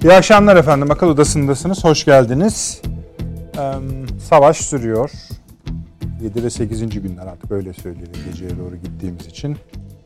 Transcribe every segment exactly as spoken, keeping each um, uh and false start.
İyi akşamlar efendim. Akıl Odası'ndasınız. Hoş geldiniz. Ee, savaş sürüyor. yedi ve sekizinci günler artık öyle söyleyelim geceye doğru gittiğimiz için.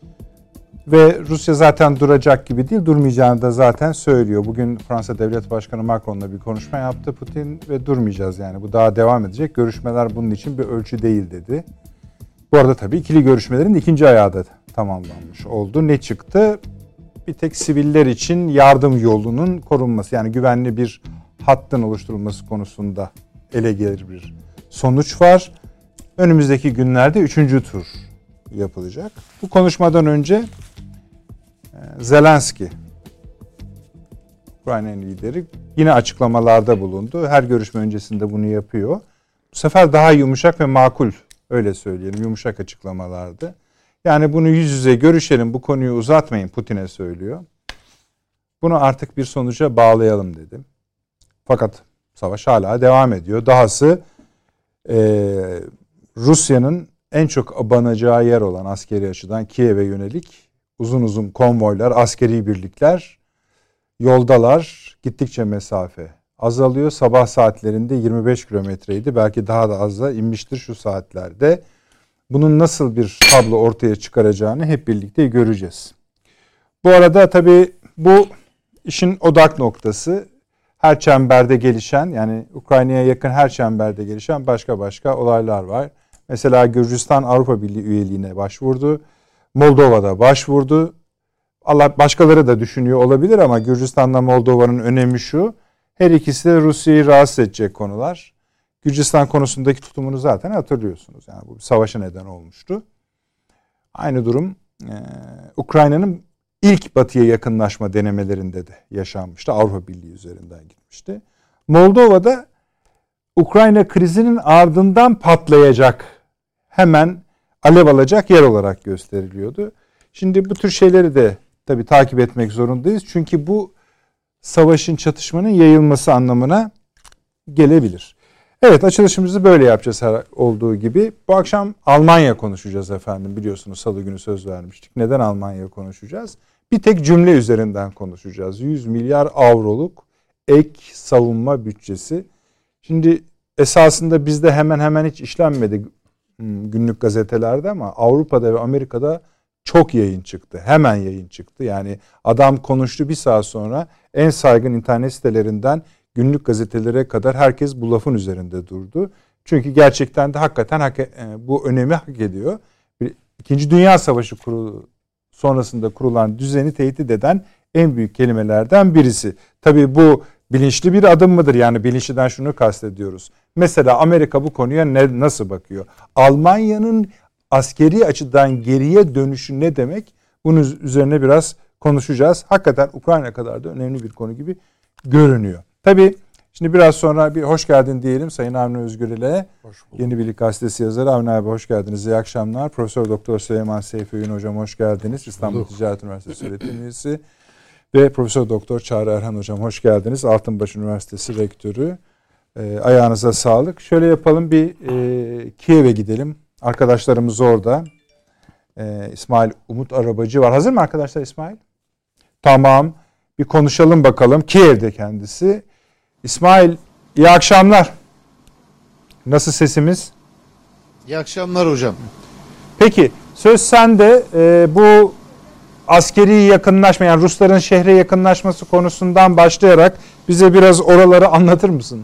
Ve Rusya zaten duracak gibi değil, durmayacağını da zaten söylüyor. Bugün Fransa Devlet Başkanı Macron'la bir konuşma yaptı Putin ve durmayacağız yani. Bu daha devam edecek. Görüşmeler bunun için bir ölçü değil dedi. Bu arada tabii ikili görüşmelerin ikinci ayağı da tamamlanmış oldu. Ne çıktı? Bir tek siviller için yardım yolunun korunması, yani güvenli bir hattın oluşturulması konusunda ele gelir bir sonuç var. Önümüzdeki günlerde üçüncü tur yapılacak. Bu konuşmadan önce Zelenski, Ukrayna'nın lideri, yine açıklamalarda bulundu. Her görüşme öncesinde bunu yapıyor. Bu sefer daha yumuşak ve makul, öyle söyleyelim, yumuşak açıklamalardı. Yani bunu yüz yüze görüşelim, bu konuyu uzatmayın Putin'e söylüyor. Bunu artık bir sonuca bağlayalım dedim. Fakat savaş hala devam ediyor. Dahası e, Rusya'nın en çok abanacağı yer olan askeri açıdan Kiev'e yönelik uzun uzun konvoylar, askeri birlikler yoldalar. Gittikçe mesafe azalıyor. Sabah saatlerinde yirmi beş kilometreydi. Belki daha da aza inmiştir şu saatlerde. Bunun nasıl bir tablo ortaya çıkaracağını hep birlikte göreceğiz. Bu arada tabii bu işin odak noktası her çemberde gelişen, yani Ukrayna'ya yakın her çemberde gelişen başka başka olaylar var. Mesela Gürcistan Avrupa Birliği üyeliğine başvurdu. Moldova'da başvurdu. Allah başkaları da düşünüyor olabilir ama Gürcistan'la Moldova'nın önemi şu. Her ikisi de Rusya'yı rahatsız edecek konular. Gürcistan konusundaki tutumunu zaten hatırlıyorsunuz. Yani bu bir savaşa neden olmuştu. Aynı durum e, Ukrayna'nın ilk batıya yakınlaşma denemelerinde de yaşanmıştı. Avrupa Birliği üzerinden gitmişti. Moldova'da Ukrayna krizinin ardından patlayacak, hemen alev alacak yer olarak gösteriliyordu. Şimdi bu tür şeyleri de tabii takip etmek zorundayız. Çünkü bu savaşın, çatışmanın yayılması anlamına gelebilir. Evet, açılışımızı böyle yapacağız her olduğu gibi. Bu akşam Almanya konuşacağız efendim. Biliyorsunuz salı günü söz vermiştik. Neden Almanya konuşacağız? Bir tek cümle üzerinden konuşacağız. yüz milyar avroluk ek savunma bütçesi. Şimdi esasında bizde hemen hemen hiç işlenmedi günlük gazetelerde ama Avrupa'da ve Amerika'da çok yayın çıktı. Hemen yayın çıktı. Yani adam konuştu, bir saat sonra en saygın internet sitelerinden günlük gazetelere kadar herkes bu lafın üzerinde durdu. Çünkü gerçekten de hakikaten hak, bu önemi hak ediyor. İkinci Dünya Savaşı kuru, sonrasında kurulan düzeni tehdit eden en büyük kelimelerden birisi. Tabii bu bilinçli bir adım mıdır? Yani bilinçliden şunu kastediyoruz. Mesela Amerika bu konuya ne, nasıl bakıyor? Almanya'nın askeri açıdan geriye dönüşü ne demek? Bunun üzerine biraz konuşacağız. Hakikaten Ukrayna kadar da önemli bir konu gibi görünüyor. Tabii şimdi biraz sonra bir hoş geldin diyelim Sayın Avni Özgürel'e. Yeni Birlik Gazetesi yazarı. Avni abi hoş geldiniz. İyi akşamlar. Profesör Doktor Süleyman Seyfi Öğün hocam hoş geldiniz. İstanbul Ticaret Üniversitesi öğretim üyesi. Ve Profesör Doktor Çağrı Erhan hocam hoş geldiniz. Altınbaş Üniversitesi rektörü. E, ayağınıza sağlık. Şöyle yapalım, bir e, Kiev'e gidelim. Arkadaşlarımız orada. E, İsmail Umut Arabacı var. Hazır mı arkadaşlar İsmail? Tamam. Bir konuşalım bakalım. Kiev'de kendisi. İsmail, iyi akşamlar. Nasıl sesimiz? İyi akşamlar hocam. Peki, söz sende. E, bu askeri yakınlaşma, yani Rusların şehre yakınlaşması konusundan başlayarak bize biraz oraları anlatır mısın?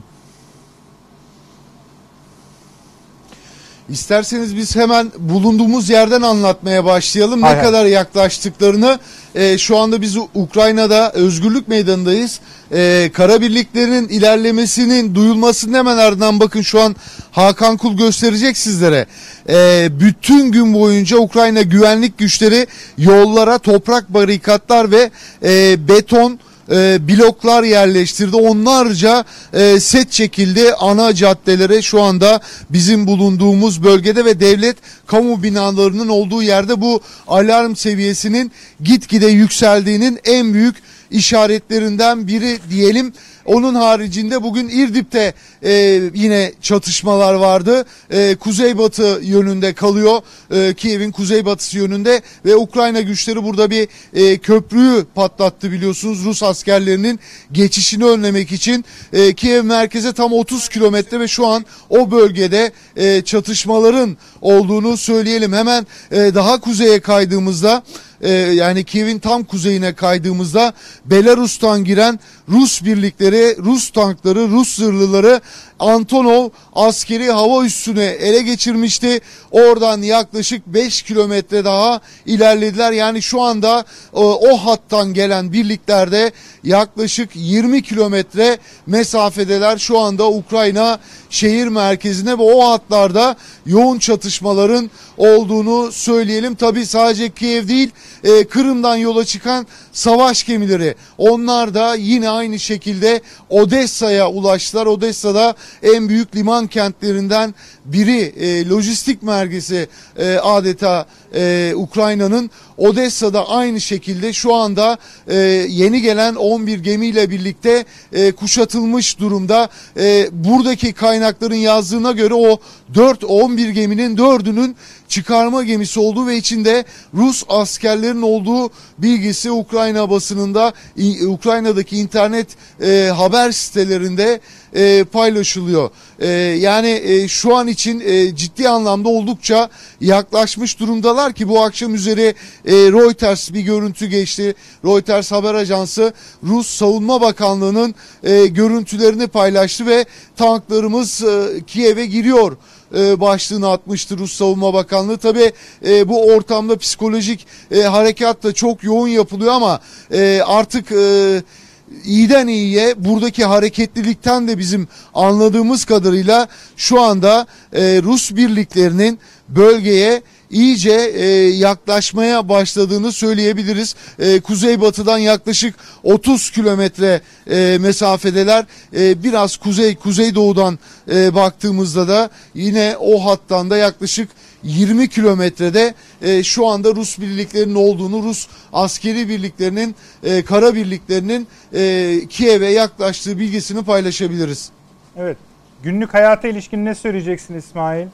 İsterseniz biz hemen bulunduğumuz yerden anlatmaya başlayalım. Hay ne hay. kadar yaklaştıklarını. E, şu anda biz Ukrayna'da Özgürlük Meydanı'ndayız. E, kara birliklerinin ilerlemesinin duyulmasının hemen ardından bakın şu an Hakan Kul gösterecek sizlere. E, bütün gün boyunca Ukrayna güvenlik güçleri yollara toprak barikatlar ve e, beton E, bloklar yerleştirdi. Onlarca e, set çekildi ana caddelere şu anda bizim bulunduğumuz bölgede ve devlet kamu binalarının olduğu yerde bu alarm seviyesinin gitgide yükseldiğinin en büyük işaretlerinden biri diyelim. Onun haricinde bugün İdlib'de e, yine çatışmalar vardı. E, kuzeybatı yönünde kalıyor. E, Kiev'in kuzeybatısı yönünde ve Ukrayna güçleri burada bir e, köprüyü patlattı biliyorsunuz. Rus askerlerinin geçişini önlemek için. E, Kiev merkeze tam otuz kilometre ve şu an o bölgede e, çatışmaların olduğunu söyleyelim. Hemen e, daha kuzeye kaydığımızda Ee, yani Kiev'in tam kuzeyine kaydığımızda Belarus'tan giren Rus birlikleri, Rus tankları, Rus zırhlıları Antonov askeri hava üssünü ele geçirmişti. Oradan yaklaşık beş kilometre daha ilerlediler. Yani şu anda e, o hattan gelen birliklerde yaklaşık yirmi kilometre mesafedeler. Şu anda Ukrayna şehir merkezine ve o hatlarda yoğun çatışmaların olduğunu söyleyelim. Tabii sadece Kiev değil, e, Kırım'dan yola çıkan savaş gemileri, onlar da yine aynı şekilde Odessa'ya ulaştılar. Odessa'da en büyük liman kentlerinden biri, e, lojistik merkezi e, adeta e, Ukrayna'nın. Odessa'da aynı şekilde şu anda e, yeni gelen on bir gemiyle birlikte e, kuşatılmış durumda. E, buradaki kaynakların yazdığına göre o dört on bir geminin dördünün çıkarma gemisi olduğu ve içinde Rus askerlerin olduğu bilgisi Ukrayna basınında, Ukrayna'daki internet e, haber sitelerinde e, paylaşılıyor. E, yani e, şu an için e, ciddi anlamda oldukça yaklaşmış durumdalar ki bu akşam üzeri e, Reuters bir görüntü geçti. Reuters haber ajansı Rus Savunma Bakanlığı'nın e, görüntülerini paylaştı ve tanklarımız e, Kiev'e giriyor e, başlığını atmıştı Rus Savunma Bakanlığı. Tabii e, bu ortamda psikolojik e, harekat da çok yoğun yapılıyor ama e, artık e, iyiden iyiye buradaki hareketlilikten de bizim anladığımız kadarıyla şu anda e, Rus birliklerinin bölgeye iyice e, yaklaşmaya başladığını söyleyebiliriz. E, kuzeybatıdan yaklaşık otuz kilometre e, mesafedeler. E, biraz kuzey kuzeydoğudan e, baktığımızda da yine o hattan da yaklaşık yirmi kilometrede e, şu anda Rus birliklerinin olduğunu, Rus askeri birliklerinin, e, kara birliklerinin e, Kiev'e yaklaştığı bilgisini paylaşabiliriz. Evet. Günlük hayata ilişkin ne söyleyeceksin İsmail?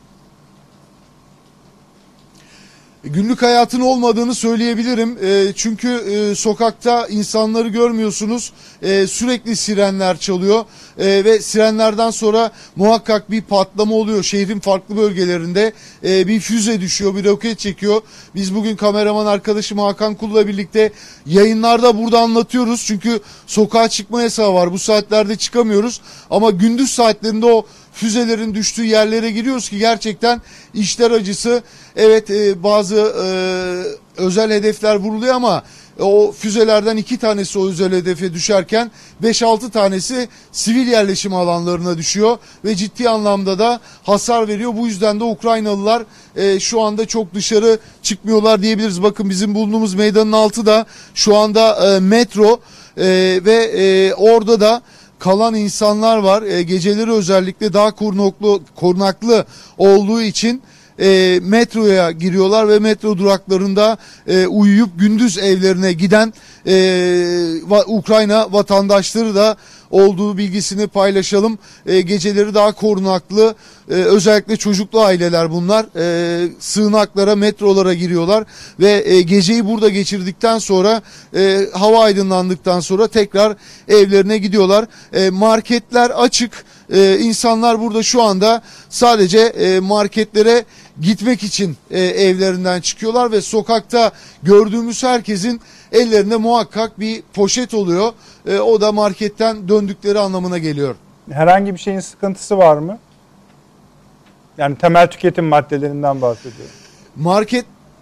Günlük hayatın olmadığını söyleyebilirim. E, çünkü e, sokakta insanları görmüyorsunuz. E, sürekli sirenler çalıyor. E, ve sirenlerden sonra muhakkak bir patlama oluyor. Şehrin farklı bölgelerinde e, bir füze düşüyor, bir roket çekiyor. Biz bugün kameraman arkadaşım Hakan Kul'la birlikte yayınlarda burada anlatıyoruz. Çünkü sokağa çıkma yasağı var. Bu saatlerde çıkamıyoruz. Ama gündüz saatlerinde o füzelerin düştüğü yerlere giriyoruz ki gerçekten işler acısı. Evet, e, bazı e, özel hedefler vuruluyor ama o füzelerden iki tanesi o özel hedefe düşerken beş altı tanesi sivil yerleşim alanlarına düşüyor ve ciddi anlamda da hasar veriyor. Bu yüzden de Ukraynalılar e, şu anda çok dışarı çıkmıyorlar diyebiliriz. Bakın bizim bulunduğumuz meydanın altı da şu anda e, metro e, ve e, orada da kalan insanlar var. E, geceleri özellikle daha korunaklı, korunaklı olduğu için e, metroya giriyorlar ve metro duraklarında e, uyuyup gündüz evlerine giden e, va, Ukrayna vatandaşları da olduğu bilgisini paylaşalım. E, geceleri daha korunaklı, e, özellikle çocuklu aileler bunlar. E, sığınaklara, metrolara giriyorlar ve e, geceyi burada geçirdikten sonra e, hava aydınlandıktan sonra tekrar evlerine gidiyorlar. E, marketler açık. E, insanlar burada şu anda sadece e, marketlere gitmek için e, evlerinden çıkıyorlar ve sokakta gördüğümüz herkesin ellerinde muhakkak bir poşet oluyor. E, o da marketten döndükleri anlamına geliyor. Herhangi bir şeyin sıkıntısı var mı? Yani temel tüketim maddelerinden bahsediyorum. Market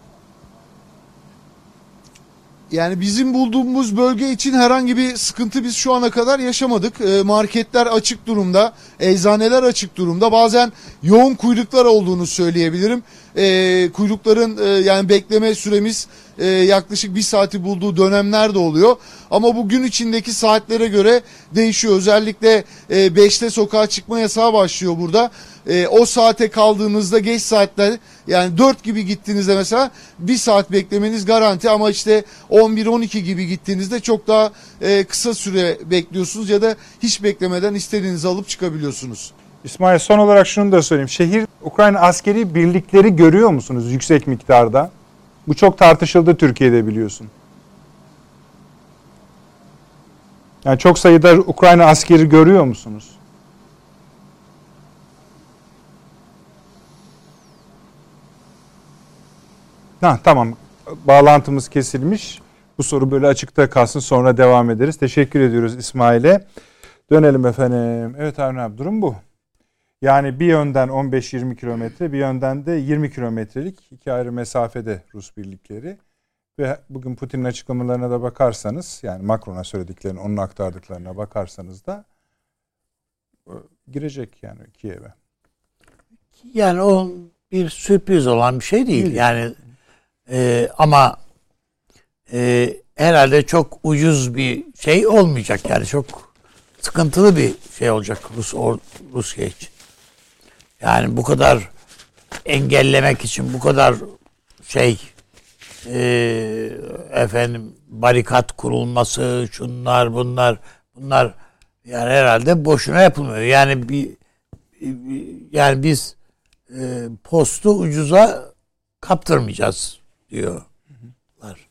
Yani bizim bulduğumuz bölge için herhangi bir sıkıntı biz şu ana kadar yaşamadık. E, marketler açık durumda, eczaneler açık durumda. Bazen yoğun kuyruklar olduğunu söyleyebilirim. E, kuyrukların e, yani bekleme süremiz e, yaklaşık bir saati bulduğu dönemler de oluyor. Ama bu gün içindeki saatlere göre değişiyor. Özellikle e, beşte sokağa çıkma yasağı başlıyor burada. e, o saate kaldığınızda geç saatler yani dört gibi gittiğinizde mesela bir saat beklemeniz garanti ama işte on bir on iki gibi gittiğinizde çok daha e, kısa süre bekliyorsunuz ya da hiç beklemeden istediğinizi alıp çıkabiliyorsunuz. İsmail, son olarak şunu da söyleyeyim. Şehir Ukrayna askeri birlikleri görüyor musunuz yüksek miktarda? Bu çok tartışıldı Türkiye'de, biliyorsun. Yani çok sayıda Ukrayna askeri görüyor musunuz? Ha, tamam. Bağlantımız kesilmiş. Bu soru böyle açıkta kalsın, sonra devam ederiz. Teşekkür ediyoruz İsmail'e. Dönelim efendim. Evet Harun abi, durum bu. Yani bir yönden on beş yirmi kilometre, bir yönden de yirmi kilometrelik iki ayrı mesafede Rus birlikleri. Ve bugün Putin'in açıklamalarına da bakarsanız, yani Macron'a söylediklerini, onun aktardıklarına bakarsanız da girecek yani Kiev'e. Yani o bir sürpriz olan bir şey değil. Yani e, ama e, herhalde çok ucuz bir şey olmayacak. Yani çok sıkıntılı bir şey olacak Rus or, Rusya için. Yani bu kadar engellemek için bu kadar şey e, efendim barikat kurulması, şunlar bunlar bunlar yani herhalde boşuna yapılmıyor. Yani bir, bir yani biz e, postu ucuza kaptırmayacağız diyorlar.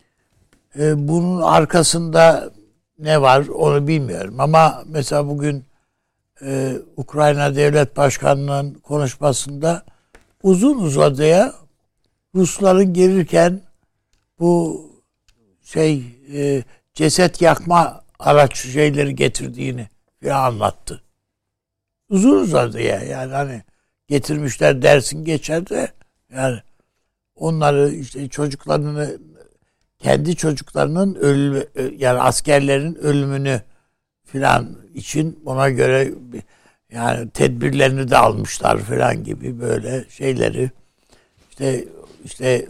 E, bunun arkasında ne var onu bilmiyorum ama mesela bugün e, Ukrayna Devlet Başkanı'nın konuşmasında uzun uzadıya Rusların gelirken bu şey e, ceset yakma araç şeyleri getirdiğini falan anlattı. Uzun uzadıya yani hani getirmişler dersin geçer de yani onları işte çocuklarını kendi çocuklarının ölümü yani askerlerin ölümünü filan için ona göre yani tedbirlerini de almışlar filan gibi böyle şeyleri işte işte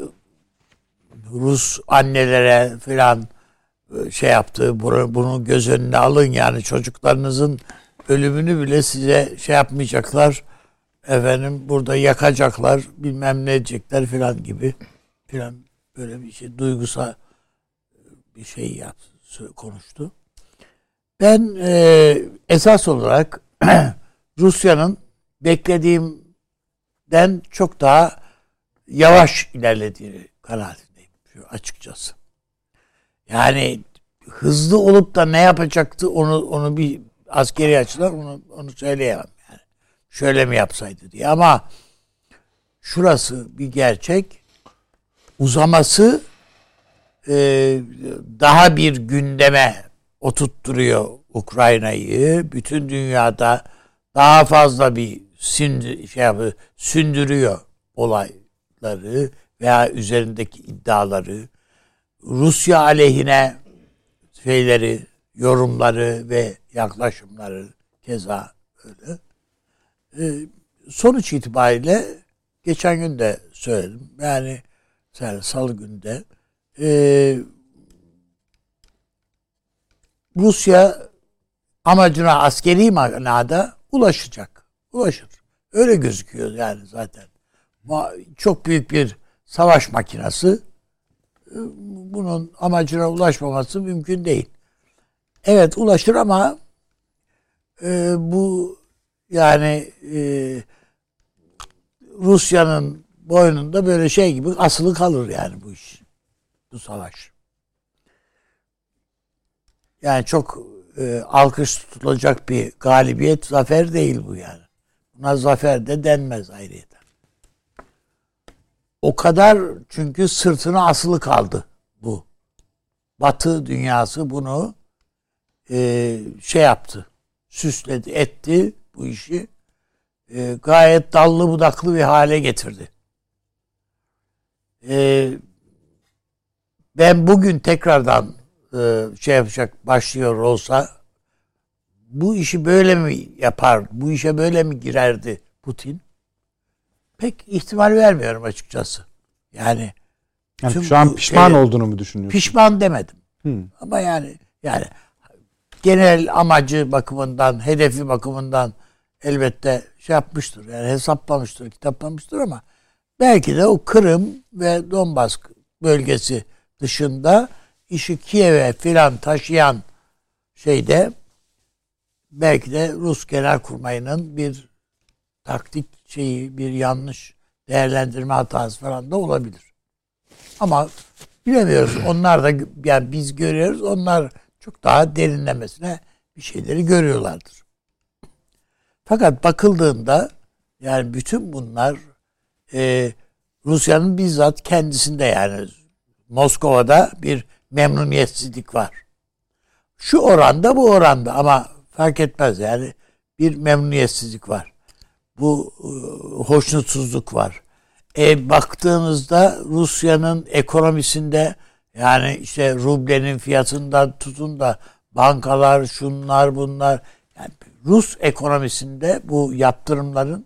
Rus annelere filan şey yaptı, bunu, bunu göz önüne alın yani çocuklarınızın ölümünü bile size şey yapmayacaklar, efendim burada yakacaklar, bilmem ne edecekler filan gibi filan böyle bir şey, duygusal bir şey yaptı, konuştu. Ben e, esas olarak Rusya'nın beklediğimden çok daha yavaş ilerlediğini kanaatindeyim açıkçası. Yani hızlı olup da ne yapacaktı onu onu bir askeri açıdan onu onu söyleyemem yani. Şöyle mi yapsaydı diye ama şurası bir gerçek. Uzaması e, daha bir gündeme oturtturuyor Ukrayna'yı. Bütün dünyada daha fazla bir sündü, şey yapıyor, sündürüyor olayları veya üzerindeki iddiaları. Rusya aleyhine şeyleri, yorumları ve yaklaşımları keza öyle. Ee, sonuç itibariyle geçen gün de söyledim. Yani mesela Salı günde e, Rusya amacına askeri manada ulaşacak. Ulaşır. Öyle gözüküyor yani zaten. Çok büyük bir savaş makinası. Bunun amacına ulaşmaması mümkün değil. Evet ulaşır ama e, bu yani e, Rusya'nın boynunda böyle şey gibi asılı kalır yani bu iş. Bu savaş. Yani çok e, alkış tutulacak bir galibiyet, zafer değil bu yani. Buna zafer de denmez ayrıyeten. O kadar çünkü sırtına asılı kaldı bu. Batı dünyası bunu e, şey yaptı, süsledi, etti bu işi. E, gayet dallı budaklı bir hale getirdi. E, ben bugün tekrardan e, şey yapacak başlıyor olsa bu işi böyle mi yapar, bu işe böyle mi girerdi Putin? Pek ihtimal vermiyorum açıkçası. Yani, yani şu an pişman şeyler, olduğunu mu düşünüyorsun? Pişman demedim. Hmm. Ama yani yani genel amacı bakımından, hedefi bakımından elbette şey yapmıştır. Yani hesaplamıştır, kitaplamıştır ama belki de o Kırım ve Donbas bölgesi dışında işi Kiev'e filan taşıyan şeyde belki de Rus Genelkurmayı'nın bir taktik şeyi, bir yanlış değerlendirme hatası falan da olabilir. Ama bilemiyoruz. Onlar da yani biz görüyoruz. Onlar çok daha derinlemesine bir şeyleri görüyorlardır. Fakat bakıldığında yani bütün bunlar e, Rusya'nın bizzat kendisinde yani Moskova'da bir memnuniyetsizlik var. Şu oranda bu oranda ama fark etmez yani bir memnuniyetsizlik var. Bu e, hoşnutsuzluk var. E, baktığınızda Rusya'nın ekonomisinde yani işte rublenin fiyatından tutun da bankalar şunlar bunlar yani Rus ekonomisinde bu yaptırımların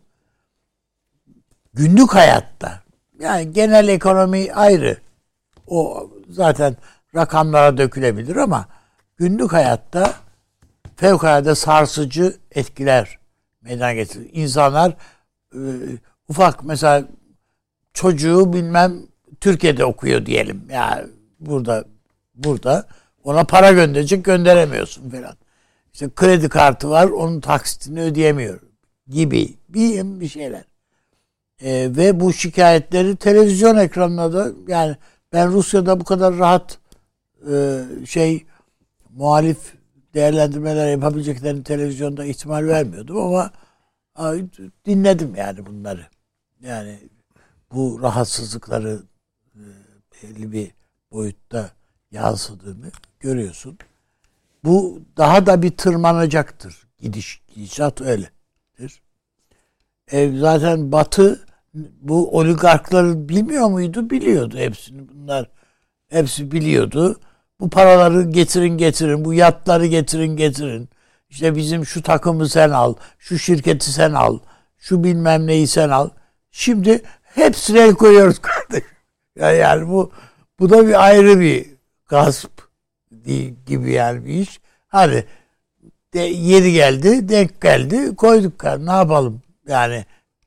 günlük hayatta yani genel ekonomi ayrı. O zaten rakamlara dökülebilir ama günlük hayatta fevkalade sarsıcı etkiler meydana getirir. İnsanlar e, ufak mesela çocuğu bilmem Türkiye'de okuyor diyelim. Yani burada burada ona para gönderecek gönderemiyorsun falan. İşte kredi kartı var onun taksitini ödeyemiyor gibi bir, bir şeyler. E, ve bu şikayetleri televizyon ekranına da yani ben Rusya'da bu kadar rahat e, şey muhalif değerlendirmeler yapabileceklerini televizyonda ihtimal vermiyordum ama ay, dinledim yani bunları. Yani bu rahatsızlıkları e, belli bir boyutta yansıdığını görüyorsun. Bu daha da bir tırmanacaktır. Gidiş, gidişat öyledir. E, zaten Batı bu oligarkları bilmiyor muydu? Biliyordu hepsini. Bunlar hepsi biliyordu. Bu paraları getirin getirin, bu yatları getirin getirin. İşte bizim şu takımı sen al, şu şirketi sen al, şu bilmem neyi sen al. Şimdi hepsine el koyuyoruz kardeşim. Yani, yani bu bu da bir ayrı bir gasp gibi yani bir iş. Hadi de, yeri geldi, denk geldi, koyduk. Ne yapalım? Yani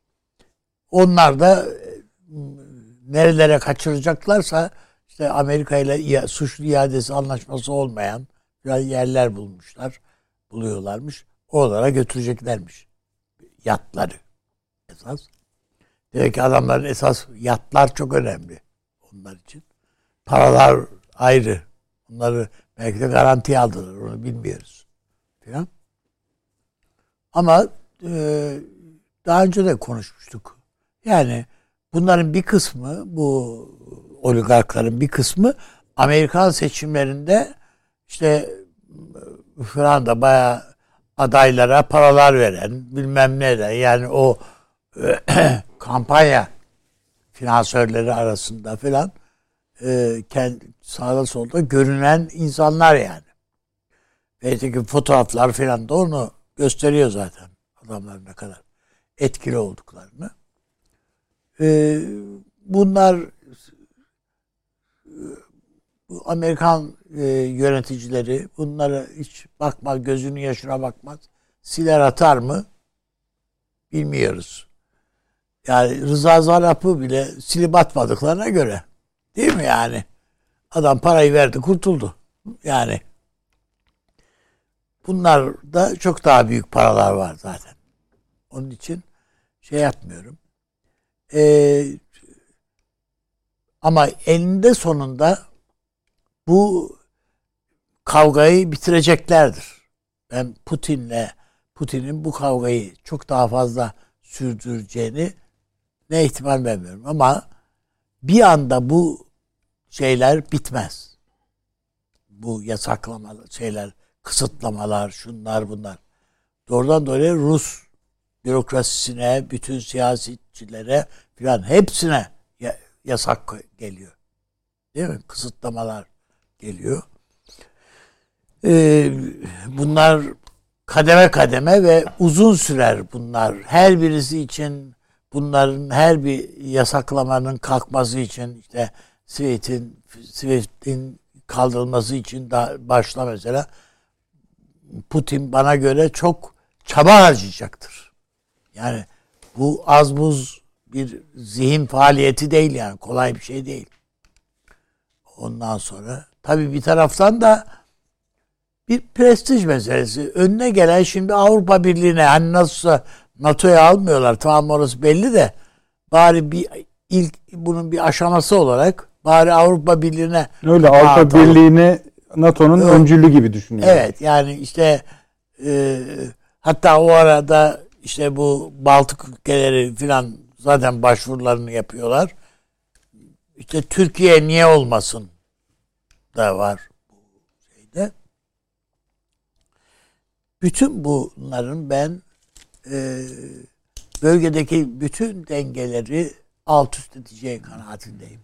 onlar da nerelere kaçıracaklarsa işte Amerika ile suçlu iadesi anlaşması olmayan yerler bulmuşlar, buluyorlarmış. Oralara götüreceklermiş yatları esas. Demek ki adamların esas yatlar çok önemli onlar için. Paralar ayrı. Bunları belki de garantiye aldılar. Onu bilmiyoruz. Falan. Ama e, daha önce de konuşmuştuk. Yani bunların bir kısmı, bu oligarkların bir kısmı Amerikan seçimlerinde işte falan da bayağı adaylara paralar veren, bilmem neden yani o e, kampanya finansörleri arasında falan e, kendi, sağda solda görünen insanlar yani. Belki fotoğraflar falan da onu gösteriyor zaten adamların ne kadar etkili olduklarını. E, bunlar bu Amerikan e, yöneticileri bunlara hiç bakmaz, gözünün yaşına bakmaz. Siler atar mı? Bilmiyoruz. Yani Rıza Zarrab'ı bile silip atmadıklarına göre. Değil mi yani? Adam parayı verdi, kurtuldu. Yani bunlarda çok daha büyük paralar var zaten. Onun için şey yapmıyorum. Ee, ama eninde sonunda bu kavgayı bitireceklerdir. Ben Putin'le Putin'in bu kavgayı çok daha fazla sürdüreceğini ne ihtimal vermiyorum. Ama bir anda bu şeyler bitmez. Bu yasaklamalar, şeyler, kısıtlamalar, şunlar bunlar. Doğrudan doğruya Rus bürokrasisine, bütün siyasetçilere filan hepsine yasak geliyor. Değil mi? Kısıtlamalar geliyor. Ee, bunlar kademe kademe ve uzun sürer bunlar. Her birisi için bunların her bir yasaklamanın kalkması için işte Swift'in Swift'in kaldırılması için da başla mesela Putin bana göre çok çaba harcayacaktır. Yani bu az buz bir zihin faaliyeti değil yani. Kolay bir şey değil. Ondan sonra tabii bir taraftan da bir prestij meselesi. Önüne gelen şimdi Avrupa Birliği'ne hani nasılsa NATO'ya almıyorlar. Tamam orası belli de bari bir ilk bunun bir aşaması olarak bari Avrupa Birliği'ne öyle Avrupa Birliği'ni NATO'nun evet. öncülü gibi düşünüyorum. Evet yani işte e, hatta o arada işte bu Baltık ülkeleri filan zaten başvurularını yapıyorlar. İşte Türkiye niye olmasın da var bu şeyde. Bütün bunların ben e, bölgedeki bütün dengeleri alt üst edeceği kanaatindeyim.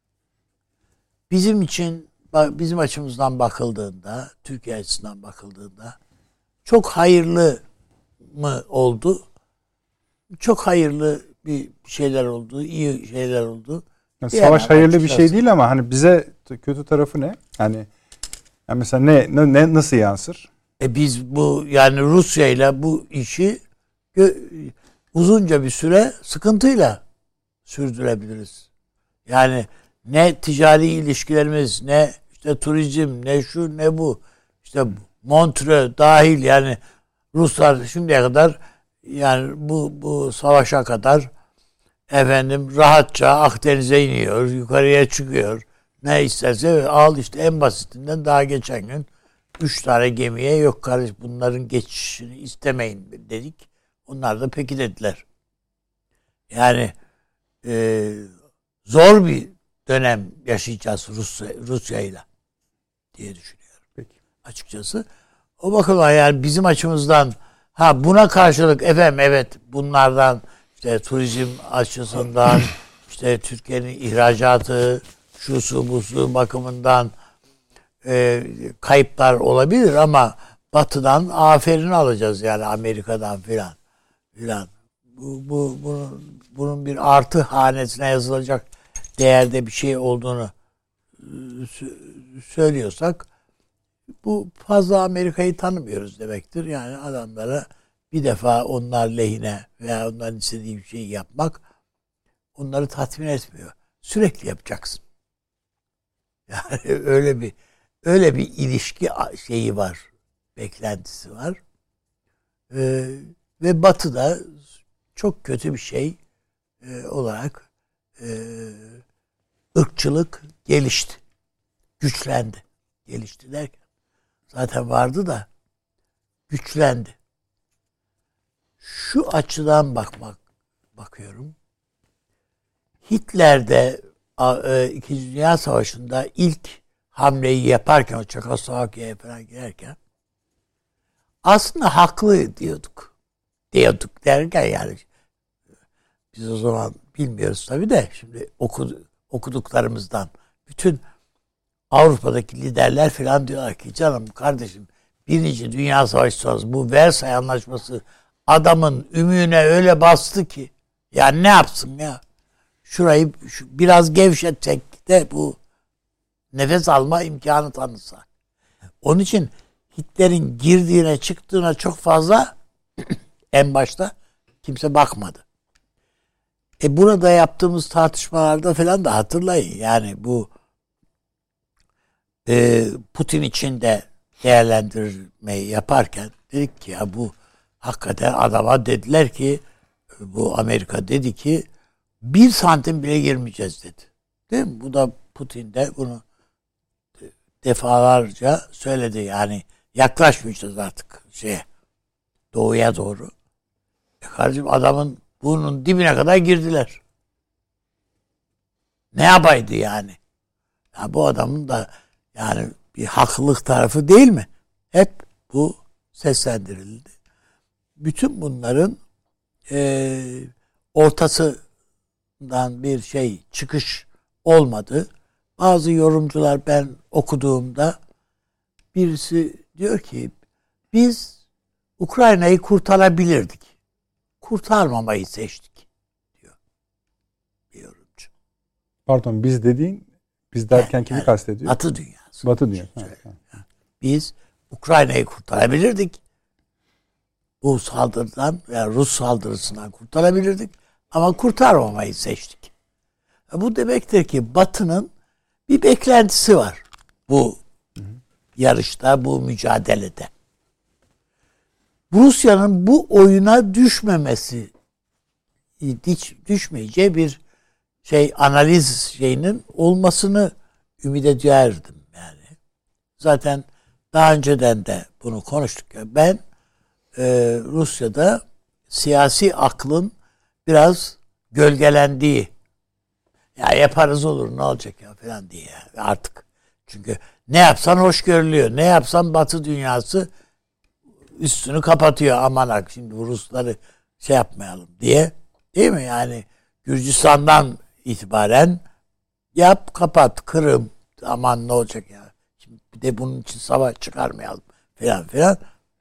Bizim için, bizim açımızdan bakıldığında, Türkiye açısından bakıldığında çok hayırlı mı oldu? Çok hayırlı bir şeyler oldu, iyi şeyler oldu. Yani savaş hayırlı açıkçası. Bir şey değil ama hani bize kötü tarafı ne? Yani, yani mesela ne, ne nasıl yansır? E biz bu yani Rusya ile bu işi gö- uzunca bir süre sıkıntıyla sürdürebiliriz. Yani ne ticari ilişkilerimiz, ne işte turizm, ne şu ne bu. İşte Montreux dahil yani Ruslar şimdiye kadar yani bu bu savaşa kadar efendim rahatça Akdeniz'e iniyor, yukarıya çıkıyor. Ne isterse al işte en basitinden daha geçen gün üç tane gemiye yok kardeş bunların geçişini istemeyin dedik. Onlar da peki dediler. Yani e, zor bir dönem yaşayacağız Rusya Rusya ile diye düşünüyorum. Peki. Açıkçası. O bakımdan yani bizim açımızdan ha buna karşılık efendim evet bunlardan işte turizm açısından işte Türkiye'nin ihracatı şusu busu bakımından e, kayıplar olabilir ama Batı'dan aferin alacağız yani Amerika'dan filan filan. Bu, bu bunun, bunun bir artı hanesine yazılacak değerde bir şey olduğunu söylüyorsak bu fazla Amerika'yı tanımıyoruz demektir. Yani adamlara bir defa onlar lehine veya onların istediği bir şeyi yapmak onları tatmin etmiyor. Sürekli yapacaksın. Yani öyle bir öyle bir ilişki şeyi var, beklentisi var. Ee, ve Batı'da çok kötü bir şey e, olarak e, ırkçılık gelişti. Güçlendi. Gelişti derken zaten vardı da güçlendi. Şu açıdan bakmak bakıyorum. Hitler'de İkinci Dünya Savaşı'nda ilk hamleyi yaparken o Çekoslovakya'ya falan girerken aslında haklı diyorduk. Diyorduk derken yani biz o zaman bilmiyoruz tabii de şimdi okudu, okuduklarımızdan bütün Avrupa'daki liderler falan diyorlar ki canım kardeşim Birinci Dünya Savaşı sonrası bu Versay Anlaşması adamın ümüğüne öyle bastı ki yani ne yapsın ya şurayı şu, biraz gevşetsek de bu nefes alma imkanı tanısa. Onun için Hitler'in girdiğine çıktığına çok fazla en başta kimse bakmadı. E burada yaptığımız tartışmalarda falan da hatırlayın. Yani bu e, Putin için de değerlendirmeyi yaparken dedik ki ya bu hakikaten adama dediler ki bu Amerika dedi ki bir santim bile girmeyeceğiz dedi. Değil mi? Bu da Putin de bunu defalarca söyledi. Yani yaklaşmayacağız artık şeye doğuya doğru. E kardeşim adamın bunun dibine kadar girdiler. Ne yapaydı yani? Ya bu adamın da yani bir haklılık tarafı değil mi? Hep bu seslendirildi. Bütün bunların e, ortasından bir şey çıkış olmadı. Bazı yorumcular ben okuduğumda birisi diyor ki biz Ukrayna'yı kurtarabilirdik. Kurtarmamayı seçtik diyor bir yorumcu. Pardon biz dediğin biz derken yani, kimi yani, kastediyor? Batı dünyası. Batı dünyası. Biz Ukrayna'yı kurtarabilirdik. bu saldırıdan yani Rus saldırısından kurtarabilirdik ama kurtarmamayı seçtik. Bu demektir ki Batı'nın bir beklentisi var bu yarışta, bu mücadelede. Rusya'nın bu oyuna düşmemesi, hiç düşmeyeceği bir şey analiz şeyinin olmasını ümit ederdim yani. Zaten daha önceden de bunu konuştuk. Ben e, Rusya'da siyasi aklın biraz gölgelendiği, ya yaparız olur ne olacak ya falan diye artık. Çünkü ne yapsan hoş görülüyor. Ne yapsan Batı dünyası üstünü kapatıyor. Aman ak şimdi bu Rusları şey yapmayalım diye. Değil mi? Yani Gürcistan'dan itibaren yap kapat Kırım aman ne olacak ya. Şimdi bir de bunun için savaş çıkarmayalım falan filan.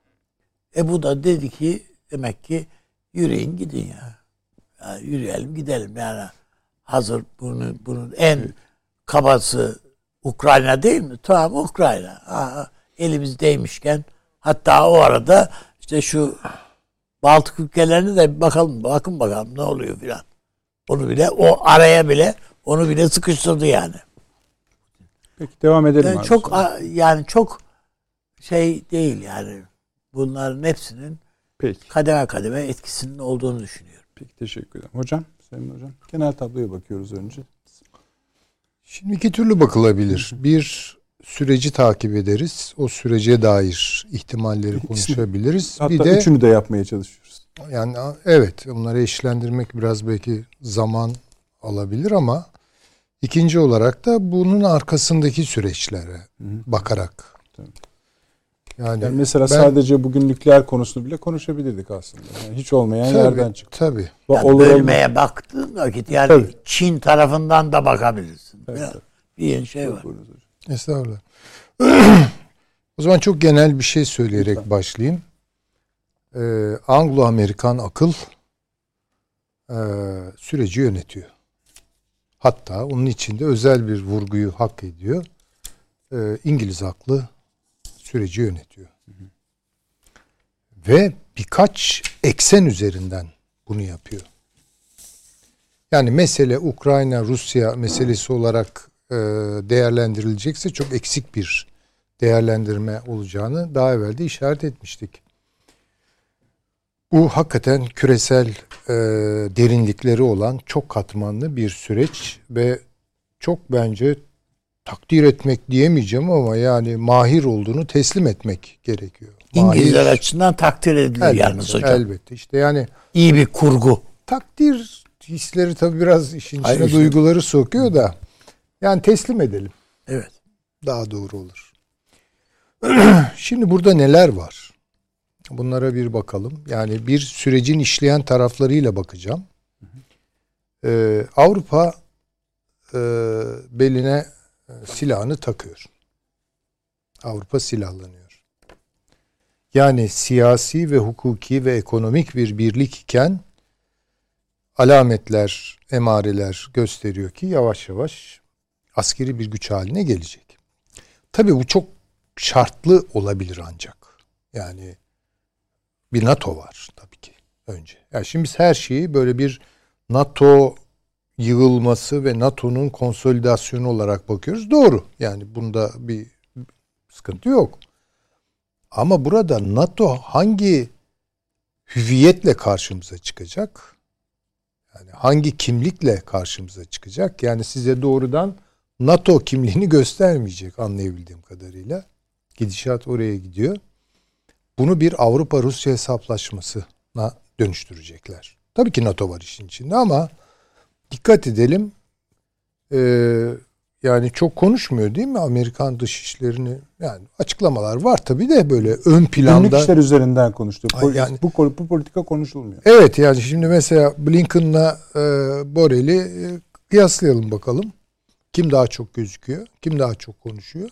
E bu da dedi ki demek ki yürüyün gidin ya. Yani yürüyelim gidelim yani. Hazır bunun, bunun en kabası Ukrayna değil mi? Tamam Ukrayna. Aa, elimizdeymişken hatta o arada işte şu Baltık ülkelerine de bakalım bakın bakalım ne oluyor filan. Onu bile o araya bile onu bile sıkıştırdı yani. Peki devam edelim Yani abi. çok sonra. Yani çok şey değil yani. Bunların hepsinin Peki. kademe kademe etkisinin olduğunu düşünüyorum. Peki teşekkür ederim. Hocam, Sayın Hocam. Genel tabloya bakıyoruz önce. Şimdi iki türlü bakılabilir. Bir, süreci takip ederiz. O sürece dair ihtimalleri konuşabiliriz. Hatta bir de üçünü de yapmaya çalışıyoruz. yani evet, onları eşlendirmek biraz belki zaman alabilir ama ikinci olarak da bunun arkasındaki süreçlere Hı-hı. bakarak. Tabii. Yani, yani mesela ben, sadece bugün nükleer konusunu bile konuşabilirdik aslında. Yani hiç olmayan tabii, yerden çıktı. Tabii. Yani olur, bölmeye olur. Baktığın vakit yani tabii. Çin tarafından da bakabilirsin. Tabii, tabii. Bir şey var. Estağfurullah. O zaman çok genel bir şey söyleyerek Lütfen. başlayayım. Ee, Anglo-Amerikan akıl e, süreci yönetiyor. Hatta onun içinde özel bir vurguyu hak ediyor. Ee, İngiliz aklı süreci yönetiyor. Hı hı. Ve birkaç eksen üzerinden bunu yapıyor. Yani mesele Ukrayna-Rusya meselesi olarak e, değerlendirilecekse çok eksik bir değerlendirme olacağını daha evvel de işaret etmiştik. Bu hakikaten küresel e, derinlikleri olan çok katmanlı bir süreç ve çok bence takdir etmek diyemeyeceğim ama yani mahir olduğunu teslim etmek gerekiyor. İngilizler mahir, açısından takdir ediliyor elbette, yalnız hocam. Elbette işte yani. İyi bir kurgu. Takdir hisleri tabii biraz işin içine Hayır, duyguları işte. sokuyor da yani teslim edelim. Evet. Daha doğru olur. Şimdi burada neler var? Bunlara bir bakalım. Yani bir sürecin işleyen taraflarıyla bakacağım. Ee, Avrupa e, beline e, silahını takıyor. Avrupa silahlanıyor. Yani siyasi ve hukuki ve ekonomik bir birlik iken alametler, emareler gösteriyor ki yavaş yavaş askeri bir güç haline gelecek. Tabii bu çok şartlı olabilir ancak. Yani bir NATO var tabii ki önce. Yani şimdi biz her şeyi böyle bir NATO yığılması ve NATO'nun konsolidasyonu olarak bakıyoruz. Doğru. Yani bunda bir sıkıntı yok. Ama burada NATO hangi hüviyetle karşımıza çıkacak? Yani hangi kimlikle karşımıza çıkacak? Yani size doğrudan NATO kimliğini göstermeyecek anlayabildiğim kadarıyla. Gidişat oraya gidiyor. Bunu bir Avrupa-Rusya hesaplaşmasına dönüştürecekler. Tabii ki NATO var işin içinde ama dikkat edelim. Ee, yani çok konuşmuyor değil mi Amerikan dışişlerini? Yani açıklamalar var tabii de böyle ön planda. Günlük işler üzerinden konuştu. Ay yani, bu, bu politika konuşulmuyor. Evet yani şimdi mesela Blinken'la e, Borrell'i e, kıyaslayalım bakalım. Kim daha çok gözüküyor? Kim daha çok konuşuyor?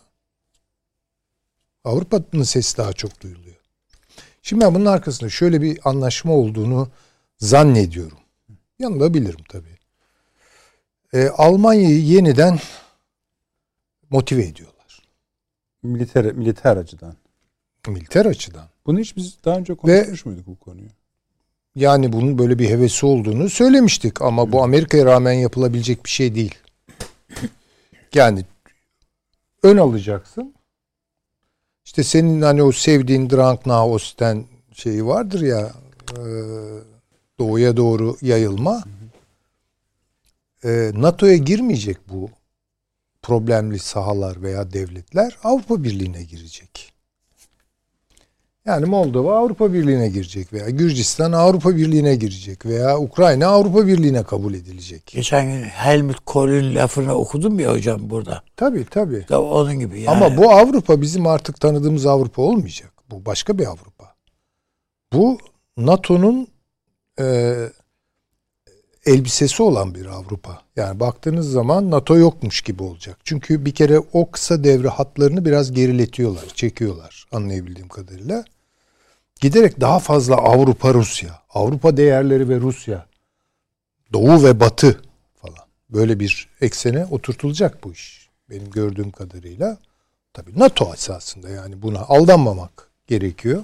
Avrupa'nın sesi daha çok duyuluyor. Şimdi ben bunun arkasında şöyle bir anlaşma olduğunu zannediyorum. Yanılabilirim tabii. Ee, Almanya'yı yeniden motive ediyorlar. Militer militer açıdan. Militer açıdan. Bunu hiç biz daha önce konuşmuş Ve, muyduk bu konuyu? Yani bunun böyle bir hevesi olduğunu söylemiştik ama bu Amerika'ya rağmen yapılabilecek bir şey değil. Yani ön alacaksın. İşte senin hani o sevdiğin Drang nach Osten şeyi vardır ya, doğuya doğru yayılma. NATO'ya girmeyecek bu problemli sahalar veya devletler, Avrupa Birliği'ne girecek. Yani Moldova Avrupa Birliği'ne girecek veya Gürcistan Avrupa Birliği'ne girecek veya Ukrayna Avrupa Birliği'ne kabul edilecek. Geçen gün Helmut Kohl'ün lafını okudum ya hocam burada. Tabii tabii. Da onun gibi yani. Ama bu Avrupa bizim artık tanıdığımız Avrupa olmayacak. Bu başka bir Avrupa. Bu NATO'nun e, elbisesi olan bir Avrupa. Yani baktığınız zaman NATO yokmuş gibi olacak. Çünkü bir kere o kısa devre hatlarını biraz geriletiyorlar, çekiyorlar anlayabildiğim kadarıyla. Giderek daha fazla Avrupa, Rusya, Avrupa değerleri ve Rusya, Doğu ve Batı falan. Böyle bir eksene oturtulacak bu iş. Benim gördüğüm kadarıyla. Tabii NATO esasında, yani buna aldanmamak gerekiyor.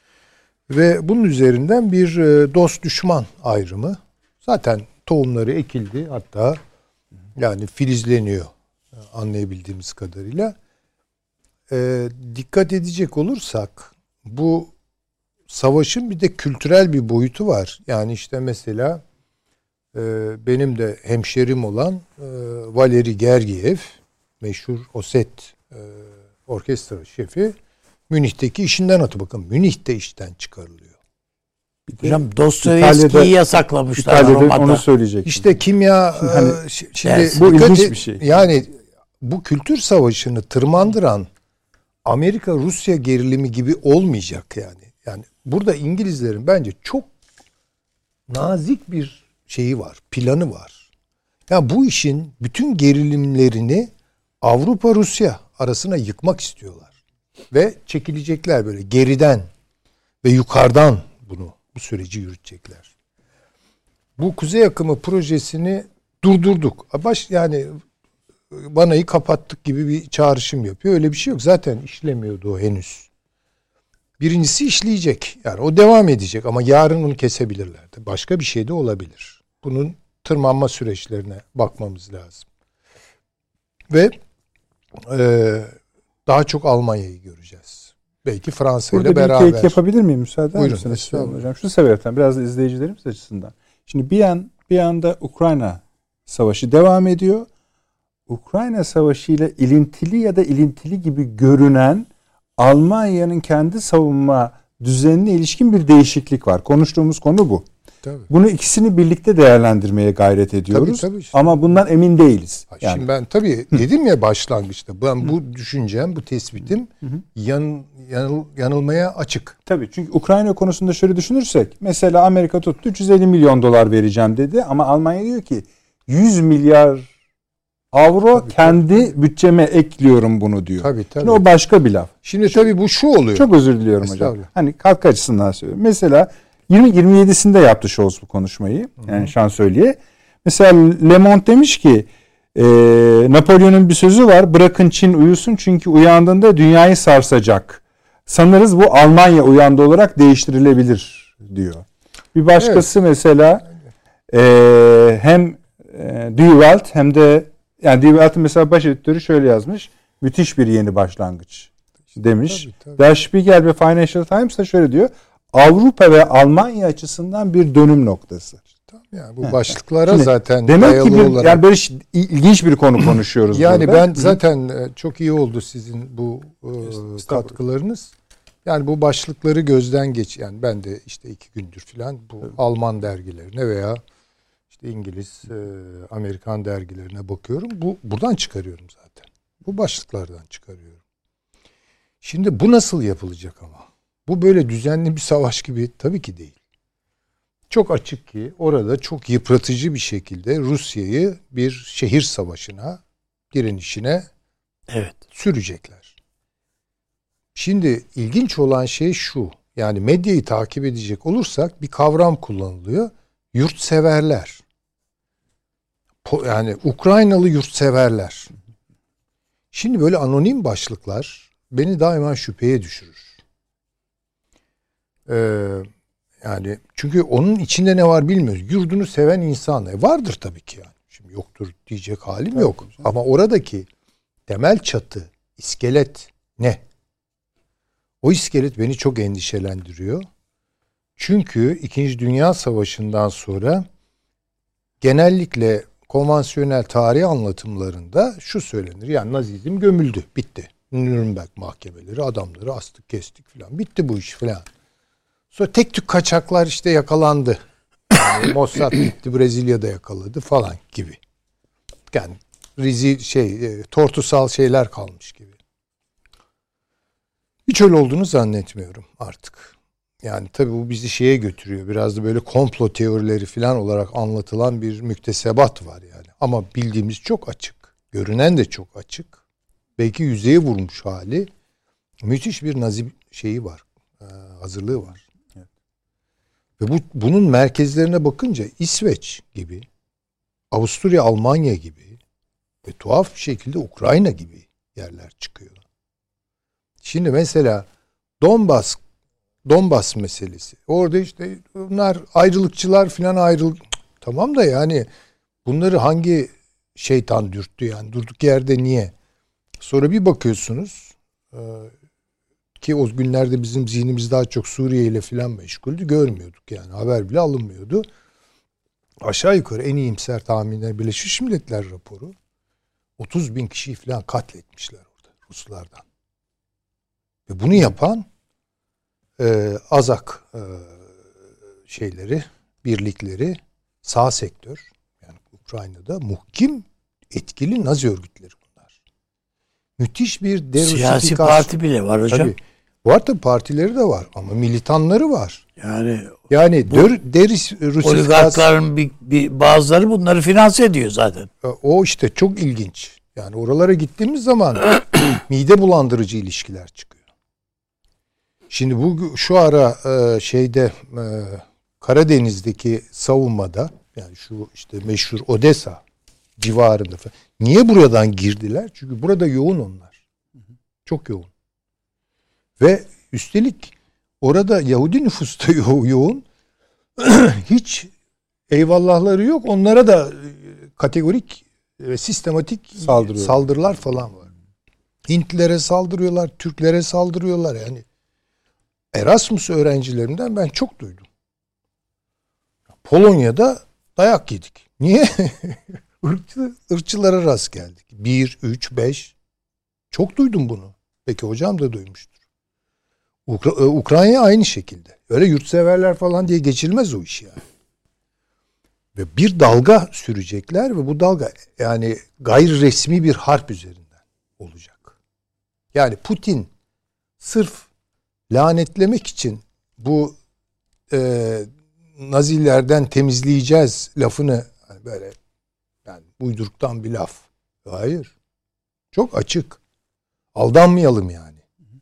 Ve bunun üzerinden bir dost düşman ayrımı. Zaten tohumları ekildi, hatta yani filizleniyor anlayabildiğimiz kadarıyla. Ee, dikkat edecek olursak bu savaşın bir de kültürel bir boyutu var. Yani işte mesela e, benim de hemşerim olan e, Valeri Gergiev, meşhur Osset e, orkestra şefi, Münih'teki işinden atı. Bakın, Münih'te işten çıkarılıyor. Hocam Dostoyevski'yi yasaklamışlar. İtalya'da onu söyleyecek. İşte kimya şimdi, hani, şimdi evet, bu ilginç bir şey. Yani bu kültür savaşını tırmandıran Amerika-Rusya gerilimi gibi olmayacak yani. Yani burada İngilizlerin bence çok nazik bir şeyi var, planı var. Ya yani bu işin bütün gerilimlerini Avrupa-Rusya arasına yıkmak istiyorlar. Ve çekilecekler böyle geriden ve yukarıdan bunu, bu süreci yürütecekler. Bu kuzey akımı projesini durdurduk. Baş yani vanayı kapattık gibi bir çağrışım yapıyor. Öyle bir şey yok. Zaten işlemiyordu o henüz. Birincisi işleyecek. Yani o devam edecek ama yarın onu kesebilirler. Başka bir şey de olabilir. Bunun tırmanma süreçlerine bakmamız lazım. Ve e, daha çok Almanya'yı göreceğiz. Belki Fransa ile beraber. Burada bir iki yapabilir miyim? Müsaade Buyurun, misiniz hocam? Şu sebepten biraz da izleyicilerimiz açısından. Şimdi bir yan bir yanda Ukrayna savaşı devam ediyor. Ukrayna Savaşı ile ilintili ya da ilintili gibi görünen Almanya'nın kendi savunma düzenine ilişkin bir değişiklik var. Konuştuğumuz konu bu. Tabii. Bunu ikisini birlikte değerlendirmeye gayret ediyoruz. Tabii, tabii işte. Ama bundan emin değiliz. Yani. Şimdi ben tabii dedim ya başlangıçta, ben bu düşüncem, bu tespitim yan, yanıl, yanılmaya açık. Tabii, çünkü Ukrayna konusunda şöyle düşünürsek, mesela Amerika tuttu üç yüz elli milyon dolar vereceğim dedi ama Almanya diyor ki yüz milyar avro tabii, kendi tabii. bütçeme ekliyorum bunu diyor. Tabii, tabii. Şimdi o başka bir laf. Şimdi tabii bu şu oluyor. Çok özür diliyorum hocam. Hani kalk açısından söylüyorum. Mesela yirmi yirmi yedisinde yaptı Scholz bu konuşmayı. Yani şansölye. Mesela Le Monde demiş ki e, Napolyon'un bir sözü var. Bırakın Çin uyusun çünkü uyandığında dünyayı sarsacak. Sanırız bu Almanya uyandı olarak değiştirilebilir diyor. Bir başkası evet. mesela e, hem e, Die Welt hem de yani Die Welt'in mesela baş editörü şöyle yazmış. Müthiş bir yeni başlangıç demiş. Tabii, tabii. Der Spiegel ve Financial Times da şöyle diyor. Avrupa ve Almanya açısından bir dönüm noktası. Tamam, yani bu başlıklara Şimdi, zaten demek ki bir, olarak... yani böyle ilginç bir konu konuşuyoruz. Yani burada. ben zaten çok iyi oldu sizin bu e, katkılarınız. Yani bu başlıkları gözden geç. Yani ben de işte iki gündür falan bu evet. Alman dergilerine veya işte İngiliz, e, Amerikan dergilerine bakıyorum. Bu buradan çıkarıyorum zaten. Bu başlıklardan çıkarıyorum. Şimdi bu nasıl yapılacak ama? Bu böyle düzenli bir savaş gibi tabii ki değil. Çok açık ki orada çok yıpratıcı bir şekilde Rusya'yı bir şehir savaşına, direnişine evet. sürecekler. Şimdi ilginç olan şey şu. Yani medyayı takip edecek olursak bir kavram kullanılıyor. Yurtseverler. Yani Ukraynalı yurtseverler. Şimdi böyle anonim başlıklar beni daima şüpheye düşürür. Ee, yani çünkü onun içinde ne var bilmiyoruz. Yurdunu seven insan. E vardır tabii ki yani. Şimdi yoktur diyecek halim tabii yok. canım. Ama oradaki temel çatı, iskelet ne? O iskelet beni çok endişelendiriyor. Çünkü İkinci Dünya Savaşı'ndan sonra genellikle konvansiyonel tarih anlatımlarında şu söylenir. Yani Nazizm gömüldü, bitti. Nürnberg mahkemeleri, adamları astık, kestik filan. Bitti bu iş filan. Sonra tek tük kaçaklar işte yakalandı. Yani Mossad gitti, Brezilya'da yakaladı falan gibi. Yani rezil şey, tortusal şeyler kalmış gibi. Hiç öyle olduğunu zannetmiyorum artık. Yani tabii bu bizi şeye götürüyor. Biraz da böyle komplo teorileri falan olarak anlatılan bir müktesebat var yani. Ama bildiğimiz çok açık. Görünen de çok açık. Belki yüzeye vurmuş hali. Müthiş bir Nazi şeyi var. Hazırlığı var. Evet. Ve bu, bunun merkezlerine bakınca İsveç gibi, Avusturya, Almanya gibi ve tuhaf bir şekilde Ukrayna gibi yerler çıkıyor. Şimdi mesela Donbas Donbas meselesi. Orada işte bunlar ayrılıkçılar falan ayrılık. Tamam da yani bunları hangi şeytan dürttü yani durduk yerde niye? Sonra bir bakıyorsunuz ki o günlerde bizim zihnimiz daha çok Suriye ile falan meşguldü. Görmüyorduk yani haber bile alınmıyordu. Aşağı yukarı en iyimser tahminler Birleşmiş Milletler raporu otuz bin kişiyi falan katletmişler orada Ruslardan. Ve bunu yapan e, Azak e, şeyleri, birlikleri, sağ sektör yani Ukrayna'da muhkim etkili Nazi örgütleri bunlar. Müthiş bir derusifikasyon. Siyasi parti bile var hocam. Tabii. Var tabii partileri de var ama militanları var. Yani yani der, deris oligarkların bir, bir bazıları bunları finanse ediyor zaten. O işte çok ilginç. Yani oralara gittiğimiz zaman mide bulandırıcı ilişkiler çıkıyor. Şimdi bu şu ara e, şeyde e, Karadeniz'deki savunmada yani şu işte meşhur Odessa civarında falan. Niye buradan girdiler? Çünkü burada yoğun onlar. Çok yoğun. Ve üstelik orada Yahudi nüfus da yo- yoğun. Hiç eyvallahları yok. Onlara da kategorik ve sistematik saldırılar falan var. Hintlilere saldırıyorlar, Türklere saldırıyorlar yani. Erasmus öğrencilerinden ben çok duydum. Polonya'da dayak yedik. Niye? Irkçı, ırkçılara rast geldik. Bir, üç, beş. Çok duydum bunu. Peki hocam da duymuştur. Ukra- Ukrayna aynı şekilde. Öyle yurtseverler falan diye geçilmez o iş yani. Ve bir dalga sürecekler ve bu dalga yani gayri resmi bir harp üzerinden olacak. Yani Putin sırf lanetlemek için bu e, Nazilerden temizleyeceğiz lafını yani böyle yani uyduruktan bir laf. Hayır. Çok açık. Aldanmayalım yani.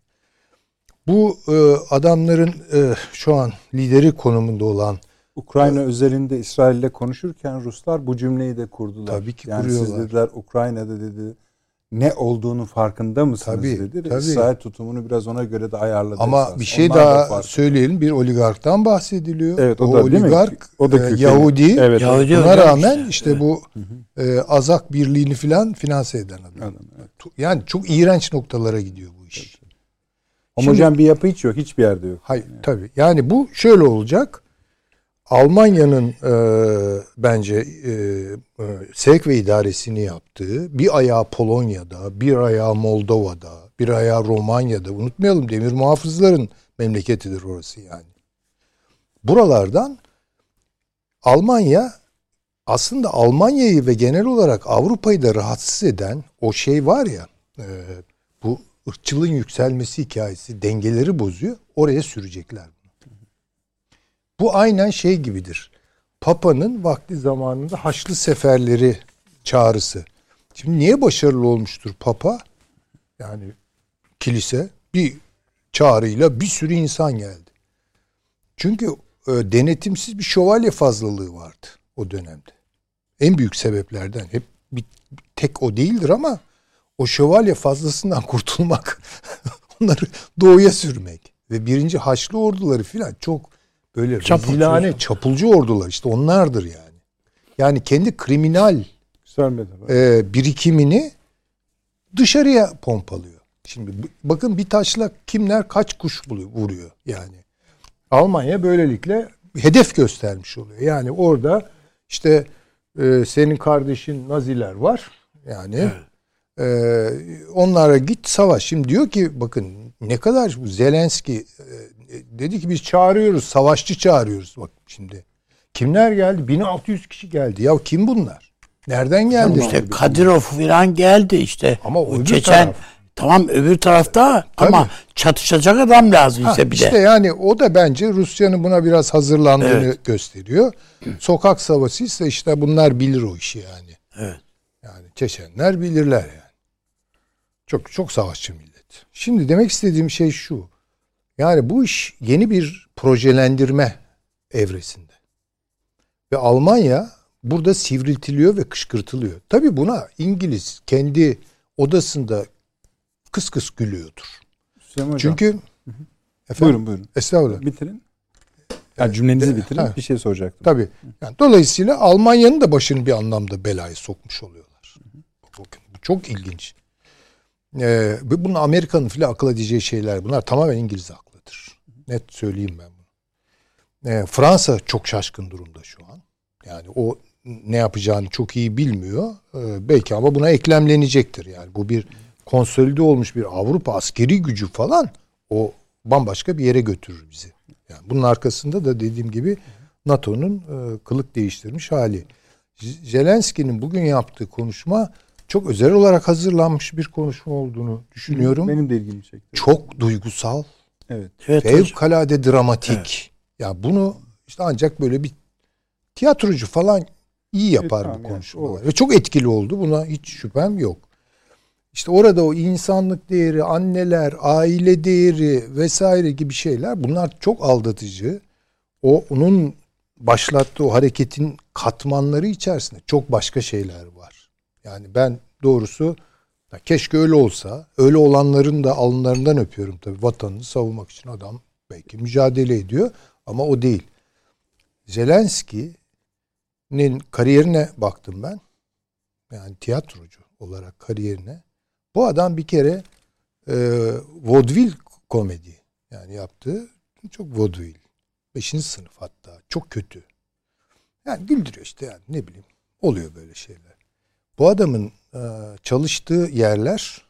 Bu e, adamların e, şu an lideri konumunda olan Ukrayna özelinde İsrail'le konuşurken Ruslar bu cümleyi de kurdular. Tabii ki yani kuruyorlar. Siz dediler Ukrayna'da dedi ne olduğunu farkında mısınız tabii, dedi. Tabii. İsrail tutumunu biraz ona göre de ayarladı. Ama esas. bir şey Onlar daha söyleyelim. Bir oligarktan bahsediliyor. Evet, o, o da, oligark o da e, Yahudi. Evet, Yahudi buna rağmen işte, işte evet. bu e, Azak birliğini filan finanse eden adam. adam evet. Yani çok iğrenç noktalara gidiyor bu iş. Evet. Homojen bir yapı hiç yok. Hiçbir yerde yok. Hayır yani. Tabii. Yani bu şöyle olacak. Almanya'nın e, bence e, e, sevk ve idaresini yaptığı bir ayağı Polonya'da, bir ayağı Moldova'da, bir ayağı Romanya'da. Unutmayalım demir muhafızların memleketidir orası yani. Buralardan Almanya aslında Almanya'yı ve genel olarak Avrupa'yı da rahatsız eden o şey var ya e, bu ırkçılığın yükselmesi hikayesi dengeleri bozuyor. Oraya sürecekler. Bu aynen şey gibidir. Papa'nın vakti zamanında Haçlı Seferleri çağrısı. Şimdi niye başarılı olmuştur Papa? Yani kilise bir çağrıyla bir sürü insan geldi. Çünkü e, denetimsiz bir şövalye fazlalığı vardı o dönemde. En büyük sebeplerden. Hep bir, tek o değildir ama o şövalye fazlasından kurtulmak, onları doğuya sürmek. ve birinci Haçlı orduları filan çok böyle Çapulcu. rezilane, çapulcu ordular işte onlardır yani. Yani kendi kriminal e, birikimini dışarıya pompalıyor. Şimdi bakın bir taşla kimler kaç kuş buluyor, vuruyor yani. Almanya böylelikle hedef göstermiş oluyor. Yani orada işte e, senin kardeşin Naziler var. Yani evet. e, onlara git savaş. Şimdi diyor ki bakın ne kadar Zelenski e, dedi ki biz çağırıyoruz, savaşçı çağırıyoruz. Bak şimdi kimler geldi? bin altı yüz kişi geldi. Ya kim bunlar? Nereden geldi? İşte Kadirov falan geldi işte. Ama o Çeçen taraf. Tamam öbür tarafta tabii. Ama çatışacak adam lazım ha, işte bir işte de. Yani o da bence Rusya'nın buna biraz hazırlandığını evet. gösteriyor. Sokak savaşı ise işte bunlar bilir o işi yani. Evet. Yani Çeçenler bilirler yani. Çok çok savaşçı millet. Şimdi demek istediğim şey şu. Yani bu iş yeni bir projelendirme evresinde. Ve Almanya burada sivriltiliyor ve kışkırtılıyor. Tabii buna İngiliz kendi odasında kıs kıs gülüyordur. Çünkü hı hı. Efendim, buyurun buyurun. Estağfurullah. Bitirin. Yani cümlenizi bitirin. Ha. Bir şey soracaktım. Tabii. Yani dolayısıyla Almanya'nın da başını bir anlamda belaya sokmuş oluyorlar. Hı hı. Bakın bu çok ilginç. Ee, bunun Amerika'nın filan akıl edeceği şeyler bunlar tamamen İngiliz aklıdır. Hı hı. Net söyleyeyim ben bunu. Ee, Fransa çok şaşkın durumda şu an. Yani o ne yapacağını çok iyi bilmiyor. Ee, belki ama buna eklemlenecektir. Yani bu bir konsolide olmuş bir Avrupa askeri gücü falan o bambaşka bir yere götürür bizi. Yani bunun arkasında da dediğim gibi NATO'nun e, kılık değiştirmiş hali. Zelenski'nin bugün yaptığı konuşma çok özel olarak hazırlanmış bir konuşma olduğunu düşünüyorum. Benim de ilgimi çekti. Çok duygusal. Evet. evet fevkalade dramatik. Evet. Ya bunu işte ancak böyle bir tiyatrocu falan iyi yapar evet, bu tamam, konuşmalar. Yani. Ve çok etkili oldu. Buna hiç şüphem yok. İşte orada o insanlık değeri, anneler, aile değeri vesaire gibi şeyler bunlar çok aldatıcı. O onun başlattığı o hareketin katmanları içerisinde çok başka şeyler var. Yani ben doğrusu keşke öyle olsa. Öyle olanların da alınlarından öpüyorum tabii. Vatanını savunmak için adam belki mücadele ediyor ama o değil. Zelenski'nin kariyerine baktım ben. Yani tiyatrocu olarak kariyerine. Bu adam bir kere e, vaudeville komedi yani yaptığı çok vaudeville. Beşinci sınıf hatta. Çok kötü. Yani güldürüyor işte yani ne bileyim. Oluyor böyle şeyler. Bu adamın e, çalıştığı yerler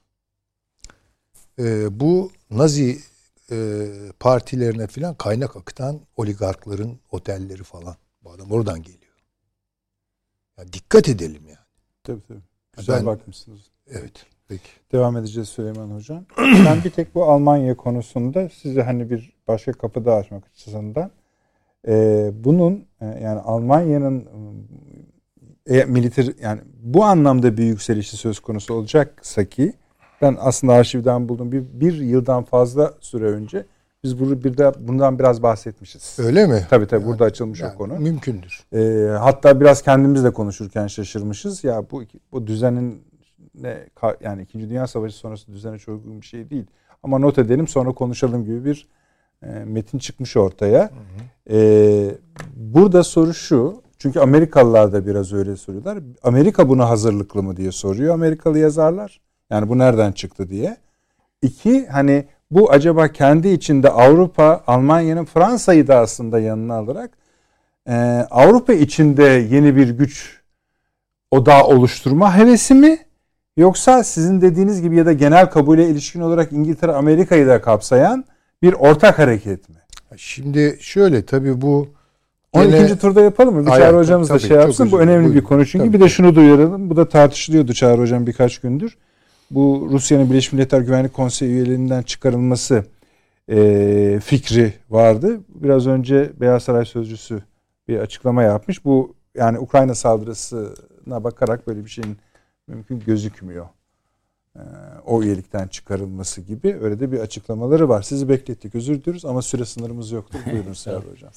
e, bu Nazi e, partilerine filan kaynak akıtan oligarkların otelleri falan. Bu adam oradan geliyor. Yani dikkat edelim yani. Tabii tabii. Güzel ben, bakmışsınız. Evet. Peki. Devam edeceğiz Süleyman Hocam. Ben bir tek bu Almanya konusunda size hani bir başka kapı daha açmak açısından e, bunun e, yani Almanya'nın e, militer yani bu anlamda bir yükselişi söz konusu olacaksa ki ben aslında arşivden buldum bir, bir yıldan fazla süre önce biz burada bir de bundan biraz bahsetmişiz. Öyle mi? Tabii tabii yani, burada açılmış yani, o konu. Mümkündür. E, hatta biraz kendimizle konuşurken şaşırmışız. Ya bu bu düzenin ne yani İkinci Dünya Savaşı sonrası düzene çok uygun bir şey değil. Ama not edelim sonra konuşalım gibi bir e, metin çıkmış ortaya. Hı hı. E, burada soru şu. Çünkü Amerikalılar da biraz öyle soruyorlar. Amerika buna hazırlıklı mı diye soruyor Amerikalı yazarlar. Yani bu nereden çıktı diye. İki hani bu acaba kendi içinde Avrupa, Almanya'nın Fransa'yı da aslında yanına alarak e, Avrupa içinde yeni bir güç odağı oluşturma hevesi mi? Yoksa sizin dediğiniz gibi ya da genel kabule ilişkin olarak İngiltere, Amerika'yı da kapsayan bir ortak hareket mi? Şimdi şöyle tabii bu on ikinci gene... turda yapalım mı? Bir Çağrı hocamız da şey yapsın. Bu önemli buyurun. Bir konu çünkü. Tabii. Bir de şunu duyuralım. Bu da tartışılıyordu Çağrı hocam birkaç gündür. Bu Rusya'nın Birleşmiş Milletler Güvenlik Konseyi üyeliğinden çıkarılması e, fikri vardı. Biraz önce Beyaz Saray Sözcüsü bir açıklama yapmış. Bu yani Ukrayna saldırısına bakarak böyle bir şeyin mümkün gözükmüyor. Ee, o üyelikten çıkarılması gibi öyle de bir açıklamaları var. Sizi beklettik. Özür diliyoruz ama süre sınırımız yoktur. Buyurun Serhat Hocam.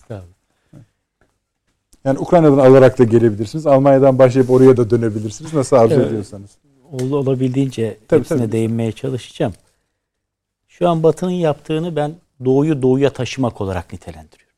Yani Ukrayna'dan alarak da gelebilirsiniz. Almanya'dan başlayıp oraya da dönebilirsiniz. Nasıl arzu evet. ediyorsanız. Olabildiğince tabii, hepsine tabii. değinmeye çalışacağım. Şu an Batı'nın yaptığını ben doğuyu doğuya taşımak olarak nitelendiriyorum.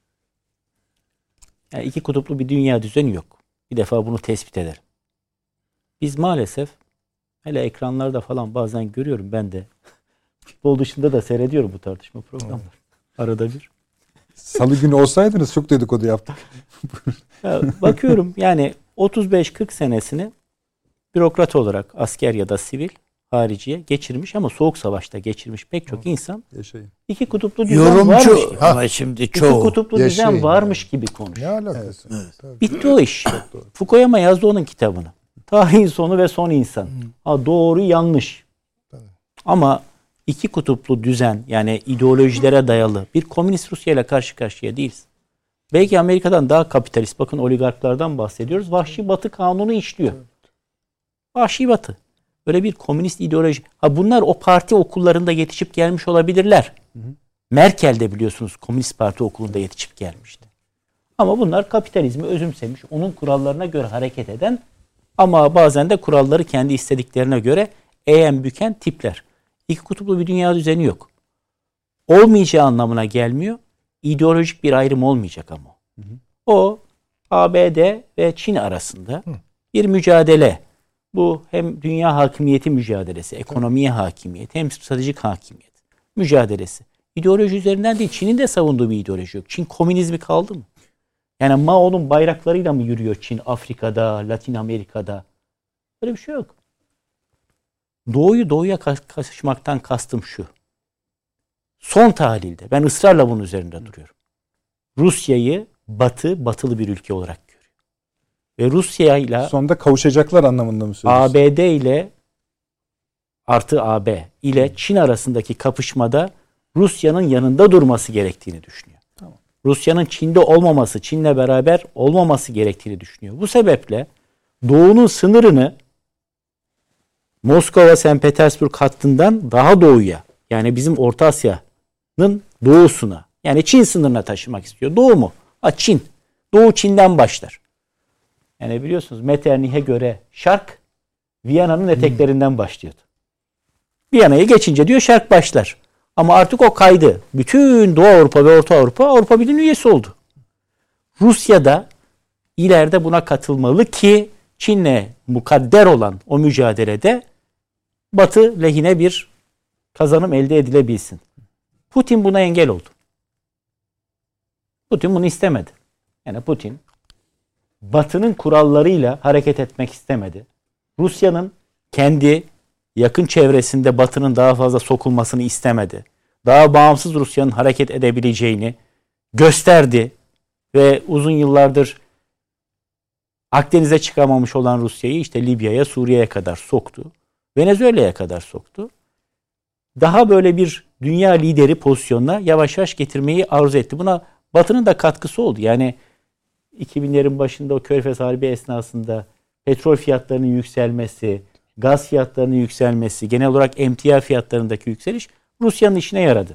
Yani iki kutuplu bir dünya düzeni yok. Bir defa bunu tespit ederim. Biz maalesef hele ekranlarda falan bazen görüyorum ben de. Futbol dışında da seyrediyorum bu tartışma programları. Arada bir. Salı günü olsaydınız çok dedikodu yaptık. Ya bakıyorum yani otuz beş kırk senesini bürokrat olarak asker ya da sivil hariciye geçirmiş ama soğuk savaşta geçirmiş pek çok insan Yaşayın. iki kutuplu düzen varmış Yorumcu gibi. ama şimdi İki çoğu. kutuplu Yaşayın düzen varmış gibi konuşuyor. Ne alakası? Evet. Tabii. Bitti o iş. Fukuyama yazdı onun kitabını. Tarihin sonu ve son insan. Ha, doğru yanlış. Ama iki kutuplu düzen yani ideolojilere dayalı bir komünist Rusya ile karşı karşıya değiliz. Belki Amerika'dan daha kapitalist. Bakın oligarklardan bahsediyoruz. Vahşi Batı kanunu işliyor. Vahşi Batı. Böyle bir komünist ideoloji. Ha bunlar o parti okullarında yetişip gelmiş olabilirler. Hı hı. Merkel de biliyorsunuz Komünist Parti okulunda yetişip gelmişti. Ama bunlar kapitalizmi özümsemiş. Onun kurallarına göre hareket eden ama bazen de kuralları kendi istediklerine göre eğen büken tipler. İki kutuplu bir dünya düzeni yok. Olmayacağı anlamına gelmiyor. İdeolojik bir ayrım olmayacak ama. Hı hı. O A B D ve Çin arasında hı. bir mücadele. Bu hem dünya hakimiyeti mücadelesi, ekonomiye hakimiyet, hem stratejik hakimiyet mücadelesi. İdeoloji üzerinden değil, Çin'in de savunduğu bir ideoloji yok. Çin komünizmi kaldı mı? Yani Mao'nun bayraklarıyla mı yürüyor Çin Afrika'da, Latin Amerika'da? Böyle bir şey yok. Doğuyu doğuya kaçışmaktan kastım şu. Son tahlilde ben ısrarla bunun üzerinde duruyorum. Rusya'yı batı, batılı bir ülke olarak görüyor. Ve Rusya ile sonunda kavuşacaklar anlamında mı söylüyorsun? A B D ile artı A B ile Çin arasındaki kapışmada Rusya'nın yanında durması gerektiğini düşünüyor. Tamam. Rusya'nın Çin'de olmaması, Çin'le beraber olmaması gerektiğini düşünüyor. Bu sebeple Doğu'nun sınırını Moskova, Sankt Petersburg hattından daha doğuya, yani bizim Orta Asya'nın doğusuna, yani Çin sınırına taşımak istiyor. Doğu mu? Ha, Çin. Doğu Çin'den başlar. Yani biliyorsunuz Metternich'e göre şark Viyana'nın eteklerinden başlıyordu. Viyana'yı geçince diyor şark başlar. Ama artık o kaydı. Bütün Doğu Avrupa ve Orta Avrupa Avrupa Birliği'nin üyesi oldu. Rusya da ileride buna katılmalı ki Çin'le mukadder olan o mücadelede Batı lehine bir kazanım elde edilebilsin. Putin buna engel oldu. Putin bunu istemedi. Yani Putin Batı'nın kurallarıyla hareket etmek istemedi. Rusya'nın kendi yakın çevresinde Batı'nın daha fazla sokulmasını istemedi. Daha bağımsız Rusya'nın hareket edebileceğini gösterdi ve uzun yıllardır Akdeniz'e çıkamamış olan Rusya'yı işte Libya'ya, Suriye'ye kadar soktu. Venezuela'ya kadar soktu. Daha böyle bir dünya lideri pozisyonuna yavaş yavaş getirmeyi arzu etti. Buna Batı'nın da katkısı oldu. Yani iki binlerin başında o Körfez Harbi esnasında petrol fiyatlarının yükselmesi, gaz fiyatlarının yükselmesi, genel olarak emtia fiyatlarındaki yükseliş Rusya'nın işine yaradı.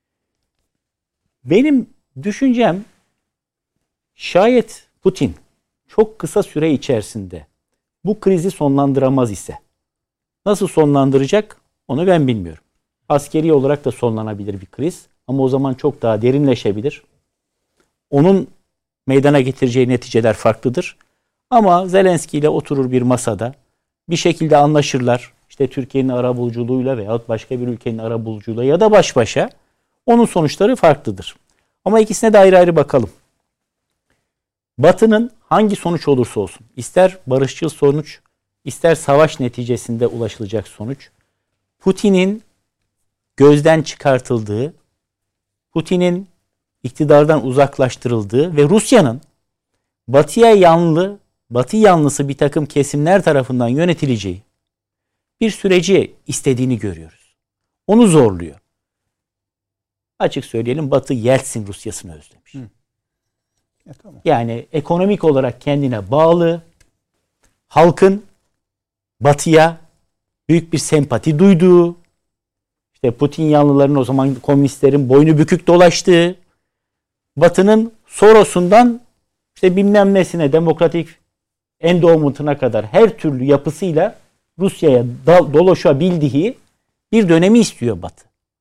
Benim düşüncem şayet Putin çok kısa süre içerisinde bu krizi sonlandıramaz ise nasıl sonlandıracak onu ben bilmiyorum. Askeri olarak da sonlanabilir bir kriz ama o zaman çok daha derinleşebilir. Onun meydana getireceği neticeler farklıdır. Ama Zelenski ile oturur bir masada bir şekilde anlaşırlar. İşte Türkiye'nin arabuluculuğuyla veyahut başka bir ülkenin arabuluculuğuyla ya da baş başa onun sonuçları farklıdır. Ama ikisine de ayrı ayrı bakalım. Batı'nın hangi sonuç olursa olsun, ister barışçıl sonuç, ister savaş neticesinde ulaşılacak sonuç, Putin'in gözden çıkartıldığı, Putin'in iktidardan uzaklaştırıldığı ve Rusya'nın Batı'ya yanlı, Batı yanlısı bir takım kesimler tarafından yönetileceği bir süreci istediğini görüyoruz. Onu zorluyor. Açık söyleyelim, Batı Yeltsin Rusyasını özlemiş. Hı. Ya, tamam. Yani ekonomik olarak kendine bağlı, halkın Batı'ya büyük bir sempati duyduğu, işte Putin yanlıların o zaman komünistlerin boynu bükük dolaştığı, Batı'nın Soros'undan işte bilmem nesine, demokratik endowment'ına kadar her türlü yapısıyla Rusya'ya dolaşabildiği bir dönemi istiyor Batı.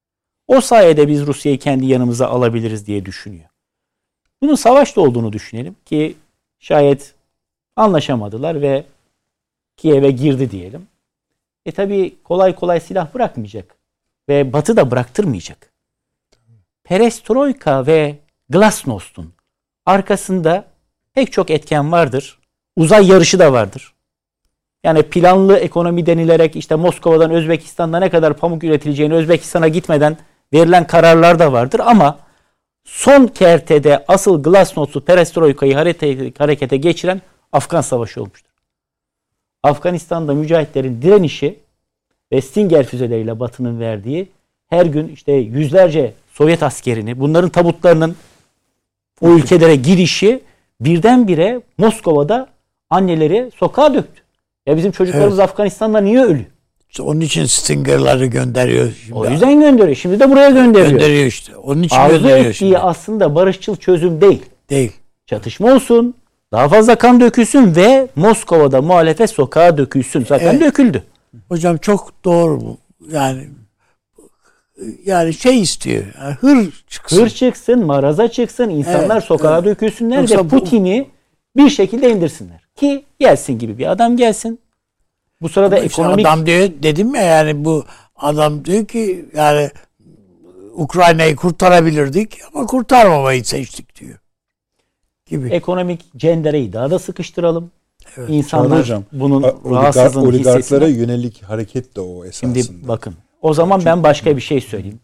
O sayede biz Rusya'yı kendi yanımıza alabiliriz diye düşünüyor. Bunun savaşta olduğunu düşünelim ki şayet anlaşamadılar ve Kiev'e girdi diyelim. E tabi kolay kolay silah bırakmayacak. Ve Batı da bıraktırmayacak. Perestroika ve Glasnost'un arkasında pek çok etken vardır. Uzay yarışı da vardır. Yani planlı ekonomi denilerek işte Moskova'dan Özbekistan'da ne kadar pamuk üretileceğini Özbekistan'a gitmeden verilen kararlar da vardır. Ama son kertede asıl Glasnost'u, Perestroika'yı harekete geçiren Afgan Savaşı olmuştur. Afganistan'da mücahitlerin direnişi ve Stinger füzeleriyle Batı'nın verdiği her gün işte yüzlerce Sovyet askerini, bunların tabutlarının o ülkelere girişi birdenbire Moskova'da anneleri sokağa döktü. Ya bizim çocuklarımız evet. Afganistan'da niye ölü? İşte onun için Stinger'ları gönderiyor. Şimdi. O yüzden gönderiyor. Şimdi de buraya gönderiyor. Gönderiyor işte. Onun için arzu gönderiyor ettiği şimdi. aslında barışçıl çözüm değil. Değil. Çatışma olsun, daha fazla kan dökülsün ve Moskova'da muhalefet sokağa dökülsün. Zaten evet. döküldü. Hocam çok doğru bu. Yani yani şey istiyor. Yani hır çıksın. Hır çıksın, maraza çıksın, insanlar evet, sokağa evet. dökülsünler Yoksa ve Putin'i bu... bir şekilde indirsinler. Ki gelsin gibi bir adam gelsin. Bu sırada Ama ekonomik... Adam diyor, dedim ya yani bu adam diyor ki yani Ukrayna'yı kurtarabilirdik ama kurtarmamayı seçtik diyor. Gibi. Ekonomik cendereyi daha da sıkıştıralım. Evet. İnsanlar hocam, bunun oligar, rahatsızlığını oligarklara hissesine... yönelik hareket de o esasında. Şimdi bakın. O zaman ben başka bir şey söyleyeyim.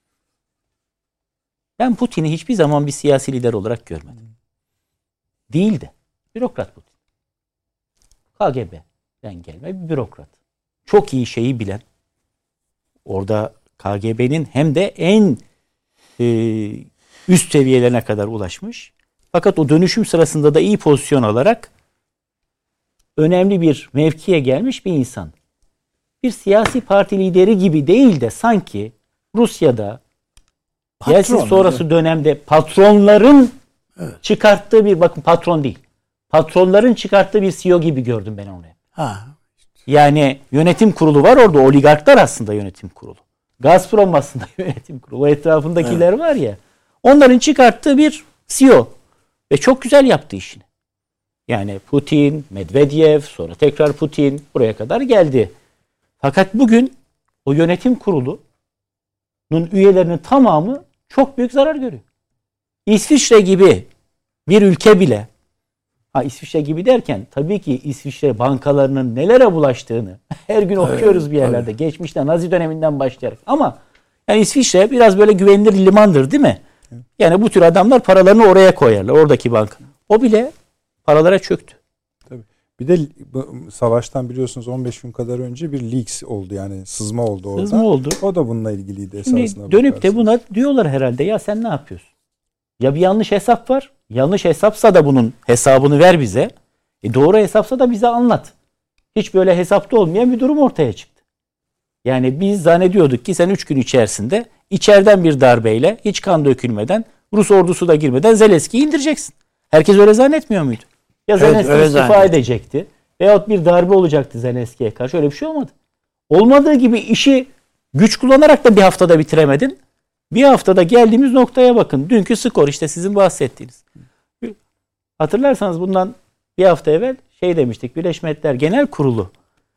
Ben Putin'i hiçbir zaman bir siyasi lider olarak görmedim. Değil de bürokrat Putin. K G B'den gelme bir bürokrat. Çok iyi şeyi bilen. Orada K G B'nin hem de en e, üst seviyelerine kadar ulaşmış. Fakat o dönüşüm sırasında da iyi pozisyon alarak önemli bir mevkiye gelmiş bir insan. Bir siyasi parti lideri gibi değil de sanki Rusya'da Yeltsin sonrası dönemde patronların evet. çıkarttığı bir, bakın patron değil, patronların çıkarttığı bir C E O gibi gördüm ben onu. Ha. Yani yönetim kurulu var orada, oligarklar aslında yönetim kurulu. Gazprom aslında yönetim kurulu. O etrafındakiler evet. var ya, onların çıkarttığı bir C E O ve çok güzel yaptı işini. Yani Putin, Medvedev, sonra tekrar Putin buraya kadar geldi. Fakat bugün o yönetim kurulunun üyelerinin tamamı çok büyük zarar görüyor. İsviçre gibi bir ülke bile, ha İsviçre gibi derken tabii ki İsviçre bankalarının nelere bulaştığını her gün okuyoruz bir yerlerde. Tabii. Geçmişten, Nazi döneminden başlayarak. Ama yani İsviçre biraz böyle güvenilir limandır değil mi? Yani bu tür adamlar paralarını oraya koyarlar. Oradaki banka. O bile paralara çöktü. Tabii. Bir de savaştan biliyorsunuz on beş gün kadar önce bir leaks oldu, yani sızma oldu orada. Sızma oldu. O da bununla ilgiliydi Şimdi esasında. Dönüp de buna diyorlar herhalde, ya sen ne yapıyorsun? Ya bir yanlış hesap var. Yanlış hesapsa da bunun hesabını ver bize. E doğru hesapsa da bize anlat. Hiç böyle hesapta olmayan bir durum ortaya çıktı. Yani biz zannediyorduk ki sen üç gün içerisinde içeriden bir darbeyle, hiç kan dökülmeden, Rus ordusu da girmeden Zelenski'yi indireceksin. Herkes öyle zannetmiyor muydu? Ya evet, Zelenski istifa zannet. edecekti. Veyahut bir darbe olacaktı Zelenski'ye karşı. Öyle bir şey olmadı. Olmadığı gibi işi güç kullanarak da bir haftada bitiremedin. Bir haftada geldiğimiz noktaya bakın. Dünkü skor işte sizin bahsettiğiniz. Hatırlarsanız bundan bir hafta evvel şey demiştik. Birleşmiş Milletler Genel Kurulu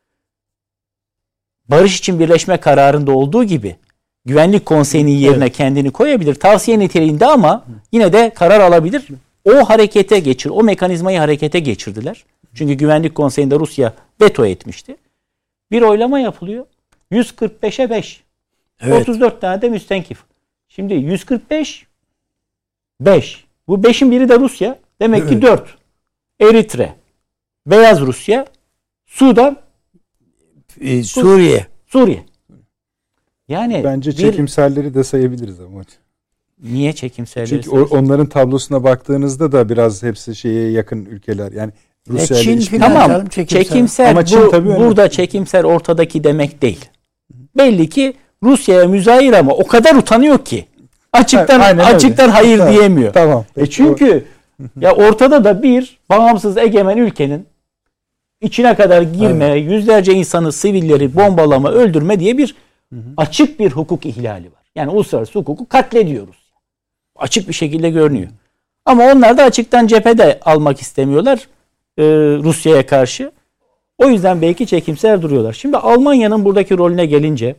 barış için birleşme kararında olduğu gibi Güvenlik Konseyi'nin yerine evet. kendini koyabilir. Tavsiye niteliğinde ama yine de karar alabilir. O harekete geçir, o mekanizmayı harekete geçirdiler. Çünkü Güvenlik Konseyi'nde Rusya veto etmişti. Bir oylama yapılıyor. yüz kırk beşe beş. Evet. otuz dört tane de müstenkif. Şimdi yüz kırk beş beş. Bu beşin biri de Rusya. Demek evet. ki dört. Eritre, Beyaz Rusya, Sudan, ee, Suriye. Suriye. Yani bence bir... çekimserleri de sayabiliriz ama. Niye çekimserleri? Çünkü o, onların tablosuna baktığınızda da biraz hepsi şeye yakın ülkeler. Yani Rusya ile Çin tamam. Canım, çekimser. çekimser ama Çin bu, tabii burada önemli. Çekimser ortadaki demek değil. Belli ki Rusya'ya müzahir ama o kadar utanıyor ki açıktan Aynen açıktan öyle. hayır tamam. diyemiyor. Tamam. E çünkü ya ortada da bir bağımsız egemen ülkenin içine kadar girme, evet. yüzlerce insanı, sivilleri bombalama, öldürme diye bir hı hı. açık bir hukuk ihlali var. Yani uluslararası hukuku katlediyoruz. Açık bir şekilde görünüyor. Ama onlar da açıktan cephede almak istemiyorlar e, Rusya'ya karşı. O yüzden belki çekimser duruyorlar. Şimdi Almanya'nın buradaki rolüne gelince,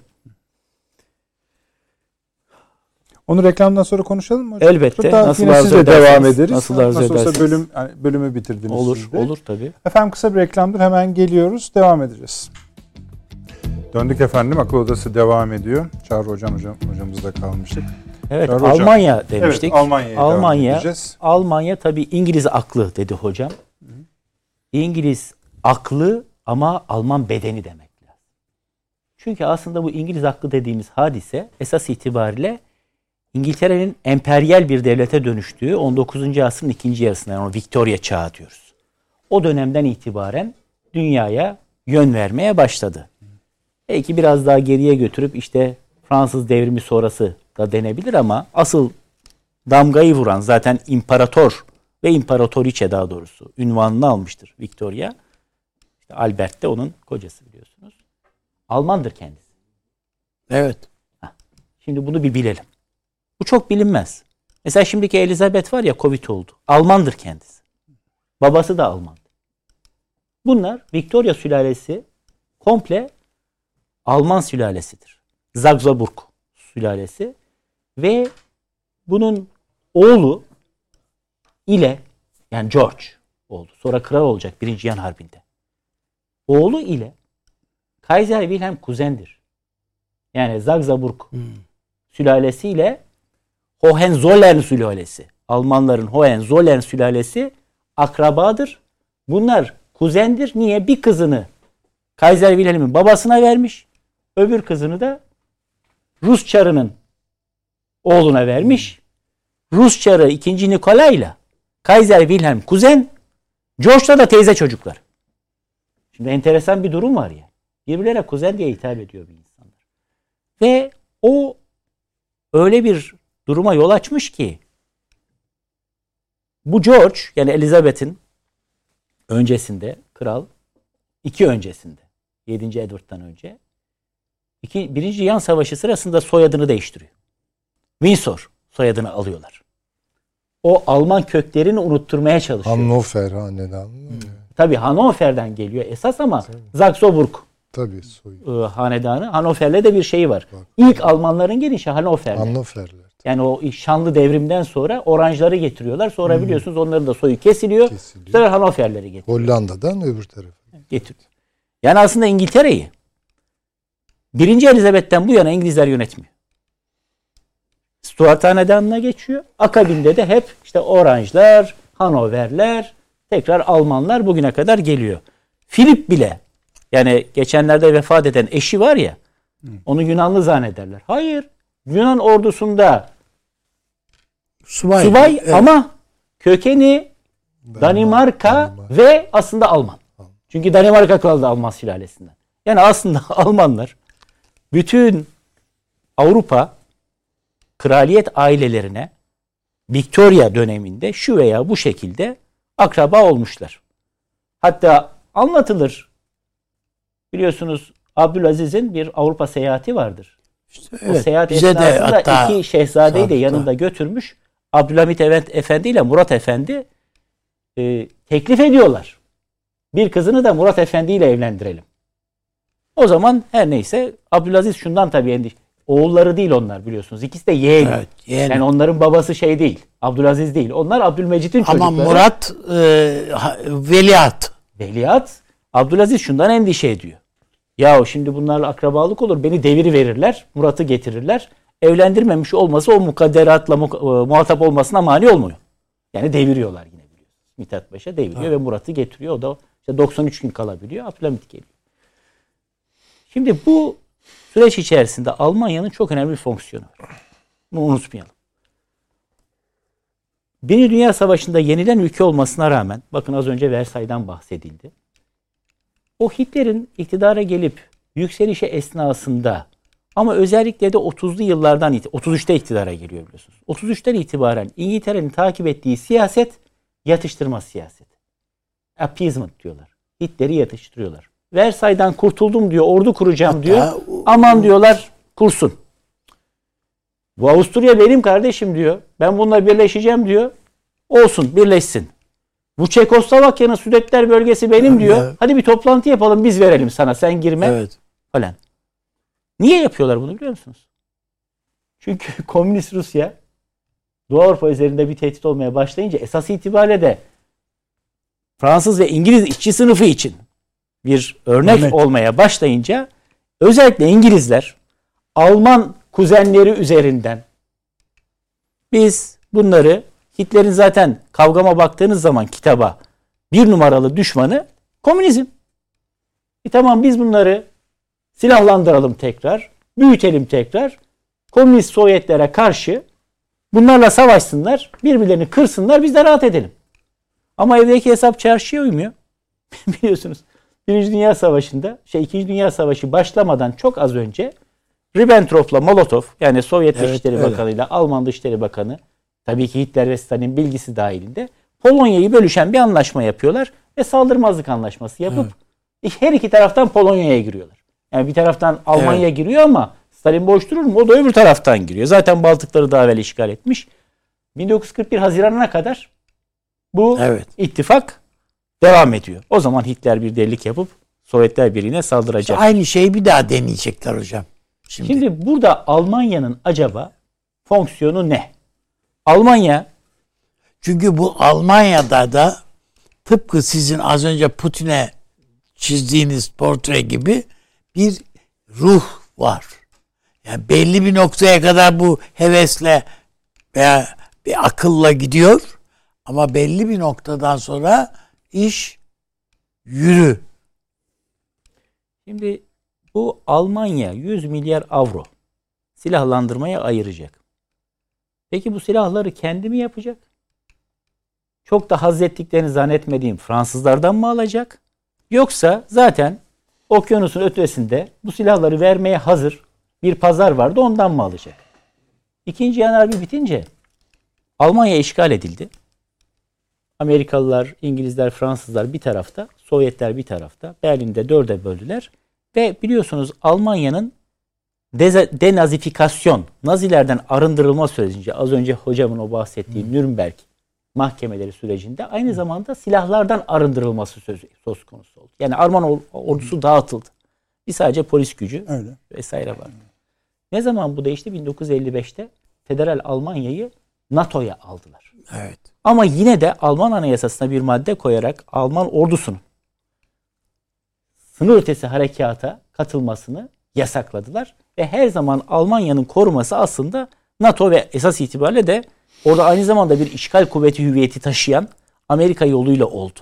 onu reklamdan sonra konuşalım mı hocam? elbette. Daha nasıl yine arzu siz de ederseniz, devam ederiz. Nasıl arzu Nasıl olsa ederseniz. bölüm, yani bölümü bitirdiniz Olur, siz de. olur tabii. Efendim kısa bir reklamdır. Hemen geliyoruz. Devam edeceğiz. Döndük efendim. Akıl Odası devam ediyor. Çağrı Hocam, hocam hocamızda kalmıştık. Evet, Çağrı Hocam. Almanya demiştik. Evet, Almanya'ya Almanya, devam edeceğiz. Almanya tabii İngiliz aklı dedi hocam. İngiliz aklı ama Alman bedeni demek lazım. Çünkü aslında bu İngiliz aklı dediğimiz hadise esas itibariyle İngiltere'nin emperyal bir devlete dönüştüğü on dokuzuncu asrın ikinci yarısında, yani Victoria çağı diyoruz. O dönemden itibaren dünyaya yön vermeye başladı. Belki biraz daha geriye götürüp işte Fransız devrimi sonrası da denebilir ama asıl damgayı vuran zaten imparator ve imparatoriçe daha doğrusu ünvanını almıştır Victoria. İşte Albert de onun kocası biliyorsunuz. Almandır kendisi. Evet. Heh. Şimdi bunu bir bilelim. Bu çok bilinmez. Mesela şimdiki Elizabeth var ya, Covid oldu. Almandır kendisi. Babası da Alman. Bunlar Victoria sülalesi komple Alman sülalesidir. Salzburg sülalesi ve bunun oğlu ile, yani George oldu. Sonra kral olacak Birinci Cihan Harbi'nde. Oğlu ile Kaiser Wilhelm kuzendir. Yani Salzburg hmm. sülalesi ile Hohenzollern sülalesi, Almanların Hohenzollern sülalesi akrabadır. Bunlar kuzendir. Niye? Bir kızını Kaiser Wilhelm'in babasına vermiş. Öbür kızını da Rus Çarı'nın oğluna vermiş. Rus Çarı ikinci Nikolay'la Kaiser Wilhelm kuzen, George'la da teyze çocuklar. Şimdi enteresan bir durum var ya. Birbirlerine kuzen diye hitap ediyor bir insanlar. Ve o öyle bir duruma yol açmış ki bu George, yani Elizabeth'in öncesinde kral, iki öncesinde, yedinci Edward'dan önce iki, Birinci Cihan Savaşı sırasında soyadını değiştiriyor. Windsor soyadını alıyorlar. O Alman köklerini unutturmaya çalışıyor. Hannover hanedanı. Hmm. Tabii Hannover'den geliyor esas ama Salzburg tabii soyu. E, hanedanı. Hannover'le de bir şeyi var. Bak. İlk Almanların gelişi Hannover'le. Hannover'ler. Yani o şanlı devrimden sonra oranjları getiriyorlar. Sonra hmm. biliyorsunuz onların da soyu kesiliyor. kesiliyor. Sonra Hannover'leri getiriyor. Hollanda'dan öbür tarafa. Getiriyor. Yani aslında İngiltere'yi Birinci Elizabeth'ten bu yana İngilizler yönetmiyor. Stuart hanedanına geçiyor. Akabinde de hep işte Oranjlar, Hanoverler, tekrar Almanlar bugüne kadar geliyor. Philip bile, yani geçenlerde vefat eden eşi var ya, onu Yunanlı zannederler. Hayır. Yunan ordusunda subay, subay evet. Ama kökeni Danimarka, Danimarka, Danimarka ve aslında Alman. Çünkü Danimarka kralı da Alman sülalesinden. Yani aslında Almanlar bütün Avrupa kraliyet ailelerine Victoria döneminde şu veya bu şekilde akraba olmuşlar. Hatta anlatılır. Biliyorsunuz Abdülaziz'in bir Avrupa seyahati vardır. İşte evet, o seyahat esnasında iki şehzadeyi de yanında götürmüş. Abdülhamit Efendi ile Murat Efendi e, teklif ediyorlar. Bir kızını da Murat Efendi ile evlendirelim. O zaman her neyse Abdülaziz şundan tabii endişe. Oğulları değil onlar biliyorsunuz. İkisi de yeğeni. Evet, yeğeni. Yani onların babası şey değil. Abdülaziz değil. Onlar Abdülmecit'in çocukları. Ama Murat e, veliaht. Veliaht. Abdülaziz şundan endişe ediyor. Ya şimdi bunlarla akrabalık olur. Beni deviri verirler. Murat'ı getirirler. Evlendirmemiş olması o mukadderatla mu- muhatap olmasına mani olmuyor. Yani deviriyorlar yine biliyorsunuz. Mithat Paşa deviriyor ha. ve Murat'ı getiriyor. O da işte doksan üç gün kalabiliyor. Abdülhamit geliyor. Şimdi bu süreç içerisinde Almanya'nın çok önemli bir fonksiyonu var. Bunu unutmayalım. Birinci Dünya Savaşı'nda yenilen ülke olmasına rağmen, bakın az önce Versay'dan bahsedildi. O Hitler'in iktidara gelip yükselişi esnasında ama özellikle de otuzlu yıllardan, otuz üçte iktidara geliyor biliyorsunuz. otuz üçten itibaren İngiltere'nin takip ettiği siyaset yatıştırma siyaseti. Appeasement diyorlar. Hitler'i yatıştırıyorlar. Versay'dan kurtuldum diyor, ordu kuracağım Hatta diyor. O, Aman diyorlar kursun. Bu Avusturya benim kardeşim diyor. Ben bununla birleşeceğim diyor. Olsun, birleşsin. Bu Çekoslovakya'nın Sudetler bölgesi benim diyor. Evet. Hadi bir toplantı yapalım, biz verelim sana, sen girme evet. falan. Niye yapıyorlar bunu biliyor musunuz? Çünkü komünist Rusya Doğu Avrupa üzerinde bir tehdit olmaya başlayınca esas itibariyle de Fransız ve İngiliz işçi sınıfı için bir örnek evet. olmaya başlayınca özellikle İngilizler Alman kuzenleri üzerinden biz bunları, Hitler'in zaten Kavgama baktığınız zaman kitaba bir numaralı düşmanı komünizm. E tamam, biz bunları silahlandıralım tekrar, büyütelim tekrar. Komünist Sovyetlere karşı bunlarla savaşsınlar, birbirlerini kırsınlar, biz de rahat edelim. Ama evdeki hesap çarşıya uymuyor. Biliyorsunuz Birinci Dünya Savaşı'nda, şey İkinci Dünya Savaşı başlamadan çok az önce Ribbentrop'la Molotov, yani Sovyet evet, Dışişleri öyle. Bakanı'yla Alman Dışişleri Bakanı, tabii ki Hitler ve Stalin bilgisi dahilinde Polonya'yı bölüşen bir anlaşma yapıyorlar ve saldırmazlık anlaşması yapıp evet. her iki taraftan Polonya'ya giriyorlar. Yani bir taraftan Almanya evet. giriyor ama Stalin boş durur mu? O da öbür taraftan giriyor. Zaten Baltıkları daha evvel işgal etmiş. bin dokuz yüz kırk bir Haziran'a kadar bu evet. ittifak devam ediyor. O zaman Hitler bir delilik yapıp Sovyetler Birliği'ne saldıracak. İşte aynı şeyi bir daha deneyecekler hocam. Şimdi. Şimdi burada Almanya'nın acaba fonksiyonu ne? Almanya, çünkü bu Almanya'da da tıpkı sizin az önce Putin'e çizdiğiniz portre gibi bir ruh var. Yani belli bir noktaya kadar bu hevesle veya bir akılla gidiyor ama belli bir noktadan sonra iş yürü. Şimdi bu Almanya yüz milyar avro silahlandırmaya ayıracak. Peki bu silahları kendi mi yapacak? Çok da haz ettiklerini zannetmediğim Fransızlardan mı alacak? Yoksa zaten okyanusun ötesinde bu silahları vermeye hazır bir pazar vardı, ondan mı alacak? İkinci Dünya Harbi bitince Almanya işgal edildi. Amerikalılar, İngilizler, Fransızlar bir tarafta, Sovyetler bir tarafta. Berlin'de dörde böldüler. Ve biliyorsunuz Almanya'nın denazifikasyon, Nazilerden arındırılma sürecince, az önce hocamın o bahsettiği hmm. Nürnberg mahkemeleri sürecinde aynı zamanda silahlardan arındırılması söz, söz konusu oldu. Yani Alman ordusu dağıtıldı. Bir sadece polis gücü öyle vesaire var. Ne zaman bu değişti? bin dokuz yüz elli beşte Federal Almanya'yı NATO'ya aldılar. Evet. Ama yine de Alman Anayasası'na bir madde koyarak Alman ordusunun sınır ötesi harekata katılmasını yasakladılar. Ve her zaman Almanya'nın koruması aslında NATO ve esas itibariyle de orada aynı zamanda bir işgal kuvveti hüviyeti taşıyan Amerika yoluyla oldu.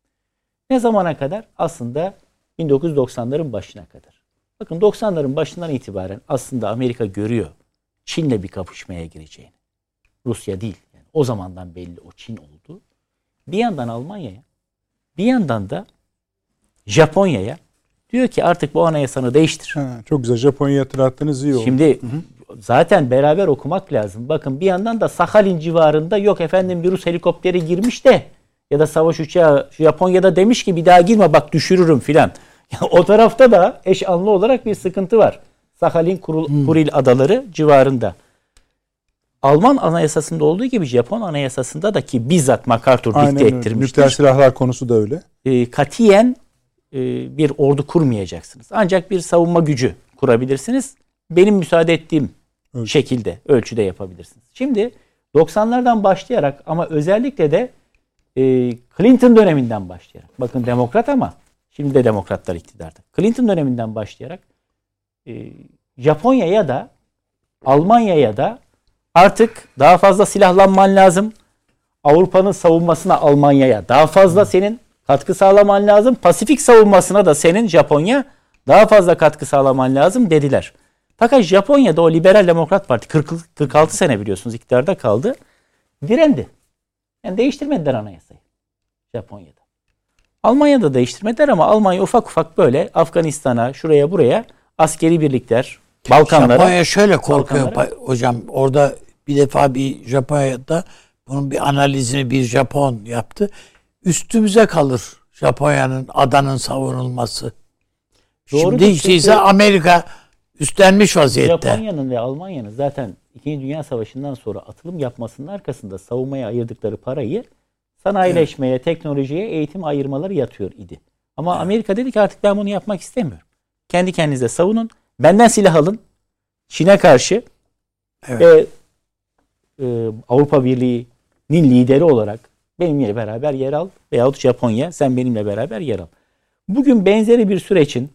Ne zamana kadar? Aslında bin dokuz yüz doksanların başına kadar. Bakın doksanların başından itibaren aslında Amerika görüyor Çin'le bir kapışmaya gireceğini. Rusya değil. Yani o zamandan belli o Çin oldu. Bir yandan Almanya'ya, bir yandan da Japonya'ya diyor ki artık bu anayasanı değiştir. Ha, çok güzel, Japonya'yı hatırlattınız, iyi oldu. Şimdi hı hı. zaten beraber okumak lazım. Bakın bir yandan da Sakhalin civarında yok efendim bir Rus helikopteri girmiş de ya da savaş uçağı Japonya'da demiş ki bir daha girme bak düşürürüm filan. Yani o tarafta da eş anlı olarak bir sıkıntı var. Sakhalin Kuril, hmm. Kuril adaları civarında. Alman anayasasında olduğu gibi Japon anayasasında da ki bizzat MacArthur dikte ettirmiştir. Nükleer silahlar konusu da öyle. E, katiyen e, bir ordu kurmayacaksınız. Ancak bir savunma gücü kurabilirsiniz. Benim müsaade ettiğim evet. şekilde, ölçüde yapabilirsiniz. Şimdi doksanlardan başlayarak ama özellikle de e, Clinton döneminden başlayarak, bakın demokrat ama şimdi de demokratlar iktidarda. Clinton döneminden başlayarak e, Japonya'ya da Almanya'ya da artık daha fazla silahlanman lazım. Avrupa'nın savunmasına Almanya'ya daha fazla senin katkı sağlaman lazım. Pasifik savunmasına da senin Japonya daha fazla katkı sağlaman lazım dediler. Fakat Japonya'da o Liberal Demokrat Parti kırk, kırk altı sene biliyorsunuz iktidarda kaldı. Direndi. Yani değiştirmediler anayasayı Japonya'da. Almanya'da değiştirmediler ama Almanya ufak ufak böyle Afganistan'a, şuraya buraya askeri birlikler, Balkanlara. Japonya şöyle korkuyor Balkanlara. Hocam. Orada bir defa bir Japonya'da bunun bir analizini bir Japon yaptı. Üstümüze kalır Japonya'nın adanın savunulması. Doğru. Şimdi işte ise Amerika üstlenmiş vaziyette. Japonya'nın ve Almanya'nın zaten İkinci Dünya Savaşı'ndan sonra atılım yapmasının arkasında savunmaya ayırdıkları parayı sanayileşmeye, evet. teknolojiye, eğitim ayırmaları yatıyor idi. Ama evet. Amerika dedi ki artık ben bunu yapmak istemiyorum. Kendi kendinize savunun. Benden silah alın. Çin'e karşı evet. ve e, Avrupa Birliği'nin lideri olarak benimle beraber yer al. Veyahut Japonya sen benimle beraber yer al. Bugün benzeri bir sürecin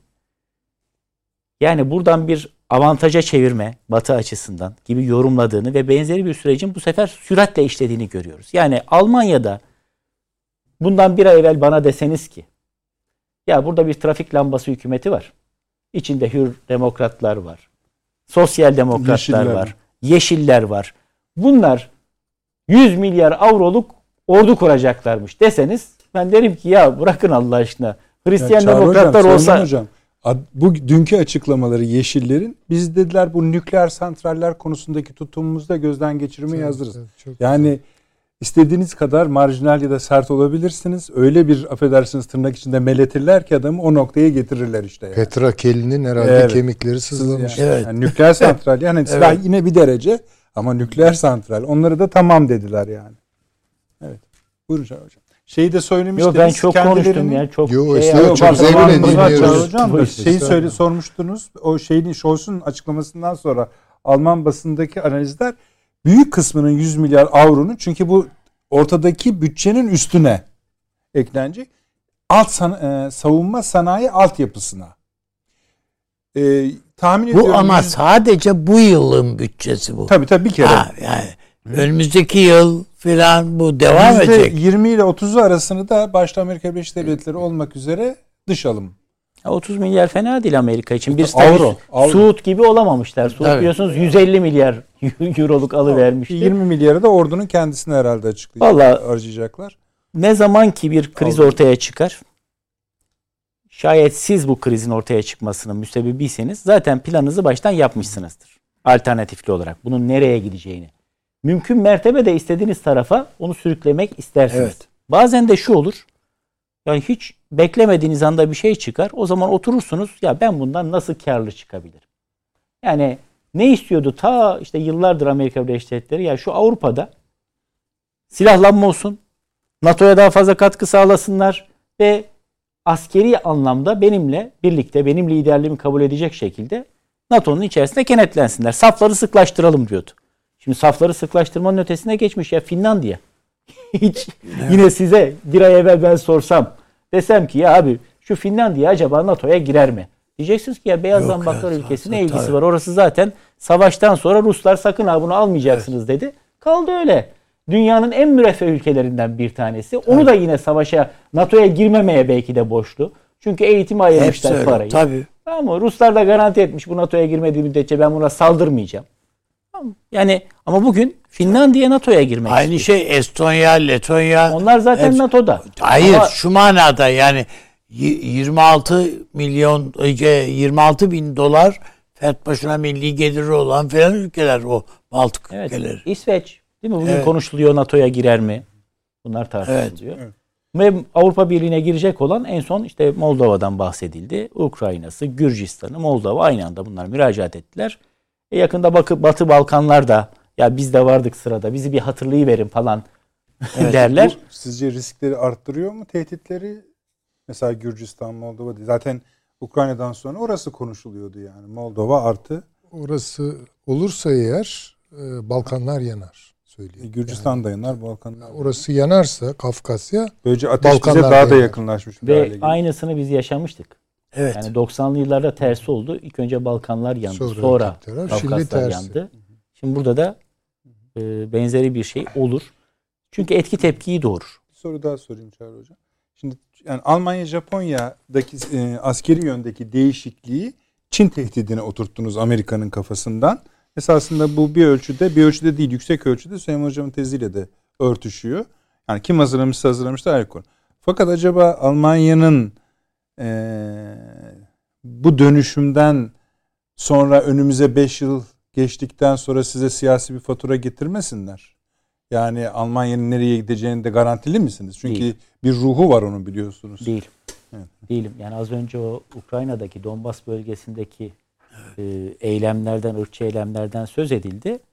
yani buradan bir avantaja çevirme Batı açısından gibi yorumladığını ve benzeri bir sürecin bu sefer süratle işlediğini görüyoruz. Yani Almanya'da bundan bir ay evvel bana deseniz ki ya burada bir trafik lambası hükümeti var. İçinde hür demokratlar var. Sosyal demokratlar Yeşiller var. Mi? Yeşiller var. Bunlar yüz milyar avroluk ordu kuracaklarmış deseniz ben derim ki ya bırakın Allah aşkına. Hristiyan ya demokratlar hocam, olsa... Hocam, bu dünkü açıklamaları Yeşillerin biz dediler bu nükleer santraller konusundaki tutumumuzda gözden geçirmeyi hazırız. Evet, yani güzel. İstediğiniz kadar marjinal ya da sert olabilirsiniz. Öyle bir affedersiniz tırnak içinde meletirler ki adamı o noktaya getirirler işte. Yani. Petra Kelly'nin herhalde evet. kemikleri sızlamış. Yani, evet. yani nükleer santral yani silah evet. yine bir derece ama nükleer santral onları da tamam dediler yani. Evet. Buyurun hocam. Şeyi de söylemiştiniz. Yok ben çok konuştum ya. Çok Yo, şey işte, çok zevkle dinliyoruz. Hocam da şeyi söyle sormuştunuz. O şeyin Scholz'un açıklamasından sonra Alman basındaki analizler büyük kısmının yüz milyar avronun çünkü bu ortadaki bütçenin üstüne eklenecek. Alt san- e, savunma sanayi altyapısına. E, tahmin bu ediyorum. Ama yüz... sadece bu yılın bütçesi bu. Tabii tabii bir kere. Ha, yani önümüzdeki yıl filan bu devam yüzde edecek. yirmi ile otuzu arasını da başta Amerika Birleşik Devletleri olmak üzere dış alım. otuz milyar fena değil Amerika için. Bir avro, avro. Suud gibi olamamışlar. Suud evet. biliyorsunuz yüz elli milyar euroluk alıvermişti. yirmi milyarı da ordunun kendisine herhalde açıklayacaklar, harcayacaklar. Ne zaman ki bir kriz avro. ortaya çıkar, şayet siz bu krizin ortaya çıkmasının müsebbibiyseniz zaten planınızı baştan yapmışsınızdır. Alternatifli olarak bunun nereye gideceğini. Mümkün mertebe de istediğiniz tarafa onu sürüklemek istersiniz. Evet. Bazen de şu olur. Yani hiç beklemediğiniz anda bir şey çıkar. O zaman oturursunuz. Ya ben bundan nasıl karlı çıkabilirim? Yani ne istiyordu ta işte yıllardır Amerika Birleşik Devletleri? Ya şu Avrupa'da silahlanma olsun. NATO'ya daha fazla katkı sağlasınlar ve askeri anlamda benimle birlikte benim liderliğimi kabul edecek şekilde NATO'nun içerisinde kenetlensinler. Safları sıklaştıralım diyordu. Şimdi safları sıklaştırmanın ötesine geçmiş ya Finlandiya. Hiç evet. yine size bir ay evvel ben sorsam desem ki ya abi şu Finlandiya acaba NATO'ya girer mi? Diyeceksiniz ki ya Beyaz Zambaklar evet, ülkesi ne ilgisi tabii. var? Orası zaten savaştan sonra Ruslar sakın ha bunu almayacaksınız evet. dedi. Kaldı öyle. Dünyanın en müreffeh ülkelerinden bir tanesi. Onu tabii. da yine savaşa NATO'ya girmemeye belki de borçlu. Çünkü eğitime ayırmışlar öyle, parayı. Tabii. Ama Ruslar da garanti etmiş bu NATO'ya girmediği müddetçe ben buna saldırmayacağım. Yani ama bugün Finlandiya NATO'ya girmek Aynı istiyor. şey Estonya, Letonya. Onlar zaten hep, NATO'da. Hayır ama, şu manada yani yirmi altı milyon yirmi altı bin dolar fert başına milli geliri olan falan ülkeler o Baltık evet, ülkeleri. İsveç değil mi? Bugün evet. konuşuluyor NATO'ya girer mi? Bunlar tartışılıyor. Evet. Evet. Ve Avrupa Birliği'ne girecek olan en son işte Moldova'dan bahsedildi. Ukrayna'sı, Gürcistan'ı, Moldova aynı anda bunlar müracaat ettiler. E yakında Batı, Batı Balkanlar da ya biz de vardık sırada bizi bir hatırlayıverin falan evet, derler. Bu sizce riskleri arttırıyor mu tehditleri? Mesela Gürcistan, Moldova değil. Zaten Ukrayna'dan sonra orası konuşuluyordu yani. Moldova artı. Orası olursa eğer Balkanlar yanar. Söyleyeyim. Gürcistan yani, da yanar, Balkanlar. Orası yanarsa Kafkasya. Böylece ateş bize daha da yakınlaşmış. Ve aynısını biz yaşamıştık. Evet. Yani doksanlı yıllarda tersi oldu. İlk önce Balkanlar yandı. Sonra, sonra Kafkaslar yandı. Şimdi burada da e, benzeri bir şey olur. Çünkü etki tepkiyi doğurur. Bir soru daha sorayım Çağrı Hocam. Şimdi yani Almanya, Japonya'daki e, askeri yöndeki değişikliği Çin tehdidine oturttunuz Amerika'nın kafasından. Esasında bu bir ölçüde, bir ölçüde değil yüksek ölçüde Süleyman Hocam'ın teziyle de örtüşüyor. Yani kim hazırlamışsa hazırlamışsa ayrı konu. Fakat acaba Almanya'nın Ee, bu dönüşümden sonra önümüze beş yıl geçtikten sonra size siyasi bir fatura getirmesinler. Yani Almanya'nın nereye gideceğini de garantili misiniz? Çünkü değil. Bir ruhu var onun biliyorsunuz. Değil. Evet. Değilim. Yani az önce o Ukrayna'daki Donbas bölgesindeki e, eylemlerden, ırkçı eylemlerden söz edildi.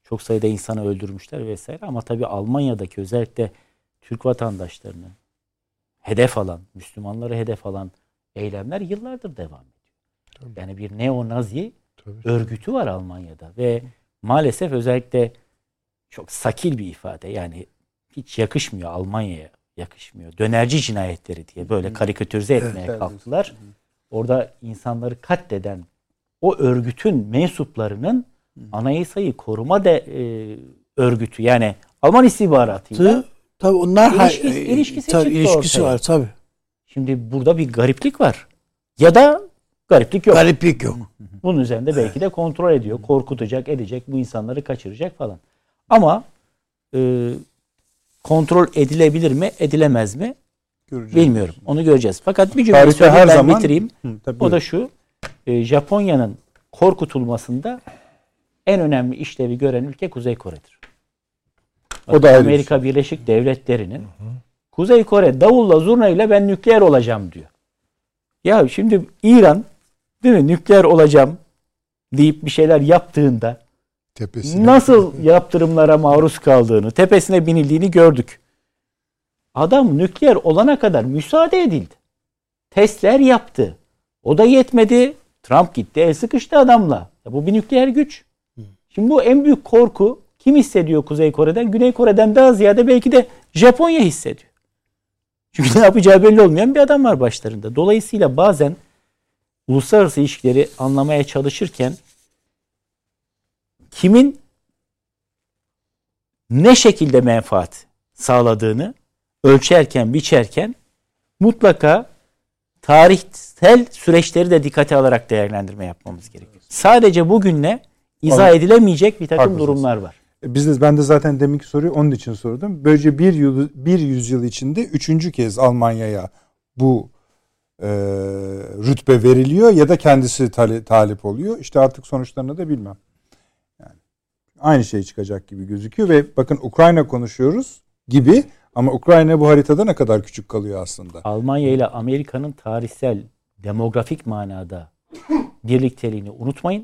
Çok sayıda insanı öldürmüşler vesaire. Ama tabii Almanya'daki özellikle Türk vatandaşlarını hedef alan, Müslümanları hedef alan eylemler yıllardır devam ediyor. Tabii. Yani bir neo-nazi tabii. örgütü var Almanya'da ve maalesef özellikle çok sakil bir ifade. Yani hiç yakışmıyor Almanya'ya, yakışmıyor. Dönerci cinayetleri diye böyle karikatürize etmeye evet, kalktılar. Evet. Orada insanları katleden o örgütün mensuplarının Anayasayı Koruma de, e, örgütü yani Alman istihbaratıyla tabii onlar ilişkisi, ilişkisi, tabii, ilişkisi var tabii. Şimdi burada bir gariplik var. Ya da gariplik yok. Gariplik yok. Bunun üzerinde belki de kontrol ediyor. Korkutacak, edecek, bu insanları kaçıracak falan. Ama e, kontrol edilebilir mi, edilemez mi? Göreceğiz. Bilmiyorum. Onu göreceğiz. Fakat bir cümle söyleyeyim ben zaman, bitireyim. Hı, o da şu. E, Japonya'nın korkutulmasında en önemli işlevi gören ülke Kuzey Kore'dir. O da Amerika şey. Birleşik Devletleri'nin hı hı. Kuzey Kore davulla zurnayla ben nükleer olacağım diyor. Ya şimdi İran değil mi nükleer olacağım deyip bir şeyler yaptığında tepesine nasıl yaptırımlara maruz kaldığını, tepesine binildiğini gördük. Adam nükleer olana kadar müsaade edildi. Testler yaptı. O da yetmedi. Trump gitti, el sıkıştı adamla. Ya bu bir nükleer güç. Şimdi bu en büyük korku kim hissediyor Kuzey Kore'den? Güney Kore'den daha ziyade belki de Japonya hissediyor. Çünkü ne yapacağı belli olmayan bir adam var başlarında. Dolayısıyla bazen uluslararası ilişkileri anlamaya çalışırken kimin ne şekilde menfaat sağladığını ölçerken, biçerken mutlaka tarihsel süreçleri de dikkate alarak değerlendirme yapmamız gerekiyor. Sadece bugünle izah edilemeyecek bir takım haklısınız. Durumlar var. Biz de, ben de zaten deminki soruyu onun için sordum. Böylece bir, yıl, bir yüzyıl içinde üçüncü kez Almanya'ya bu e, rütbe veriliyor ya da kendisi tali, talip oluyor. İşte artık sonuçlarını da bilmem. Yani aynı şey çıkacak gibi gözüküyor ve bakın Ukrayna konuşuyoruz gibi ama Ukrayna bu haritada ne kadar küçük kalıyor aslında. Almanya ile Amerika'nın tarihsel, demografik manada birlikteliğini unutmayın.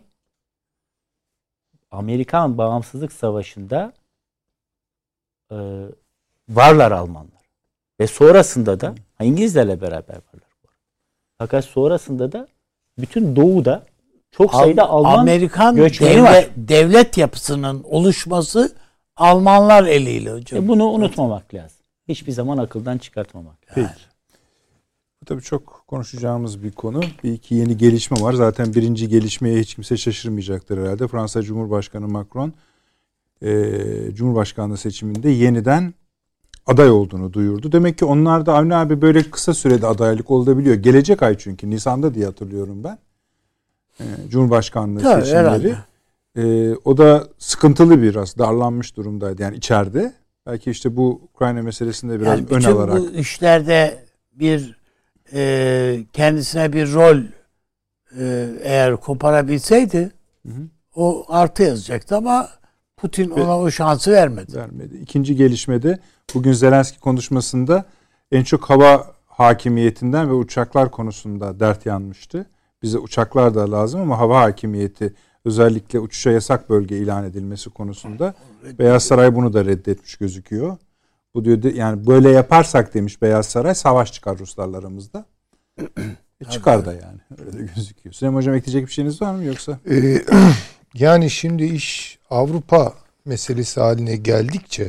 Amerikan Bağımsızlık Savaşı'nda e, varlar Almanlar. Ve sonrasında da İngilizlerle beraber varlar. Fakat sonrasında da bütün Doğu'da çok sayıda Alman Amerikan göçmeni devlet, var. Devlet yapısının oluşması Almanlar eliyle hocam. E bunu unutmamak lazım. Hiçbir zaman akıldan çıkartmamak lazım. Peki. Bu tabii çok konuşacağımız bir konu. Bir iki yeni gelişme var. Zaten birinci gelişmeye hiç kimse şaşırmayacaktır herhalde. Fransa Cumhurbaşkanı Macron e, Cumhurbaşkanlığı seçiminde yeniden aday olduğunu duyurdu. Demek ki onlar da Avni abi böyle kısa sürede adaylık olabiliyor. Gelecek ay çünkü Nisan'da diye hatırlıyorum ben. E, Cumhurbaşkanlığı Tabii, seçimleri. E, o da sıkıntılı biraz darlanmış durumdaydı yani içeride. Belki işte bu Ukrayna meselesinde biraz yani ön alarak. Bu işlerde bir e, kendisine bir rol e, eğer koparabilseydi hı hı. o artı yazacaktı ama Putin ona Ve, o şansı vermedi. Vermedi. İkinci gelişmede bugün Zelenski konuşmasında en çok hava hakimiyetinden ve uçaklar konusunda dert yanmıştı. Bize uçaklar da lazım ama hava hakimiyeti özellikle uçuşa yasak bölge ilan edilmesi konusunda Beyaz Saray bunu da reddetmiş gözüküyor. Bu diyor de, yani böyle yaparsak demiş Beyaz Saray savaş çıkar Ruslarla aramızda. e çıkar da yani öyle de gözüküyor. Süleyman Hocam ekleyecek bir şeyiniz var mı yoksa? Ee, yani şimdi iş Avrupa meselesi haline geldikçe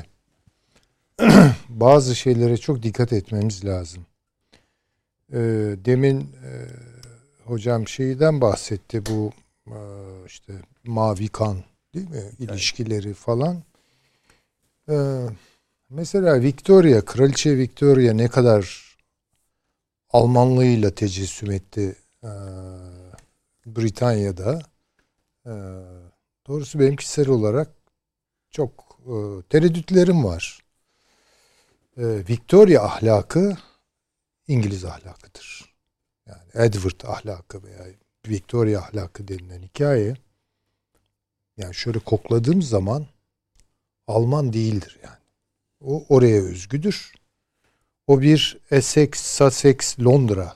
bazı şeylere çok dikkat etmemiz lazım. Ee, demin e, hocam şeyden bahsetti bu e, işte mavi kan değil mi? İlişkileri falan. Ee, mesela Victoria, Kraliçe Victoria ne kadar Almanlığıyla tecessüm etti e, Britanya'da. E, doğrusu benim kişisel olarak çok e, tereddütlerim var. E, Victoria ahlakı İngiliz ahlakıdır. Yani Edward ahlakı veya Victoria ahlakı denilen hikaye yani şöyle kokladığım zaman Alman değildir yani. O oraya özgüdür. O bir Essex, Sussex, Londra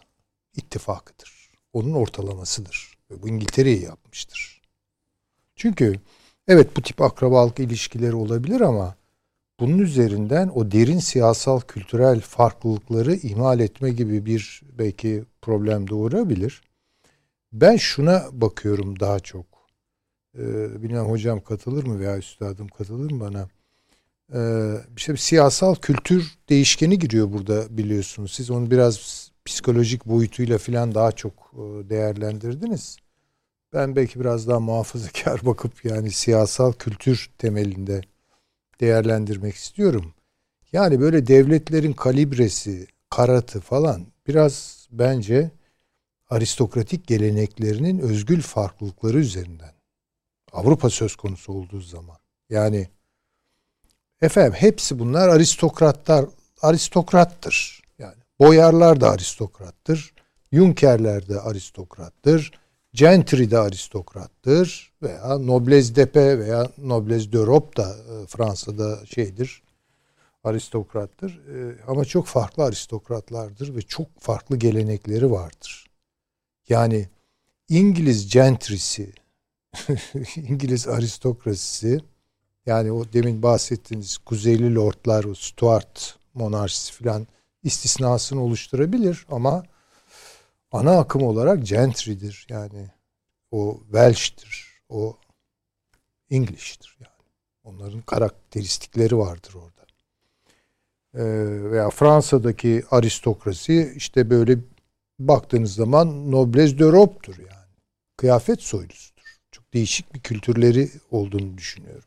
ittifakıdır. Onun ortalamasıdır. Ve bu İngiltere'yi yapmıştır. Çünkü Evet, bu tip akrabalık ilişkileri olabilir ama bunun üzerinden o derin siyasal kültürel farklılıkları ihmal etme gibi bir belki problem doğurabilir. Ben şuna bakıyorum daha çok. Ee, bilmem hocam katılır mı veya üstadım katılır mı bana? Ee, işte bir siyasal kültür değişkeni giriyor burada, biliyorsunuz. Siz onu biraz psikolojik boyutuyla falan daha çok değerlendirdiniz. Ben belki biraz daha muhafazakar bakıp yani siyasal kültür temelinde değerlendirmek istiyorum. Yani böyle devletlerin kalibresi, karatı falan biraz bence aristokratik geleneklerinin özgül farklılıkları üzerinden. Avrupa söz konusu olduğu zaman. Yani efendim hepsi bunlar aristokratlar, aristokrattır. Yani boyarlar da aristokrattır. Junkerler de aristokrattır. Gentry de aristokrattır veya noblesse de paix veya noblesse d'Europe da e, Fransa'da şeydir, aristokrattır. E, ama çok farklı aristokratlardır ve çok farklı gelenekleri vardır. Yani İngiliz gentry'si, İngiliz aristokrasisi, yani o demin bahsettiğiniz Kuzeyli Lordlar, o Stuart monarşisi filan istisnasını oluşturabilir ama ana akım olarak gentry'dir. Yani o Welsh'tir, o English'tir yani. Onların karakteristikleri vardır orada. Ee, veya Fransa'daki aristokrasi işte böyle baktığınız zaman noblesse d'Europe'tur yani. Kıyafet soylusudur. Çok değişik bir kültürleri olduğunu düşünüyorum.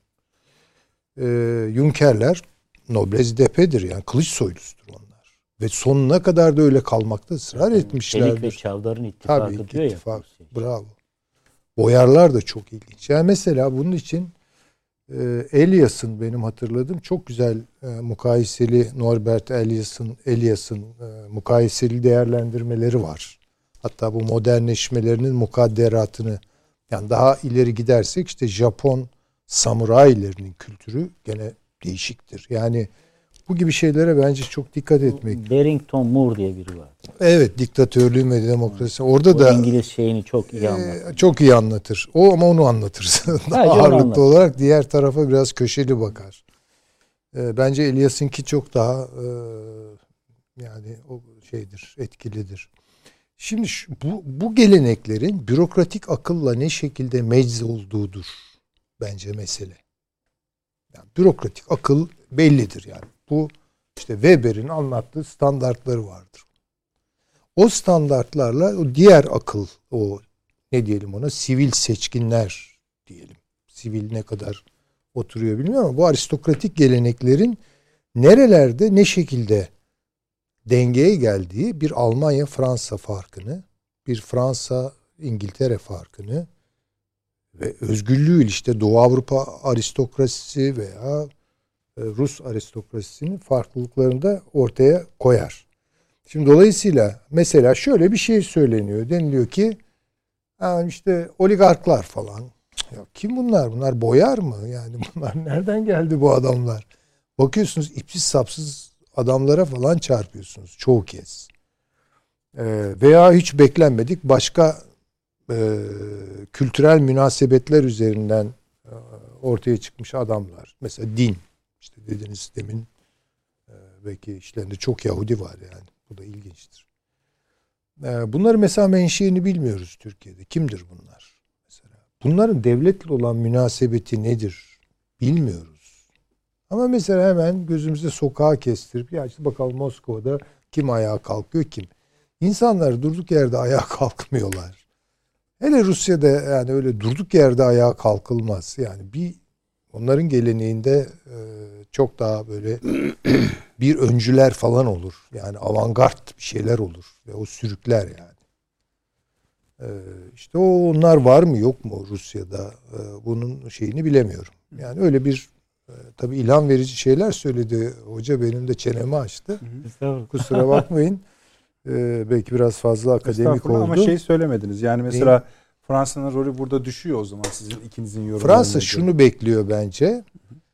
Ee, Junkerler noblesse de paix'dir yani, kılıç soylusudur onlar. Ve sonuna kadar da öyle kalmakta ısrar yani etmişlerdir. Çelik ve Çavdar'ın ittifakı Tabii, diyor ittifak. ya. Bravo. Boyarlar da çok ilginç. Yani mesela bunun için e, Elias'ın benim hatırladığım çok güzel e, mukayeseli Norbert Elias'ın Elias'ın e, mukayeseli değerlendirmeleri var. Hatta bu modernleşmelerinin mukadderatını, yani daha ileri gidersek işte Japon samuraylarının kültürü gene değişiktir. Yani bu gibi şeylere bence çok dikkat etmek. Barrington Moore diye biri var. Evet, diktatörlüğün ve demokrasi. Orada o da İngiliz şeyini çok iyi anlatır. E, çok iyi anlatır. O ama onu anlatır. Daha ağırlıklı anlatır. Olarak diğer tarafa biraz köşeli bakar. E, bence Elias'ınki çok daha e, yani o şeydir, etkilidir. Şimdi şu, bu, bu geleneklerin bürokratik akılla ne şekilde mecz olduğudur bence mesele. Yani bürokratik akıl bellidir yani. Bu işte Weber'in anlattığı standartları vardır. O standartlarla o diğer akıl, o ne diyelim ona, sivil seçkinler diyelim. Sivil ne kadar oturuyor bilmiyorum ama bu aristokratik geleneklerin nerelerde ne şekilde dengeye geldiği bir Almanya-Fransa farkını, bir Fransa-İngiltere farkını ve özgürlüğü işte Doğu Avrupa aristokrasisi veya Rus aristokrasisinin farklılıklarını da ortaya koyar. Şimdi dolayısıyla mesela şöyle bir şey söyleniyor. Deniliyor ki yani işte oligarklar falan. Ya kim bunlar? Bunlar boyar mı? Yani bunlar nereden geldi bu adamlar? Bakıyorsunuz ipsiz sapsız adamlara falan çarpıyorsunuz çoğu kez. Ee, veya hiç beklenmedik başka e, kültürel münasebetler üzerinden e, ortaya çıkmış adamlar. Mesela din. İşte dediniz demin e, belki işlerinde çok Yahudi var yani. Bu da ilginçtir. E, bunları mesela menşeini bilmiyoruz Türkiye'de. Kimdir bunlar? Mesela bunların devletle olan münasebeti nedir? Bilmiyoruz. Ama mesela hemen gözümüzde sokağa kestirip ya işte bakalım Moskova'da kim ayağa kalkıyor kim? İnsanlar durduk yerde ayağa kalkmıyorlar. Hele Rusya'da yani öyle durduk yerde ayağa kalkılmaz. Yani bir onların geleneğinde e, çok daha böyle bir öncüler falan olur. Yani avantgard bir şeyler olur. Ve o sürükler yani. E, işte o onlar var mı yok mu Rusya'da? E, bunun şeyini bilemiyorum. Yani öyle bir e, tabii ilham verici şeyler söyledi. Hoca benim de çenemi açtı. Kusura bakmayın. E, belki biraz fazla akademik oldu. Ama şey söylemediniz. Yani mesela e, Fransa'nın rolü burada düşüyor o zaman sizin ikinizin yorumlarına. Fransa şunu bekliyor bence.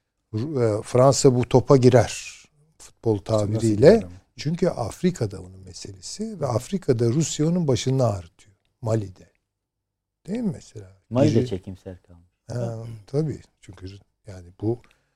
Fransa bu topa girer. Futbol tabiriyle. Çünkü Afrika'da onun meselesi ve Afrika'da Rusya onun başını ağrıtıyor. Mali'de. Değil mi mesela? Mali'de çekimser kalmış. Ha, tabii. Çünkü yani bu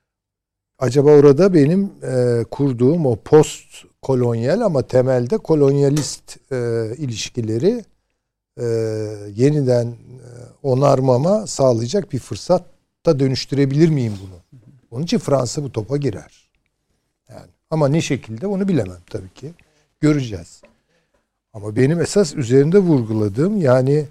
acaba orada benim e, kurduğum o post kolonyal ama temelde kolonyalist e, ilişkileri e, yeniden e, onarmama sağlayacak bir fırsatta dönüştürebilir miyim bunu? Onun için Fransa bu topa girer. Yani ama ne şekilde onu bilemem tabii ki. Göreceğiz. Ama benim esas üzerinde vurguladığım, yani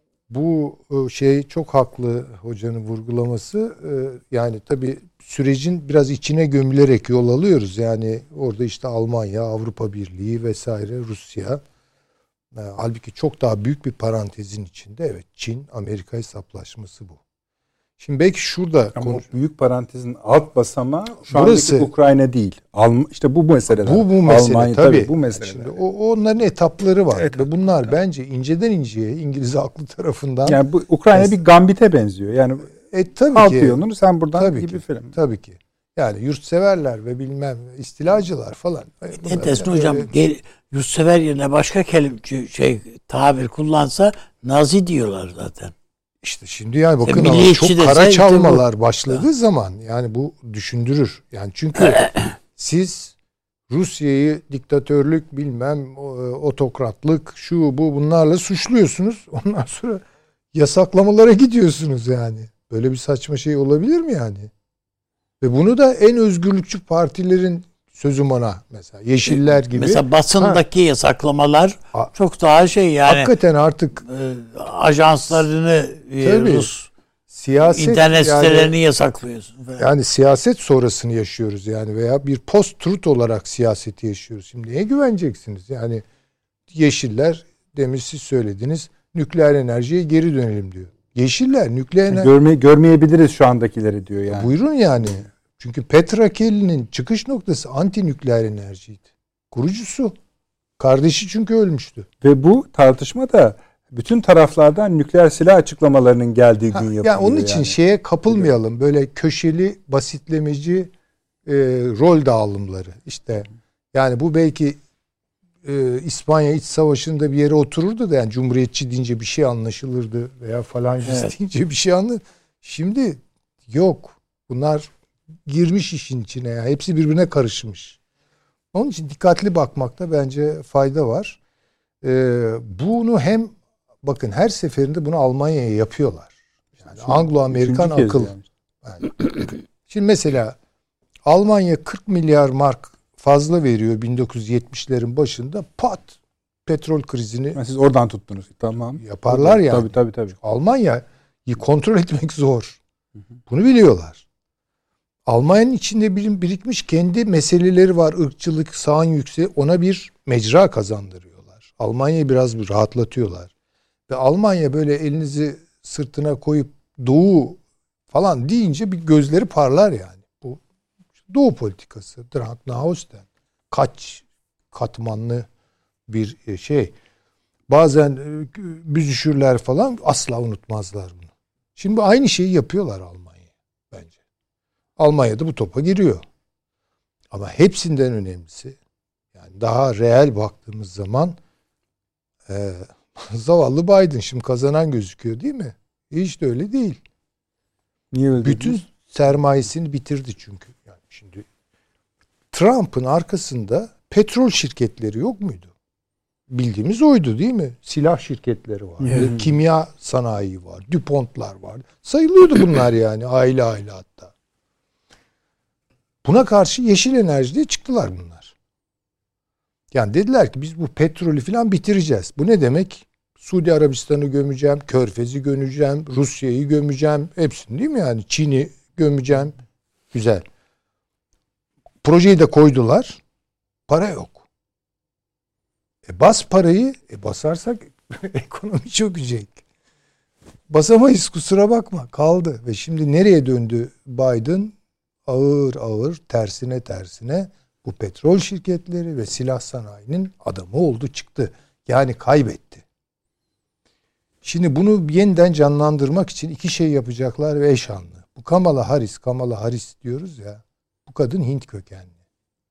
bu şey çok haklı hocanın vurgulaması, yani tabii sürecin biraz içine gömülerek yol alıyoruz. Yani orada işte Almanya, Avrupa Birliği vesaire, Rusya. Halbuki çok daha büyük bir parantezin içinde evet Çin, Amerika hesaplaşması bu. Şimdi belki şurada ama konuş- büyük parantezin alt basamağı şu Burası, andaki Ukrayna değil. Alm işte bu meseleler. Bu bu mesele Almanya, tabii. tabii bu meseleler. Şimdi o onların etapları var Evet, ve bunlar bence inceden inceye İngiliz aklı tarafından. Yani bu Ukrayna Es- bir gambite benziyor. Yani E tabii kalkıyor ki. onu sen buradan Tabii gibi ki. film. Tabii ki. Yani yurtseverler ve bilmem istilacılar falan. Ne desin hocam? Gel, yurtsever yerine başka kelime şey tabir kullansa Nazi diyorlar zaten. İşte şimdi yani bakın E, ama milliyetçi çok dese kara işte çalmalar başladığı zaman yani bu düşündürür. Yani çünkü siz Rusya'yı diktatörlük bilmem otokratlık şu bu bunlarla suçluyorsunuz. Ondan sonra yasaklamalara gidiyorsunuz yani. Böyle bir saçma şey olabilir mi yani? Ve bunu da en özgürlükçü partilerin sözüm ona mesela Yeşiller gibi. Mesela basındaki ha. yasaklamalar A, çok daha şey yani. Hakikaten artık e, ajanslarını e, Rus siyaset internet sitelerini yani, yasaklıyorsun. Falan. Yani siyaset sonrasını yaşıyoruz yani veya bir post-truth olarak siyaseti yaşıyoruz. Şimdi neye güveneceksiniz? Yani Yeşiller demin siz söylediniz nükleer enerjiye geri dönelim diyor. Yeşiller nükleer enerji... Görme, görmeyebiliriz şu andakileri diyor yani. Buyurun yani. Çünkü Petra Kelly'nin çıkış noktası anti nükleer enerjiydi. Kurucusu. Kardeşi çünkü ölmüştü. Ve bu tartışma da bütün taraflardan nükleer silah açıklamalarının geldiği ha, gün yapılıyor. Yani onun için yani. şeye kapılmayalım. Böyle köşeli, basitlemeci e, rol dağılımları. İşte yani bu belki e, İspanya İç Savaşı'nda bir yere otururdu da yani Cumhuriyetçi deyince bir şey anlaşılırdı veya falancist evet. deyince bir şey anlaşılırdı. Şimdi yok. Bunlar girmiş işin içine ya. Hepsi birbirine karışmış. Onun için dikkatli bakmakta bence fayda var. Ee, bunu hem bakın her seferinde bunu Almanya'ya yapıyorlar. Yani Anglo-Amerikan akıl. Yani. Yani, şimdi mesela Almanya kırk milyar mark fazla veriyor bin dokuz yüz yetmişlerin başında pat petrol krizini. Yani siz oradan tuttunuz. Tamam. Yaparlar yani. Tabii tabii tabii. Almanya'yı kontrol etmek zor. Bunu biliyorlar. Almanya'nın içinde bir birikmiş kendi meseleleri var. Irkçılık, sağın yüksek. Ona bir mecra kazandırıyorlar. Almanya'yı biraz bir rahatlatıyorlar. Ve Almanya böyle elinizi sırtına koyup doğu falan deyince bir gözleri parlar yani. Bu doğu politikası. Drang nach Osten. Kaç katmanlı bir şey. Bazen büzüşürler falan, asla unutmazlar bunu. Şimdi aynı şeyi yapıyorlar Almanya bence. Almanya'da bu topa giriyor. Ama hepsinden önemlisi, yani daha reel baktığımız zaman e, zavallı Biden şimdi kazanan gözüküyor değil mi? Hiç de öyle değil. Niye öyle Bütün dediniz? sermayesini bitirdi çünkü. Yani şimdi Trump'ın arkasında petrol şirketleri yok muydu? Bildiğimiz oydu değil mi? Silah şirketleri var. Evet. Kimya sanayi var. DuPont'lar var. Sayılıyordu bunlar yani. Aile aile hatta. Buna karşı yeşil enerji diye çıktılar bunlar. Yani dediler ki biz bu petrolü falan bitireceğiz. Bu ne demek? Suudi Arabistan'ı gömeceğim, Körfez'i gömeceğim, Rusya'yı gömeceğim. Hepsini değil mi yani? Çin'i gömeceğim. Güzel. Projeyi de koydular. Para yok. E bas parayı, e basarsak ekonomi çökecek. Basamayız kusura bakma. Kaldı. Ve şimdi nereye döndü Biden? Ağır ağır tersine tersine bu petrol şirketleri ve silah sanayinin adamı oldu çıktı. Yani kaybetti. Şimdi bunu yeniden canlandırmak için iki şey yapacaklar ve eş anlı. Bu Kamala Harris, Kamala Harris diyoruz ya. Bu kadın Hint kökenli.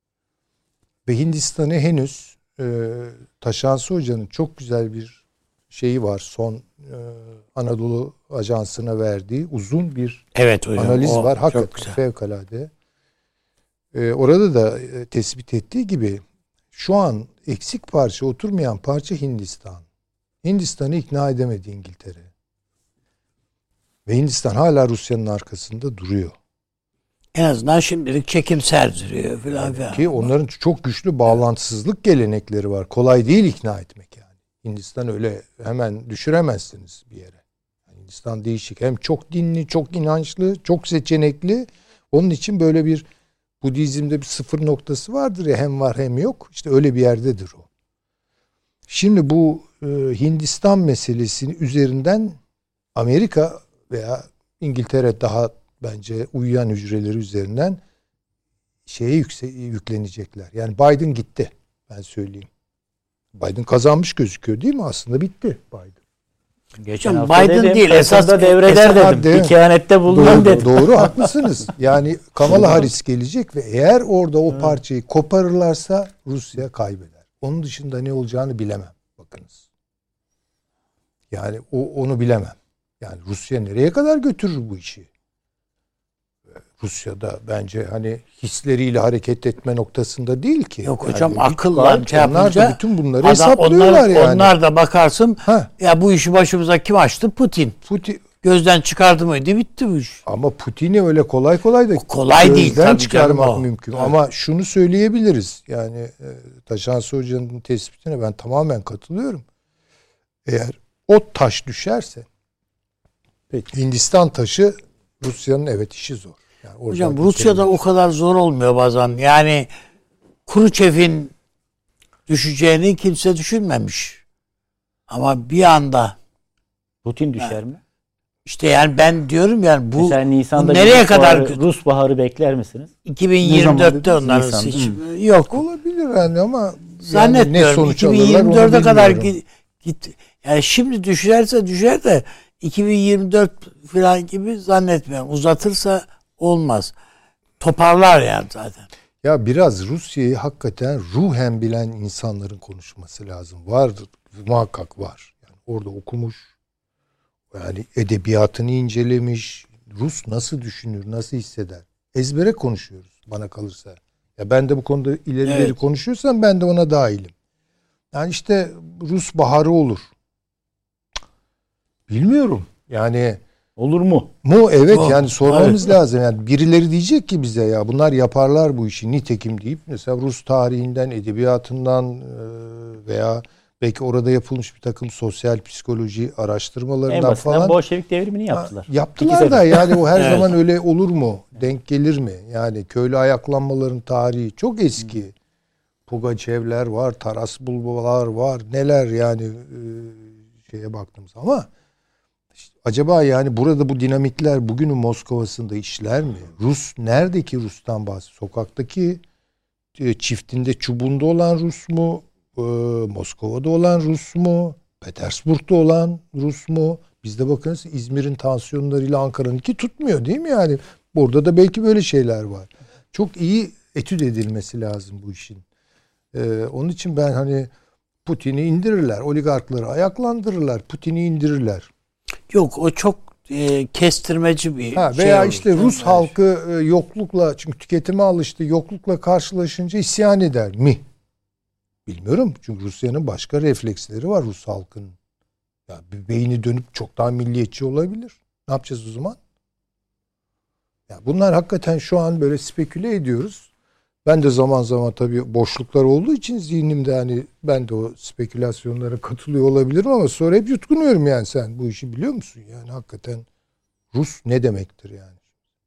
Ve Hindistan'ı henüz Ee, Taşansı Hoca'nın çok güzel bir şeyi var. Son e, Anadolu Ajansı'na verdiği uzun bir evet hocam, analiz o var. çok Hakikaten güzel. fevkalade. E, orada da e, tespit ettiği gibi şu an eksik parça, oturmayan parça Hindistan. Hindistan'ı ikna edemedi İngiltere. Ve Hindistan hala Rusya'nın arkasında duruyor. En azından şimdilik çekimser duruyor falan filan. Ki onların çok güçlü bağlantısızlık gelenekleri var. Kolay değil ikna etmek yani. Hindistan öyle hemen düşüremezsiniz bir yere. Yani Hindistan değişik. Hem çok dinli, çok inançlı, çok seçenekli. Onun için böyle bir Budizm'de bir sıfır noktası vardır ya, hem var hem yok. İşte öyle bir yerdedir o. Şimdi bu e, Hindistan meselesinin üzerinden Amerika veya İngiltere daha bence uyuyan hücreleri üzerinden şeye yükse, yüklenecekler. Yani Biden gitti. Ben söyleyeyim. Biden kazanmış gözüküyor değil mi? Aslında bitti Biden. Geçen Hocam, hafta Biden dedim, değil, esas- esas devreder esas- dedim. değil mi? Bir kehanette bulunmam Doğru, dedim. doğru haklısınız. Yani Kamala Harris gelecek ve eğer orada o parçayı koparırlarsa Rusya kaybeder. Onun dışında ne olacağını bilemem. Bakınız. Yani o onu bilemem. Yani Rusya nereye kadar götürür bu işi? Rusya'da bence hani hisleriyle hareket etme noktasında değil ki. Yok Yani hocam, hiç akılla var. şey Onlar da yapınca bütün bunları adam- hesaplıyorlar onlar, yani. Onlar da bakarsın Ha. ya bu işi başımıza kim açtı? Putin. Putin, Gözden çıkardı mıydı? Bitti bu iş. ama Putin'i öyle kolay kolay da Kolay değil gözden tabii çıkarmak canım o. mümkün. Evet. Ama şunu söyleyebiliriz. Yani e, Taşansı Hoca'nın tespitine ben tamamen katılıyorum. Eğer o taş düşerse peki, Hindistan taşı Rusya'nın evet işi zor. Yani oradan Hocam Rusya'da o geçemeyiz. kadar zor olmuyor bazen. Yani Khrushchev'in düşeceğini kimse düşünmemiş. Ama bir anda Putin düşer mi? işte yani ben diyorum yani bu, Mesela Nisan'da bu nereye Rus kadar baharı, Rus baharı bekler misiniz? iki bin yirmi dörtte Ne zaman onların Nisan'da? seçimi yok. olabilir yani ama yani ne Zannetmiyorum. sonuç alırlar iki bin yirmi dörde onu kadar bilmiyorum. git, git. Yani şimdi düşerse düşer de iki bin yirmi dört falan gibi zannetmiyorum. Uzatırsa olmaz. Toparlar yani zaten. Ya biraz Rusya'yı hakikaten ruhen bilen insanların konuşması lazım. Var, muhakkak var. Yani orada okumuş, yani edebiyatını incelemiş, Rus nasıl düşünür, nasıl hisseder. Ezbere konuşuyoruz bana kalırsa. Ya ben de bu konuda ileri ileri Evet. konuşuyorsam ben de ona dahilim. Yani işte Rus baharı olur. Bilmiyorum. Yani Olur mu? mu evet Oh, yani sormamız evet. lazım. Yani birileri diyecek ki bize ya bunlar yaparlar bu işi nitekim deyip mesela Rus tarihinden, edebiyatından e, veya belki orada yapılmış bir takım sosyal psikoloji En araştırmalarından basitinden falan Bolşevik devrimini yaptılar. Ha, yaptılar İki da sefer. yani o her Evet. zaman öyle olur mu? Denk gelir mi? Yani köylü ayaklanmaların tarihi çok eski. Hmm. Pugaçevler var, Taras Bulbalar var. Neler yani e, şeye baktığımız ama işte acaba yani burada bu dinamitler bugünün Moskova'sında işler mi? Rus nerede ki Rus'tan bahsediyor? Sokaktaki e, çiftinde çubuğunda olan Rus mu? E, Moskova'da olan Rus mu? Petersburg'da olan Rus mu? Bizde bakınız İzmir'in tansiyonlarıyla Ankara'nınki tutmuyor değil mi yani? Burada da belki böyle şeyler var. Çok iyi etüt edilmesi lazım bu işin. Ee, onun için ben hani Putin'i indirirler. Oligarkları ayaklandırırlar. Putin'i indirirler. Yok o çok e, kestirmeci bir Ha, şey veya olur. işte Rus Evet. halkı e, yoklukla çünkü tüketime alıştı. Yoklukla karşılaşınca isyan eder mi? Bilmiyorum. Çünkü Rusya'nın başka refleksleri var Rus halkının. Ya bir beyni dönüp çok daha milliyetçi olabilir. Ne yapacağız o zaman? Ya bunlar hakikaten şu an böyle speküle ediyoruz. Ben de zaman zaman tabii boşluklar olduğu için zihnimde hani ben de o spekülasyonlara katılıyor olabilirim ama sonra hep yutkunuyorum yani sen bu işi biliyor musun? Yani hakikaten Rus ne demektir yani?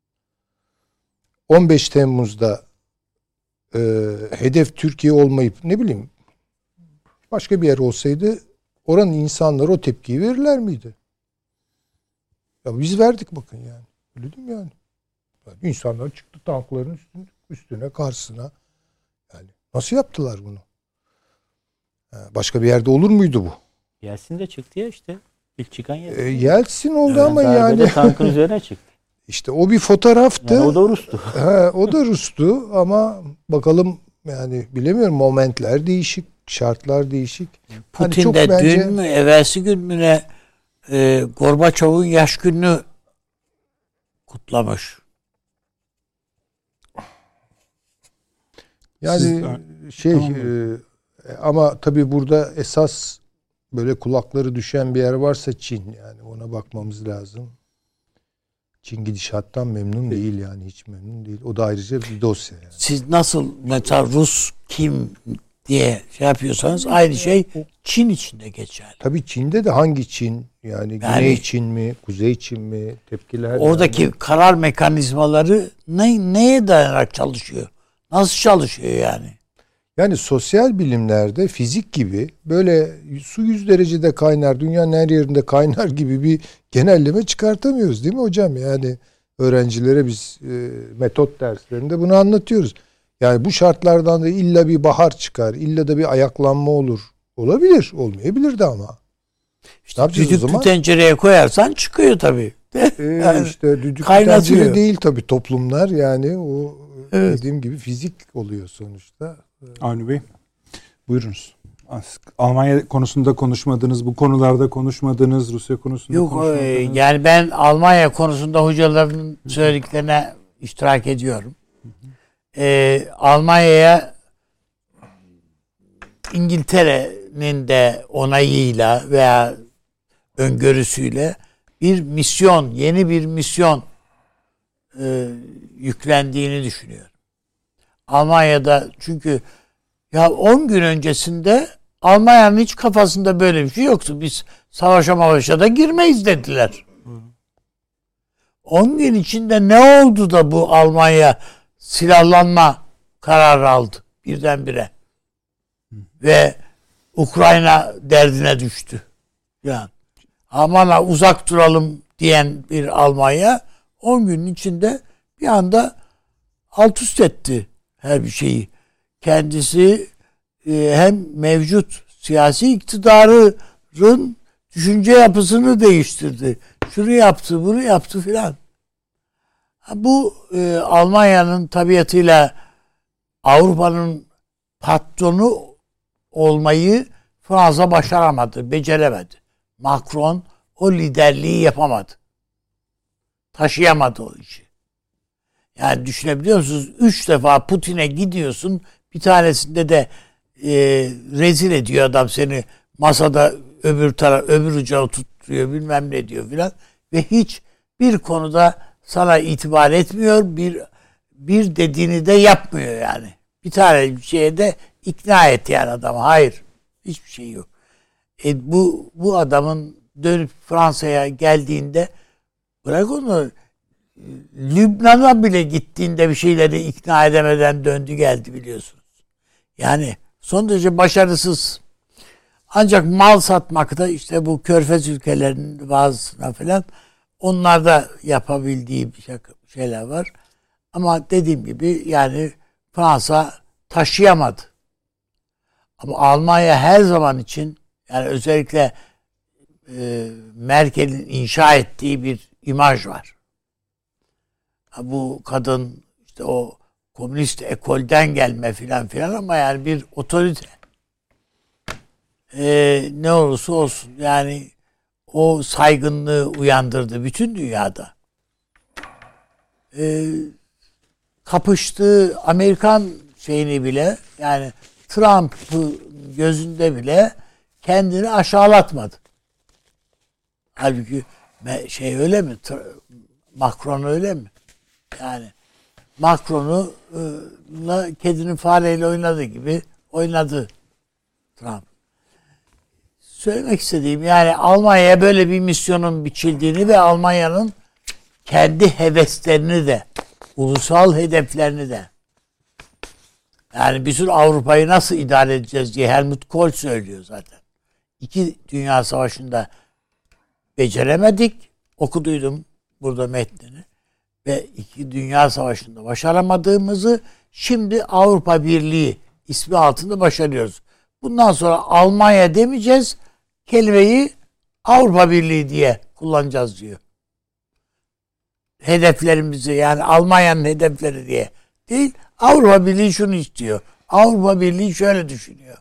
on beş Temmuz'da e, hedef Türkiye olmayıp ne bileyim başka bir yer olsaydı oranın insanları o tepkiyi verirler miydi? Ya biz verdik bakın yani. Öyle değil mi yani? Yani insanlar çıktı tankların üstüne, üstüne karşısına. Yani nasıl yaptılar bunu? Başka bir yerde olur muydu bu? Yeltsin de çıktı ya işte. İlk çıkan E, Yeltsin. Yeltsin oldu Evet, ama darbede yani tankın üzerine çıktı. işte o bir fotoğraftı. Yani o da Rus'tu. He, o da Rus'tu ama bakalım yani bilemiyorum momentler değişik. şartlar değişik. Putin hani de bence... dün mü evvelsi gün mü ne e, Gorbaçov'un yaş gününü kutlamış. Yani Siz, şey tamam e, ama tabii burada esas böyle kulakları düşen bir yer varsa Çin, yani ona bakmamız lazım. Çin gidişattan memnun değil, yani hiç memnun değil. O da ayrıca bir dosya yani. Siz nasıl mesela Rus kim diye şey yapıyorsanız aynı şey Çin için de geçerli. Tabii Çin'de de hangi Çin? Yani, Yani Güney Çin mi, Kuzey Çin mi? Tepkiler. Oradaki yani. karar mekanizmaları ne, neye dayanarak çalışıyor? Nasıl çalışıyor yani? Yani sosyal bilimlerde fizik gibi böyle su yüz derecede kaynar, dünyanın her yerinde kaynar gibi bir genelleme çıkartamıyoruz değil mi hocam? Yani öğrencilere biz e, metot derslerinde bunu anlatıyoruz. Yani bu şartlardan da illa bir bahar çıkar, illa da bir ayaklanma olur. Olabilir, olmayabilir de ama. İşte düdüklü tencereye koyarsan çıkıyor tabii. Ee, Yani işte düdüklü kaynatıyor. tencere değil tabii toplumlar, yani o Evet. dediğim gibi fizik oluyor sonuçta. Avni Bey, buyurunuz. Almanya konusunda konuşmadınız, bu konularda konuşmadınız, Rusya konusunda Yok konuşmadınız. yani ben Almanya konusunda hocaların söylediklerine iştirak ediyorum. Ee, Almanya'ya İngiltere'nin de onayıyla veya öngörüsüyle bir misyon, yeni bir misyon e, yüklendiğini düşünüyorum. Almanya'da çünkü ya on gün öncesinde Almanya'nın hiç kafasında böyle bir şey yoktu. Biz savaşa mavaşa da girmeyiz dediler. on gün içinde ne oldu da bu Almanya silahlanma kararı aldı birdenbire? Ve Ukrayna derdine düştü. Yani aman uzak duralım diyen bir Almanya on günün içinde bir anda alt üst etti her bir şeyi. Kendisi e, hem mevcut siyasi iktidarın düşünce yapısını değiştirdi. Şunu yaptı, bunu yaptı filan. Bu e, Almanya'nın tabiatıyla Avrupa'nın patronu olmayı Fransa başaramadı, beceremedi. Macron o liderliği yapamadı. Taşıyamadı o işi. Yani düşünebiliyor musunuz? Üç defa Putin'e gidiyorsun. Bir tanesinde de e, rezil ediyor adam seni. Masada öbür taraf, öbür ucağı tutturuyor, bilmem ne diyor filan. Ve hiç bir konuda sana itibar etmiyor. Bir bir dediğini de yapmıyor yani. Bir tane bir şeye de ikna et yani adamı. Hayır. Hiçbir şey yok. E bu bu adamın dönüp Fransa'ya geldiğinde bırak onu, Lübnan'a bile gittiğinde bir şeyleri ikna edemeden döndü geldi biliyorsunuz. Yani son derece başarısız. Ancak mal satmakta işte bu Körfez ülkelerinin bazısına falan onlarda yapabildiği bir şeyler var. Ama dediğim gibi yani Fransa taşıyamadı. Ama Almanya her zaman için yani özellikle e, Merkel'in inşa ettiği bir imaj var. Bu kadın işte o komünist ekolden gelme filan filan ama yani bir otorite. Ee, ne olursa olsun yani o saygınlığı uyandırdı bütün dünyada. Ee, kapıştığı Amerikan şeyini bile yani Trump'ı gözünde bile kendini aşağılatmadı. Halbuki şey öyle mi? Macron öyle mi? Yani Macron'u kedinin fareyle oynadığı gibi oynadı Trump. Söylemek istediğim yani Almanya'ya böyle bir misyonun biçildiğini ve Almanya'nın kendi heveslerini de, ulusal hedeflerini de yani bir sürü Avrupa'yı nasıl idare edeceğiz diye Helmut Kohl söylüyor zaten. İki Dünya Savaşı'nda beceremedik. Okuduydum burada metnini. Ve iki Dünya Savaşı'nda başaramadığımızı şimdi Avrupa Birliği ismi altında başarıyoruz. Bundan sonra Almanya demeyeceğiz, kelimeyi Avrupa Birliği diye kullanacağız diyor. Hedeflerimizi yani Almanya'nın hedefleri diye değil, Avrupa Birliği şunu istiyor. Avrupa Birliği şöyle düşünüyor.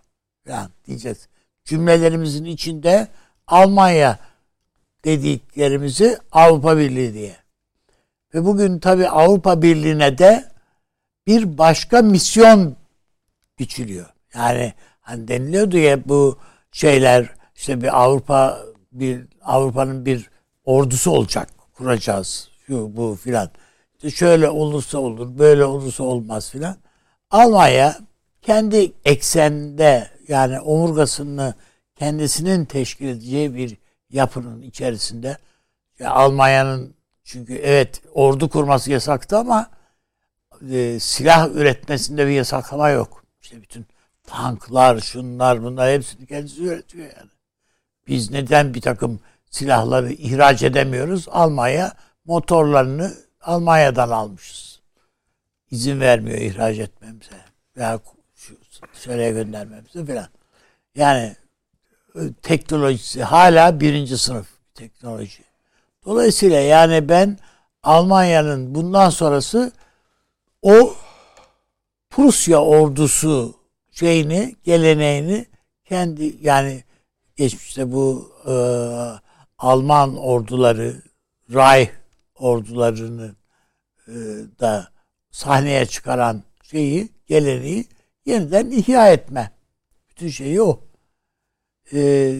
falan diyeceğiz. Cümlelerimizin içinde Almanya dediklerimizi Avrupa Birliği diye. Ve bugün tabii Avrupa Birliği'ne de bir başka misyon biçiliyor. Yani hani deniliyordu ya bu şeyler işte bir Avrupa bir Avrupa'nın bir ordusu olacak, kuracağız. Şu bu filan. İşte şöyle olursa olur, böyle olursa olmaz filan. Almanya kendi eksende yani omurgasını kendisinin teşkil edeceği bir yapının içerisinde ya Almanya'nın çünkü evet ordu kurması yasaktı ama e, silah üretmesinde bir yasaklama yok. İşte bütün tanklar, şunlar, bunlar hepsini kendisi üretiyor yani. Biz neden bir takım silahları ihraç edemiyoruz? Almanya motorlarını Almanya'dan almışız. İzin vermiyor ihraç etmemize. Veya şu dışarıya göndermemize falan. Yani teknolojisi hala birinci sınıf teknoloji. Dolayısıyla yani ben Almanya'nın bundan sonrası o Prusya ordusu şeyini, geleneğini kendi yani geçmişte bu e, Alman orduları, Reich ordularını e, da sahneye çıkaran şeyi, geleneği yeniden ihya etme. Bütün şeyi o. E,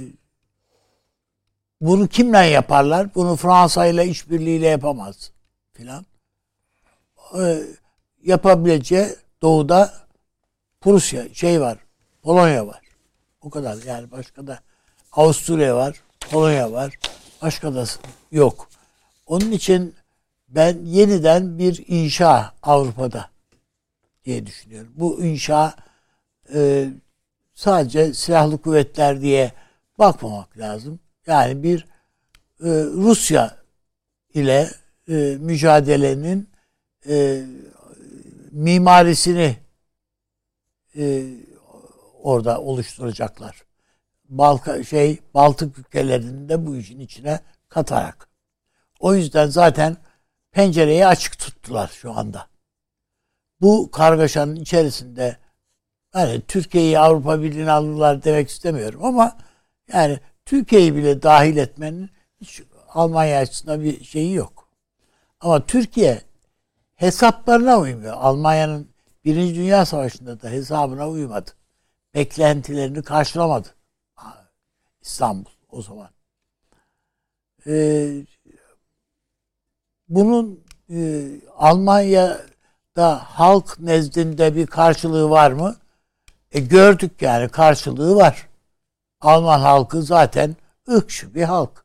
bunu kimle yaparlar? Bunu Fransa ile işbirliğiyle yapamaz filan. E, yapabileceği doğuda Prusya şey var, Polonya var. O kadar yani başka da Avusturya var, Polonya var. Başka da yok. Onun için ben yeniden bir inşa Avrupa'da diye düşünüyorum. Bu inşa e, sadece silahlı kuvvetler diye bakmamak lazım. Yani bir e, Rusya ile e, mücadelenin e, mimarisini e, orada oluşturacaklar. Balka şey Baltık ülkelerini de bu işin içine katarak. O yüzden zaten pencereyi açık tuttular şu anda. Bu kargaşanın içerisinde yani Türkiye'yi Avrupa Birliği'ne alırlar demek istemiyorum ama yani Türkiye'yi bile dahil etmenin hiç Almanya açısından bir şeyi yok. Ama Türkiye hesaplarına uymuyor. Almanya'nın Birinci Dünya Savaşı'nda da hesabına uymadı. Beklentilerini karşılamadı. İstanbul o zaman. Ee, bunun e, Almanya'da halk nezdinde bir karşılığı var mı? E, gördük yani karşılığı var. Alman halkı zaten ırkçı bir halk.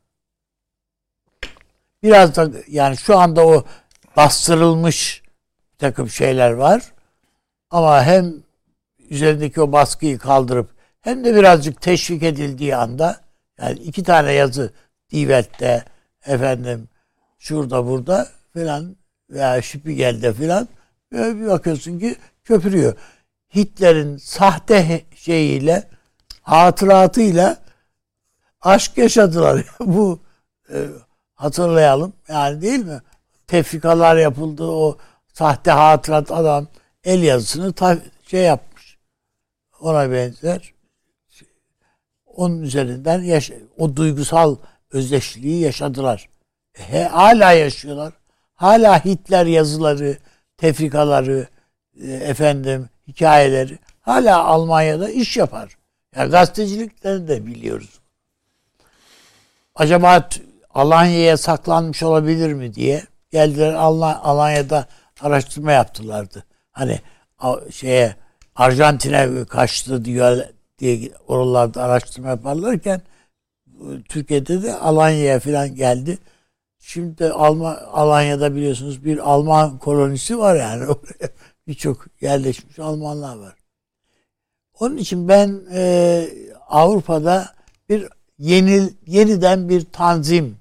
Biraz da yani şu anda o bastırılmış bir takım şeyler var. Ama hem üzerindeki o baskıyı kaldırıp hem de birazcık teşvik edildiği anda yani iki tane yazı Die Welt'te efendim şurada burada filan veya Spiegel'de filan böyle bir bakıyorsun ki köpürüyor. Hitler'in sahte şeyiyle hatıratıyla aşk yaşadılar. Bu e, hatırlayalım yani değil mi? Tefrikalar yapıldı o sahte hatırat adam el yazısını ta- şey yapmış. Ona benzer. Onun üzerinden yaş- o duygusal özdeşliği yaşadılar. He, hala yaşıyorlar. Hala Hitler yazıları, tefrikaları, e, efendim hikayeleri hala Almanya'da iş yapar. Yani gazeteciliklerini de biliyoruz. Acaba Alanya'ya saklanmış olabilir mi diye geldiler Alanya'da araştırma yaptılardı. Hani şeye Arjantin'e kaçtı diyor diye oralarda araştırma yaparlarken Türkiye'de de Alanya'ya falan geldi. Şimdi Alman Alanya'da biliyorsunuz bir Alman kolonisi var yani oraya birçok yerleşmiş Almanlar var. Onun için ben e, Avrupa'da bir yeni yeniden bir tanzime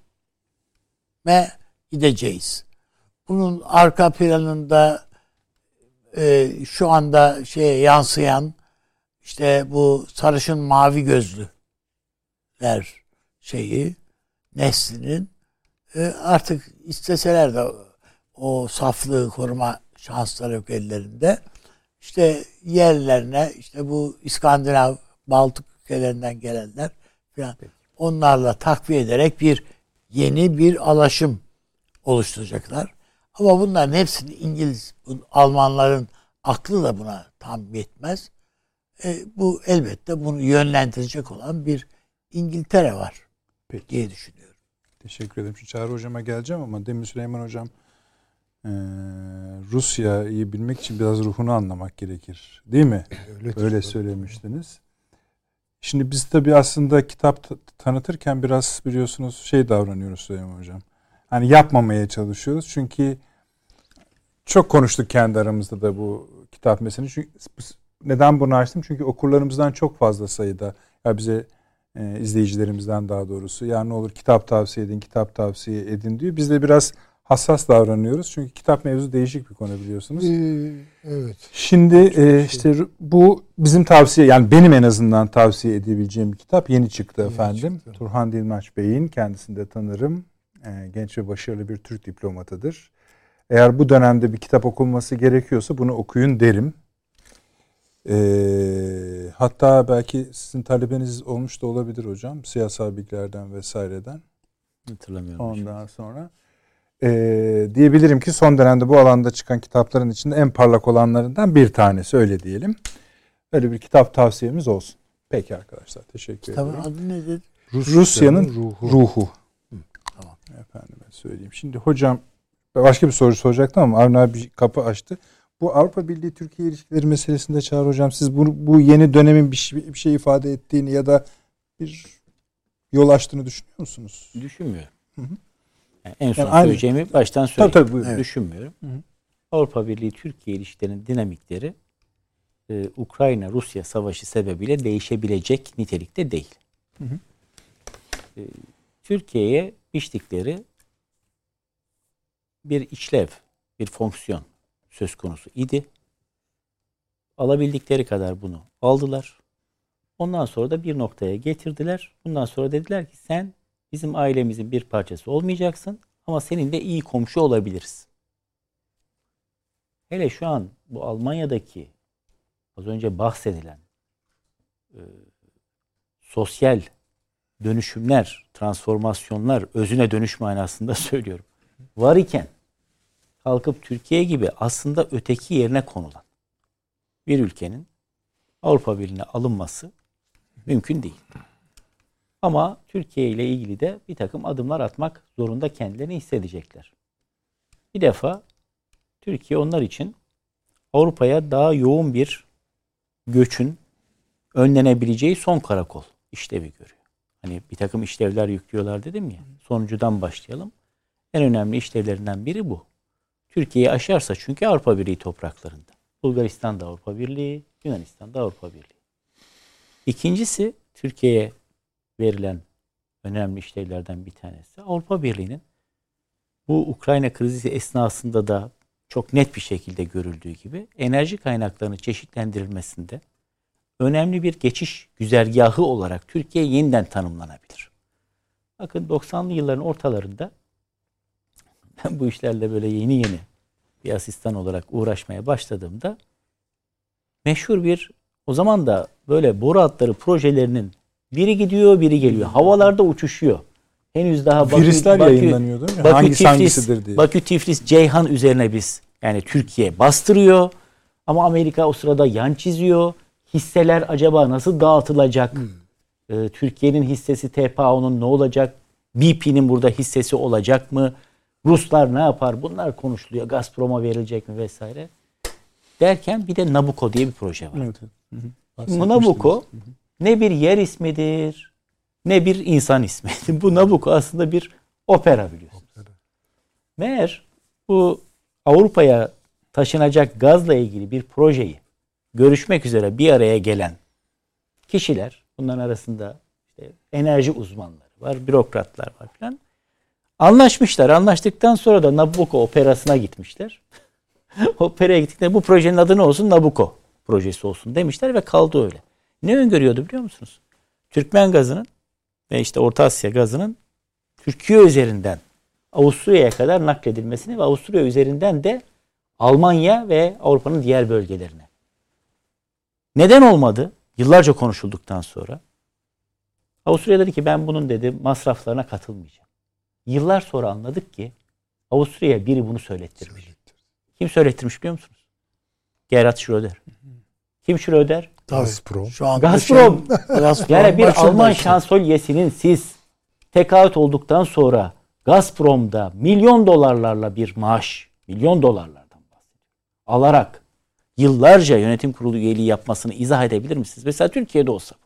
gideceğiz. Bunun arka planında e, şu anda şeye yansıyan işte bu sarışın mavi gözlüler şeyi neslinin e, artık isteseler de o saflığı koruma şansları yok ellerinde. İşte yerlerine işte bu İskandinav Baltık ülkelerinden gelenler falan. Onlarla takviye ederek bir yeni bir alaşım oluşturacaklar. Ama bunların hepsini İngiliz, Almanların aklı da buna tam yetmez. E, bu elbette bunu yönlendirecek olan bir İngiltere var Peki. diye düşünüyorum. Teşekkür ederim. Şu Çağrı Hocam'a geleceğim ama demin Süleyman Hocam e, Rusya'yı bilmek için biraz ruhunu anlamak gerekir. Değil mi? Öyledir, Öyle tabii. söylemiştiniz. Şimdi biz tabii aslında kitap t- tanıtırken biraz biliyorsunuz şey davranıyoruz Süleyman Hocam. Hani yapmamaya çalışıyoruz. Çünkü çok konuştuk kendi aramızda da bu kitap meselesini. Çünkü neden bunu açtım? Çünkü okurlarımızdan çok fazla sayıda ya bize e, izleyicilerimizden daha doğrusu ya ne olur kitap tavsiye edin, kitap tavsiye edin diyor. Biz de biraz hassas davranıyoruz. Çünkü kitap mevzu değişik bir konu biliyorsunuz. Ee, evet. Şimdi e, işte bu bizim tavsiye yani benim en azından tavsiye edebileceğim bir kitap yeni çıktı Yeni efendim. çıktı. Turhan Dilmaç Bey'in, kendisini de tanırım. E, genç ve başarılı bir Türk diplomatıdır. Eğer bu dönemde bir kitap okunması gerekiyorsa bunu okuyun derim. E, hatta belki sizin talebeniz olmuş da olabilir hocam. Siyasal bilgilerden vesaireden. Hatırlamıyorum. Ondan sonra Ee, diyebilirim ki son dönemde bu alanda çıkan kitapların içinde en parlak olanlarından bir tanesi öyle diyelim. Öyle bir kitap tavsiyemiz olsun. Peki arkadaşlar teşekkür Kitabın ederim. adı nedir? Rusya'nın, Rusya'nın ruhu. ruhu. Hı, tamam. Efendime söyleyeyim. Şimdi hocam başka bir soru soracaktım ama Avni abi bir kapı açtı. Bu Avrupa Birliği Türkiye ilişkileri meselesinde Çağrı hocam siz bu, bu yeni dönemin bir şey, bir şey ifade ettiğini ya da bir yol açtığını düşünüyor musunuz? Düşünmüyorum. Hı hı. Yani en son Yani aynı- söyleyeceğimi baştan söyleyeyim. Tabii tabii buyurun. Evet. Düşünmüyorum. Hı hı. Avrupa Birliği Türkiye ilişkilerinin dinamikleri e, Ukrayna-Rusya savaşı sebebiyle değişebilecek nitelikte değil. Hı hı. E, Türkiye'ye biçtikleri bir işlev, bir fonksiyon söz konusu idi. Alabildikleri kadar bunu aldılar. Ondan sonra da bir noktaya getirdiler. Bundan sonra dediler ki sen bizim ailemizin bir parçası olmayacaksın ama seninle iyi komşu olabiliriz. Hele şu an bu Almanya'daki az önce bahsedilen e, sosyal dönüşümler, transformasyonlar, özüne dönüş manasında söylüyorum. Var iken kalkıp Türkiye gibi aslında öteki yerine konulan bir ülkenin Avrupa Birliği'ne alınması mümkün değil. Ama Türkiye ile ilgili de bir takım adımlar atmak zorunda kendilerini hissedecekler. Bir defa Türkiye onlar için Avrupa'ya daha yoğun bir göçün önlenebileceği son karakol işlevi görüyor. Hani bir takım işlevler yüklüyorlar dedim ya. Sonuncudan başlayalım. En önemli işlevlerinden biri bu. Türkiye'yi aşarsa çünkü Avrupa Birliği topraklarında. Bulgaristan da Avrupa Birliği, Yunanistan da Avrupa Birliği. İkincisi Türkiye'ye verilen önemli işlevlerden bir tanesi Avrupa Birliği'nin bu Ukrayna krizi esnasında da çok net bir şekilde görüldüğü gibi enerji kaynaklarının çeşitlendirilmesinde önemli bir geçiş güzergahı olarak Türkiye yeniden tanımlanabilir. Bakın doksanlı yılların ortalarında ben bu işlerle böyle yeni yeni bir asistan olarak uğraşmaya başladığımda meşhur bir o zaman da böyle boru hatları projelerinin biri gidiyor biri geliyor. Havalarda uçuşuyor. Henüz daha Bakü, Virüsler Bakü, yayınlanıyor değil mi? Bakü, Hangisi Tiflis, hangisidir diye. Bakü, Tiflis, Ceyhan üzerine biz yani Türkiye bastırıyor. Ama Amerika o sırada yan çiziyor. Hisseler acaba nasıl dağıtılacak? Hmm. Ee, Türkiye'nin hissesi T P A O'nun ne olacak? B P'nin burada hissesi olacak mı? Ruslar ne yapar? Bunlar konuşuluyor. Gazprom'a verilecek mi vesaire. Derken bir de Nabucco diye bir proje var. Evet. Hı hı. Bu Nabucco ne bir yer ismidir ne bir insan ismidir. Bu Nabucco aslında bir opera biliyorsunuz. Opera. Meğer bu Avrupa'ya taşınacak gazla ilgili bir projeyi görüşmek üzere bir araya gelen kişiler, bunların arasında işte enerji uzmanları var, bürokratlar var falan. Anlaşmışlar. Anlaştıktan sonra da Nabucco operasına gitmişler. Operaya gittiklerinde bu projenin adı ne olsun? Nabucco projesi olsun demişler ve kaldı öyle. Ne öngörüyordu biliyor musunuz? Türkmen gazının ve işte Orta Asya gazının Türkiye üzerinden Avusturya'ya kadar nakledilmesini ve Avusturya üzerinden de Almanya ve Avrupa'nın diğer bölgelerine. Neden olmadı? yıllarca konuşulduktan sonra Avusturya dedi ki ben bunun dedi masraflarına katılmayacağım. Yıllar sonra anladık ki Avusturya'ya biri bunu söylettirmiş. Kim söylettirmiş biliyor musunuz? Gerhard Schröder. Kim Schröder? Gazprom. Şu an Gazprom. Gazprom. Yani bir başında Alman işte. şansölyesinin siz tekaüt olduktan sonra Gazprom'da milyon dolarlarla bir maaş, milyon dolarlardan bahsediyor, alarak yıllarca yönetim kurulu üyeliği yapmasını izah edebilir misiniz? Mesela Türkiye'de olsa.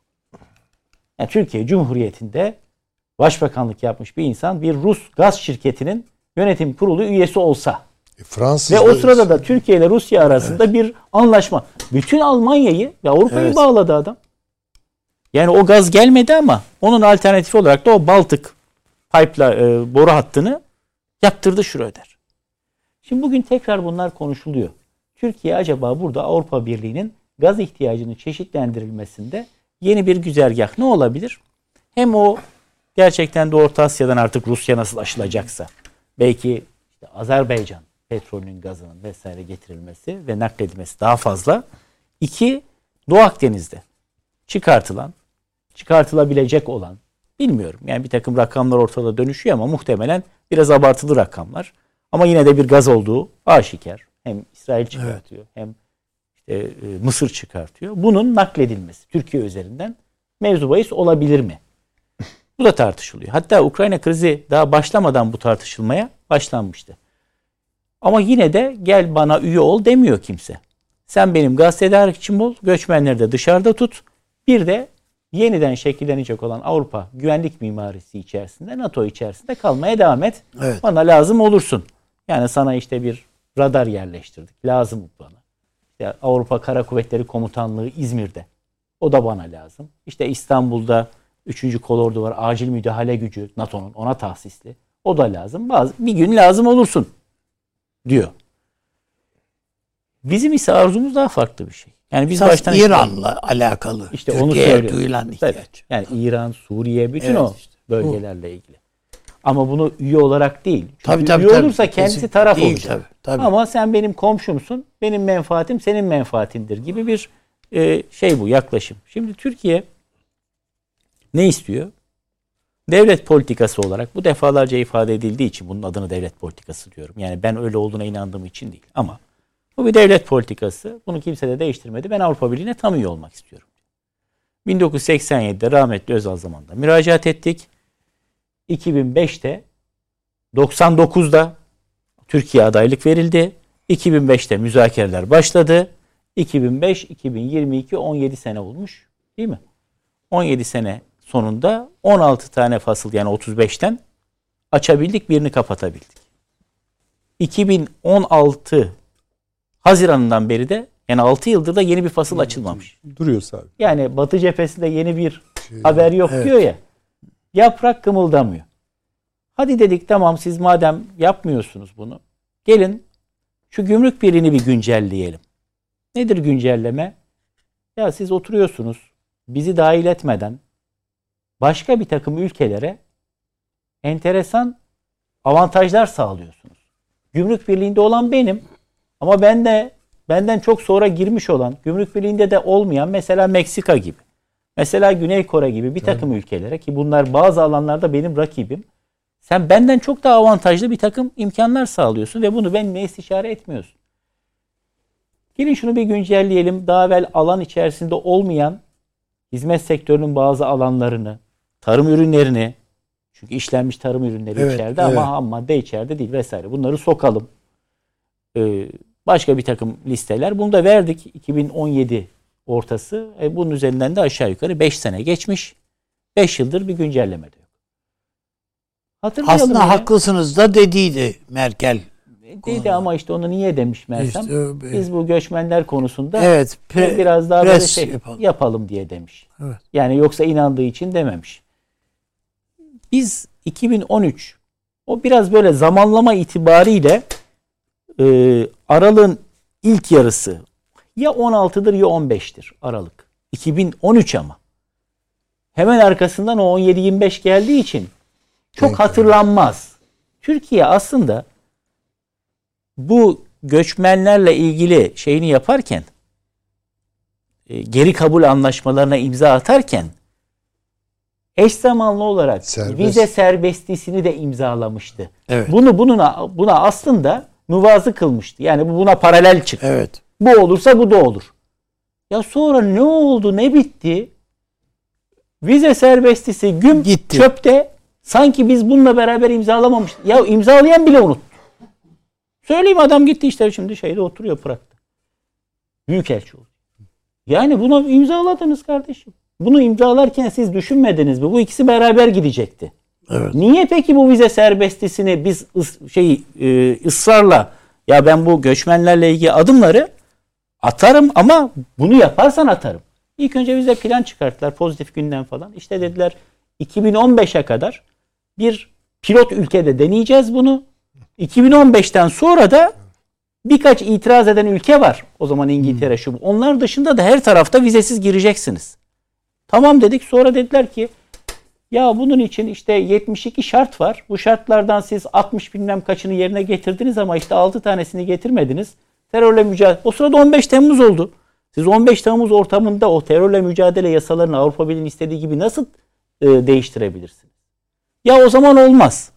Yani Türkiye Cumhuriyeti'nde başbakanlık yapmış bir insan bir Rus gaz şirketinin yönetim kurulu üyesi olsa E, Fransız ve o sırada da Türkiye ile Rusya arasında evet. bir anlaşma. Bütün Almanya'yı ve Avrupa'yı evet. bağladı adam. Yani o gaz gelmedi ama onun alternatifi olarak da o Baltık pipe'la e, boru hattını yaptırdı Schröder. Şimdi bugün tekrar bunlar konuşuluyor. Türkiye acaba burada Avrupa Birliği'nin gaz ihtiyacının çeşitlendirilmesinde yeni bir güzergah ne olabilir? Hem o gerçekten de Orta Asya'dan artık Rusya nasıl aşılacaksa belki işte Azerbaycan petrolünün, gazının vesaire getirilmesi ve nakledilmesi daha fazla. İki, Doğu Akdeniz'de çıkartılan, çıkartılabilecek olan, bilmiyorum yani bir takım rakamlar ortada dönüşüyor ama muhtemelen biraz abartılı rakamlar. Ama yine de bir gaz olduğu aşikar. Hem İsrail çıkartıyor evet. hem işte e, Mısır çıkartıyor. Bunun nakledilmesi Türkiye üzerinden mevzu bahis olabilir mi? Bu da tartışılıyor. Hatta Ukrayna krizi daha başlamadan bu tartışılmaya başlanmıştı. Ama yine de gel bana üye ol demiyor kimse. Sen benim gaz tedarikçim ol, göçmenleri de dışarıda tut. Bir de yeniden şekillenecek olan Avrupa güvenlik mimarisi içerisinde, NATO içerisinde kalmaya devam et. Evet. Bana lazım olursun. Yani sana işte bir radar yerleştirdik. Lazım bana. İşte Avrupa Kara Kuvvetleri Komutanlığı İzmir'de. O da bana lazım. İşte İstanbul'da üçüncü kolordu var. Acil müdahale gücü NATO'nun ona tahsisli. O da lazım. Bazı, bir gün lazım olursun diyor. Bizim ise arzumuz daha farklı bir şey. Yani biz Esas baştan İran'la işte, alakalı. İşte onu söylüyorum. Duyulan ihtiyaç. Yani İran, Suriye bütün evet, o işte, bölgelerle ilgili. Ama bunu üye olarak değil. Çünkü tabii, tabii, üye tabii, olursa tabii, kendisi taraf değil, olacak. Tabii, tabii. Ama sen benim komşumsun, benim menfaatim senin menfaatindir gibi bir e, şey bu yaklaşım. Şimdi Türkiye ne istiyor? Devlet politikası olarak bu defalarca ifade edildiği için bunun adını devlet politikası diyorum. Yani ben öyle olduğuna inandığım için değil. Ama bu bir devlet politikası. Bunu kimse de değiştirmedi. Ben Avrupa Birliği'ne tam üye olmak istiyorum. bin dokuz yüz seksen yedide rahmetli Özal zamanında müracaat ettik. iki bin beşte doksan dokuzda Türkiye adaylık verildi. iki bin beşte müzakereler başladı. iki bin beş iki bin yirmi iki on yedi sene olmuş. Değil mi? on yedi sene sonunda on altı tane fasıl yani otuz beşten açabildik, birini kapatabildik. iki bin on altı Haziran'ından beri de yani altı yıldır da yeni bir fasıl açılmamış. Duruyor sabit. Yani Batı cephesinde yeni bir Şey, haber yok evet. diyor ya. Yaprak kımıldamıyor. Hadi dedik tamam siz madem yapmıyorsunuz bunu. Gelin şu gümrük birliğini bir güncelleyelim. Nedir güncelleme? Ya siz oturuyorsunuz bizi dahil etmeden başka bir takım ülkelere enteresan avantajlar sağlıyorsunuz. Gümrük birliğinde olan benim ama ben de benden çok sonra girmiş olan, gümrük birliğinde de olmayan mesela Meksika gibi, mesela Güney Kore gibi bir takım evet. ülkelere ki bunlar bazı alanlarda benim rakibim. Sen benden çok daha avantajlı bir takım imkanlar sağlıyorsun ve bunu benimle istişare etmiyorsun. Gelin şunu bir güncelleyelim. Daha evvel alan içerisinde olmayan hizmet sektörünün bazı alanlarını, tarım ürünlerini, çünkü işlenmiş tarım ürünleri evet, içeride evet. ama ham madde içeride değil vesaire. Bunları sokalım. Ee, başka bir takım listeler. Bunu da verdik iki bin on yedi ortası. E, bunun üzerinden de aşağı yukarı beş sene geçmiş. beş yıldır bir güncelleme de yok. Aslında ya. Haklısınız da dediydi Merkel. Dedi ama işte onu niye demiş Mersem? İşte, Biz bu göçmenler konusunda evet, pre, biraz daha böyle şey yapalım. yapalım diye demiş. Evet. Yani yoksa inandığı için dememiş. Biz iki bin on üç o biraz böyle zamanlama itibariyle e, Aralık'ın ilk yarısı ya on altıdır ya on beştir Aralık. iki bin on üç ama. Hemen arkasından o on yedi yirmi beş geldiği için çok evet. hatırlanmaz. Türkiye aslında bu göçmenlerle ilgili şeyini yaparken e, geri kabul anlaşmalarına imza atarken eş zamanlı olarak Serbest. vize serbestliğini de imzalamıştı. Evet. Bunu bununa buna aslında müvazı kılmıştı. Yani bu buna paralel çıktı. Evet. Bu olursa bu da olur. Ya sonra ne oldu, ne bitti? Vize serbestisi güm Gitti. çöpte. Sanki biz bununla beraber imzalamamıştık. Ya imzalayan bile unuttu. Söyleyeyim, adam gitti işte şimdi şeyde oturuyor Prag'da. Büyükelçi oldu. Yani bunu imzaladınız kardeşim. Bunu imzalarken siz düşünmediniz mi? Bu ikisi beraber gidecekti. Evet. Niye peki bu vize serbestisini biz ıs, şey e, ısrarla ya ben bu göçmenlerle ilgili adımları atarım ama bunu yaparsan atarım. İlk önce vize plan çıkarttılar pozitif gündem falan. İşte dediler iki bin on beşe kadar bir pilot ülkede deneyeceğiz bunu. iki bin on beşten sonra da birkaç itiraz eden ülke var. O zaman İngiltere şu bu. Onlar dışında da her tarafta vizesiz gireceksiniz. Tamam dedik. Sonra dediler ki ya bunun için işte yetmiş iki şart var. Bu şartlardan siz altmış bilmem kaçını yerine getirdiniz ama işte altı tanesini getirmediniz. Terörle mücadele. O sırada on beş Temmuz oldu. Siz on beş Temmuz ortamında o terörle mücadele yasalarını Avrupa Birliği'nin istediği gibi nasıl e, değiştirebilirsiniz? Ya o zaman olmaz.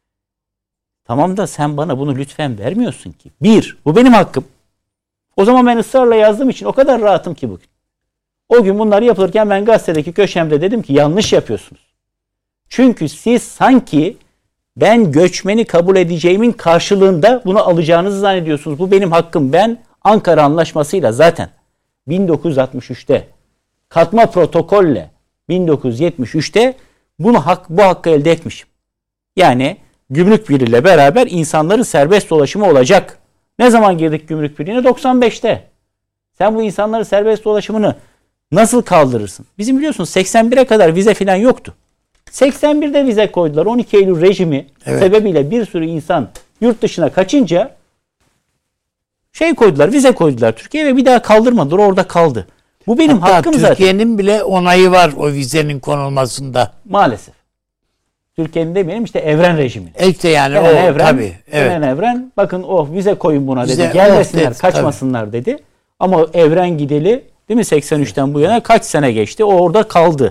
Tamam da sen bana bunu lütfen vermiyorsun ki. Bir, bu benim hakkım. O zaman ben ısrarla yazdığım için o kadar rahatım ki bugün. O gün bunları yapılırken ben gazetedeki köşemde dedim ki yanlış yapıyorsunuz. Çünkü siz sanki ben göçmeni kabul edeceğimin karşılığında bunu alacağınızı zannediyorsunuz. Bu benim hakkım. Ben Ankara Anlaşması'yla zaten bin dokuz yüz altmış üçte katma protokolle bin dokuz yüz yetmiş üçte bunu hak, bu hakkı elde etmişim. Yani Gümrük Birliği ile beraber insanların serbest dolaşımı olacak. Ne zaman girdik Gümrük Birliği'ne? doksan beşte. Sen bu insanların serbest dolaşımını nasıl kaldırırsın? Bizim biliyorsunuz seksen bire kadar vize falan yoktu. seksen birde vize koydular. on iki Eylül rejimi evet. sebebiyle bir sürü insan yurt dışına kaçınca şey koydular, vize koydular Türkiye'ye ve bir daha kaldırmadılar. Orada kaldı. Bu benim Hatta hakkım zaten. Türkiye'nin bile onayı var o vizenin konulmasında. Maalesef. Türkiye'nin demeyelim işte evren rejimi. İşte yani Kenan o evren, tabii. Evet. Kenan evren bakın oh vize koyun buna Vize, dedi. Gelmesinler, oh, dedi, kaçmasınlar tabii. dedi. Ama evren gideli değil mi seksen üçten bu yana kaç sene geçti? O orada kaldı.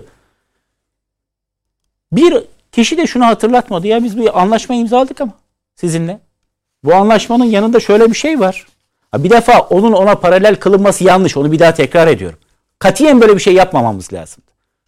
Bir kişi de şunu hatırlatmadı. Ya biz bir anlaşma imzaladık ama sizinle. Bu anlaşmanın yanında şöyle bir şey var. Bir defa onun ona paralel kılınması yanlış. Onu bir daha tekrar ediyorum. Katiyen böyle bir şey yapmamamız lazım.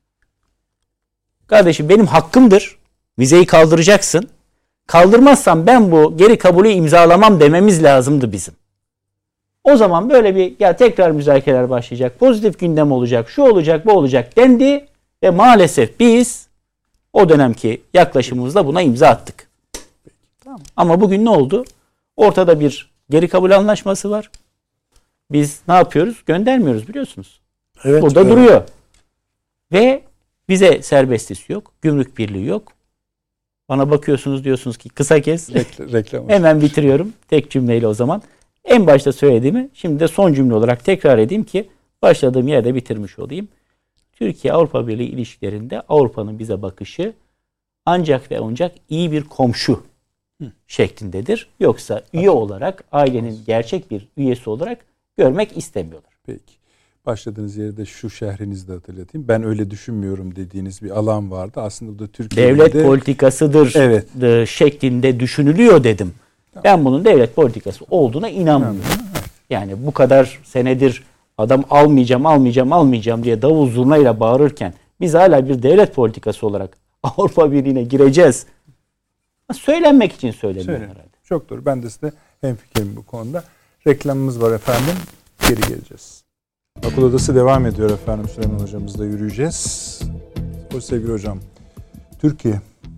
Kardeşim benim hakkımdır. Vizeyi kaldıracaksın. Kaldırmazsam ben bu geri kabulü imzalamam dememiz lazımdı bizim. O zaman böyle bir ya tekrar müzakereler başlayacak. Pozitif gündem olacak. Şu olacak, bu olacak dendi. Ve maalesef biz o dönemki yaklaşımımızla buna imza attık. Tamam. Ama bugün ne oldu? Ortada bir geri kabul anlaşması var. Biz ne yapıyoruz? Göndermiyoruz biliyorsunuz. Evet, burada evet. duruyor. Ve bize serbestisi yok. Gümrük birliği yok. Bana bakıyorsunuz diyorsunuz ki kısa kes. Reklam. Hemen bitiriyorum. Tek cümleyle o zaman. En başta söylediğimi şimdi de son cümle olarak tekrar edeyim ki başladığım yerde bitirmiş olayım. Türkiye-Avrupa Birliği ilişkilerinde Avrupa'nın bize bakışı ancak ve ancak iyi bir komşu Hı. şeklindedir. Yoksa üye olarak, ailenin gerçek bir üyesi olarak görmek istemiyorlar. Peki. Başladığınız yerde şu şehrinizi de hatırlatayım. Ben öyle düşünmüyorum dediğiniz bir alan vardı. Aslında bu da Türkiye'de devlet de, politikasıdır evet. de, şeklinde düşünülüyor dedim. Tamam. Ben bunun devlet politikası olduğuna inanmıyorum. Evet. Yani bu kadar senedir adam almayacağım, almayacağım, almayacağım diye davul zurnayla bağırırken biz hala bir devlet politikası olarak Avrupa Birliği'ne gireceğiz. Söylenmek için söyleniyor herhalde. Çok doğru. Ben de size hemfikirim bu konuda. Reklamımız var efendim. Geri geleceğiz. Akıl Odası devam ediyor efendim. Süleyman hocamızla yürüyeceğiz. O sevgili hocam. Türkiye.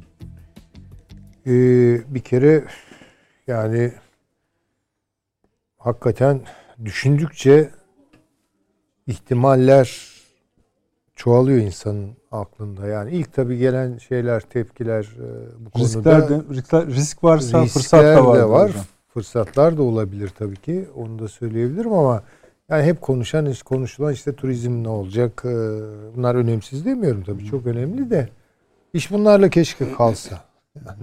Ee, bir kere yani hakikaten düşündükçe ihtimaller çoğalıyor insanın aklında. Yani ilk tabii gelen şeyler, tepkiler bu konuda. Riskler de, risk varsa fırsat da var. var. Hocam. Fırsatlar da olabilir tabii ki. Onu da söyleyebilirim ama yani hep konuşan, konuşulan işte turizm ne olacak? Bunlar önemsiz demiyorum tabii. Çok önemli de iş bunlarla keşke kalsa. Yani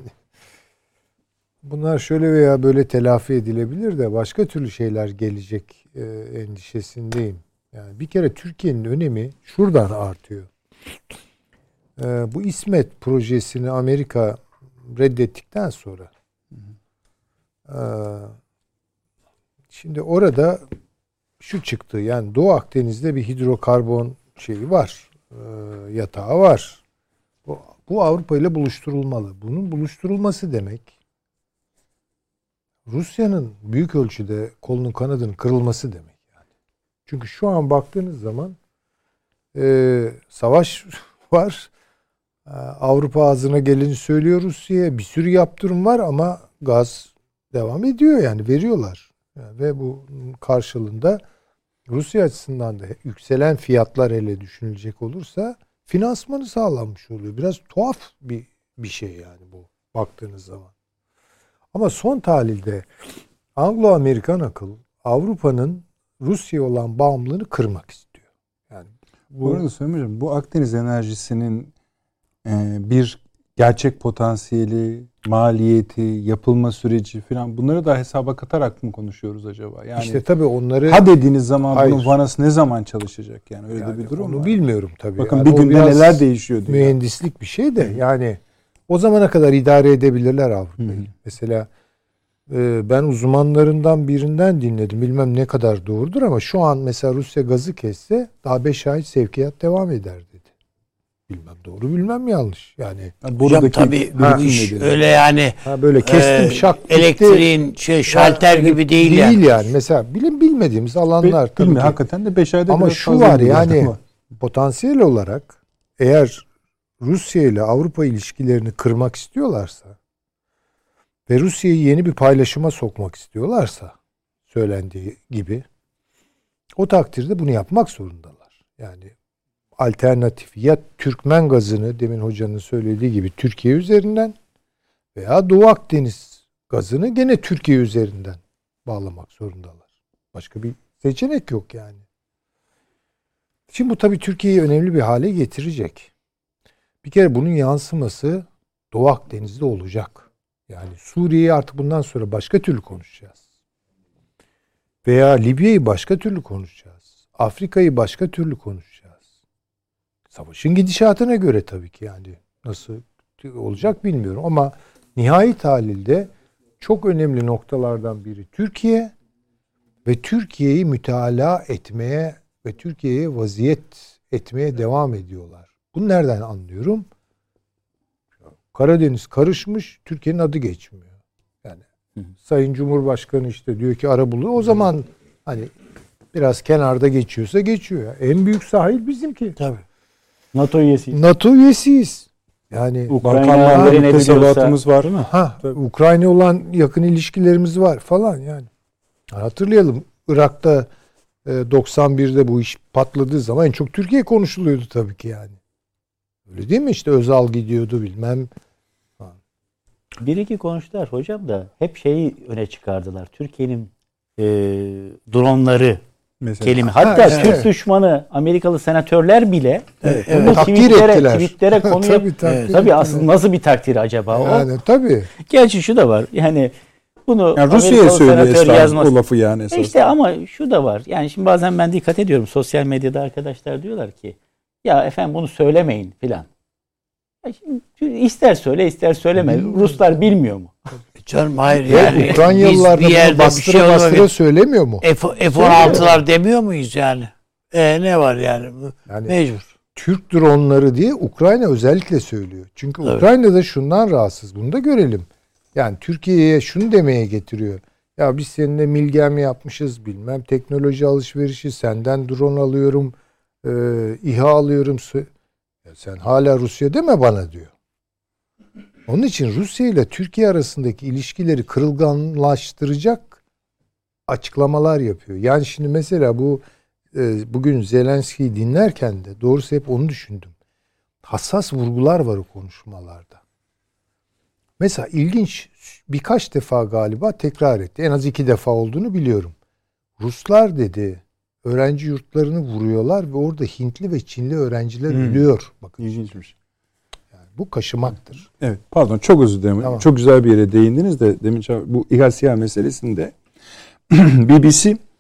bunlar şöyle veya böyle telafi edilebilir de başka türlü şeyler gelecek endişesindeyim. Yani bir kere Türkiye'nin önemi şuradan artıyor. Ee, bu İsmet projesini Amerika reddettikten sonra e, şimdi orada şu çıktı. Yani Doğu Akdeniz'de bir hidrokarbon şeyi var. E, yatağı var. Bu, bu Avrupa ile buluşturulmalı. Bunun buluşturulması demek Rusya'nın büyük ölçüde kolunun kanadının kırılması demek yani. Çünkü şu an baktığınız zaman e, savaş var. E, Avrupa ağzına geleni söylüyor Rusya'ya. Bir sürü yaptırım var ama gaz devam ediyor yani veriyorlar. Yani ve bu karşılığında Rusya açısından da yükselen fiyatlar hele düşünülecek olursa finansmanı sağlanmış oluyor. Biraz tuhaf bir bir şey yani bu baktığınız zaman. Ama son tahlilde Anglo-Amerikan akıl Avrupa'nın Rusya'ya olan bağımlılığını kırmak istiyor. Yani bu, bu arada Süleyman Hocam, bu Akdeniz enerjisinin e, bir gerçek potansiyeli, maliyeti, yapılma süreci falan bunları da hesaba katarak mı konuşuyoruz acaba? Yani işte tabii onları ha dediğiniz zaman hayır. bunun vanası ne zaman çalışacak yani öyle yani bir durum onu var. bilmiyorum tabii. Bakın yani bir günde neler değişiyor diyor. Mühendislik bir şey de yani o zamana kadar idare edebilirler Avrupa'yı. Hı hı. Mesela e, ben uzmanlarından birinden dinledim. Bilmem ne kadar doğrudur ama şu an mesela Rusya gazı kesse daha beş ay sevkiyat devam eder dedi. Bilmem doğru bilmem yanlış. Yani hocam tabii bu iş öyle yani ha, böyle kestim e, şak elektriğin şey şalter yani, gibi değil, değil yani. yani. Mesela bilim bilmediğimiz alanlar tabii ki. Hakikaten de beş ayda ama şu var yani ama. Potansiyel olarak eğer Rusya ile Avrupa ilişkilerini kırmak istiyorlarsa ve Rusya'yı yeni bir paylaşıma sokmak istiyorlarsa söylendiği gibi o takdirde bunu yapmak zorundalar. Yani alternatif ya Türkmen gazını demin hocanın söylediği gibi Türkiye üzerinden veya Doğu Akdeniz gazını gene Türkiye üzerinden bağlamak zorundalar. Başka bir seçenek yok yani. Şimdi bu tabii Türkiye'yi önemli bir hale getirecek. Bir kere bunun yansıması Doğu Akdeniz'de olacak. Yani Suriye'yi artık bundan sonra başka türlü konuşacağız. Veya Libya'yı başka türlü konuşacağız. Afrika'yı başka türlü konuşacağız. Savaşın gidişatına göre tabii ki yani nasıl olacak bilmiyorum ama nihai tahlilde çok önemli noktalardan biri Türkiye ve Türkiye'yi mütalaa etmeye ve Türkiye'ye vaziyet etmeye devam ediyorlar. Bunu nereden anlıyorum? Karadeniz karışmış, Türkiye'nin adı geçmiyor. Yani hı hı. Sayın Cumhurbaşkanı işte diyor ki ara bulu. O zaman hani biraz kenarda geçiyorsa geçiyor. En büyük sahil bizimki. Tabii. NATO üyesiyiz. NATO üyesiyiz. Yani Balkanlar'da bir tesavatımız var mı? Ha, Ukrayna olan yakın ilişkilerimiz var falan yani. Hatırlayalım Irak'ta doksan birde bu iş patladığı zaman en çok Türkiye konuşuluyordu tabii ki yani. Öyle değil mi? İşte Özal gidiyordu bilmem. Bir iki konuştular hocam da hep şeyi öne çıkardılar. Türkiye'nin e, dronları mesela. Kelime. Hatta ha, Türk evet. düşmanı Amerikalı senatörler bile evet, evet. tweetlere, tweetlere konu yap. Tabii, tabii, tabii aslında nasıl bir takdir acaba o? Yani tabii. Gerçi şu da var. Yani bunu yani Rusya'ya söylüyor esnaf o lafı yani esas. İşte ama şu da var. Yani şimdi bazen ben dikkat ediyorum. Sosyal medyada arkadaşlar diyorlar ki ya efendim bunu söylemeyin filan. İster söyle ister söyleme. Bilmiyorum. Ruslar bilmiyor mu? Canım hayır yani. Ukraynalılar da bastıra şey bastıra söylemiyor mu? F on altılar demiyor muyuz yani? E ne var yani? yani Mecbur. Türk dronları diye Ukrayna özellikle söylüyor. Çünkü evet. Ukrayna'da şundan rahatsız. Bunu da görelim. Yani Türkiye'ye şunu demeye getiriyor. Ya biz seninle milgem yapmışız bilmem. Teknoloji alışverişi senden drone alıyorum. E, İHA alıyorum. Ya sen hala Rusya deme bana diyor. Onun için Rusya ile Türkiye arasındaki ilişkileri kırılganlaştıracak açıklamalar yapıyor. Yani şimdi mesela bu e, bugün Zelenski'yi dinlerken de doğrusu hep onu düşündüm. Hassas vurgular var o konuşmalarda. Mesela ilginç birkaç defa galiba tekrar etti. En az iki defa olduğunu biliyorum. Ruslar dedi öğrenci yurtlarını vuruyorlar ve orada Hintli ve Çinli öğrenciler hmm. ölüyor. Bakın. İlginçmiş. Yani bu kaşımaktır. Evet pardon çok özür dilerim. Tamam. Çok güzel bir yere değindiniz de demin bu İHA SİHA meselesinde B B C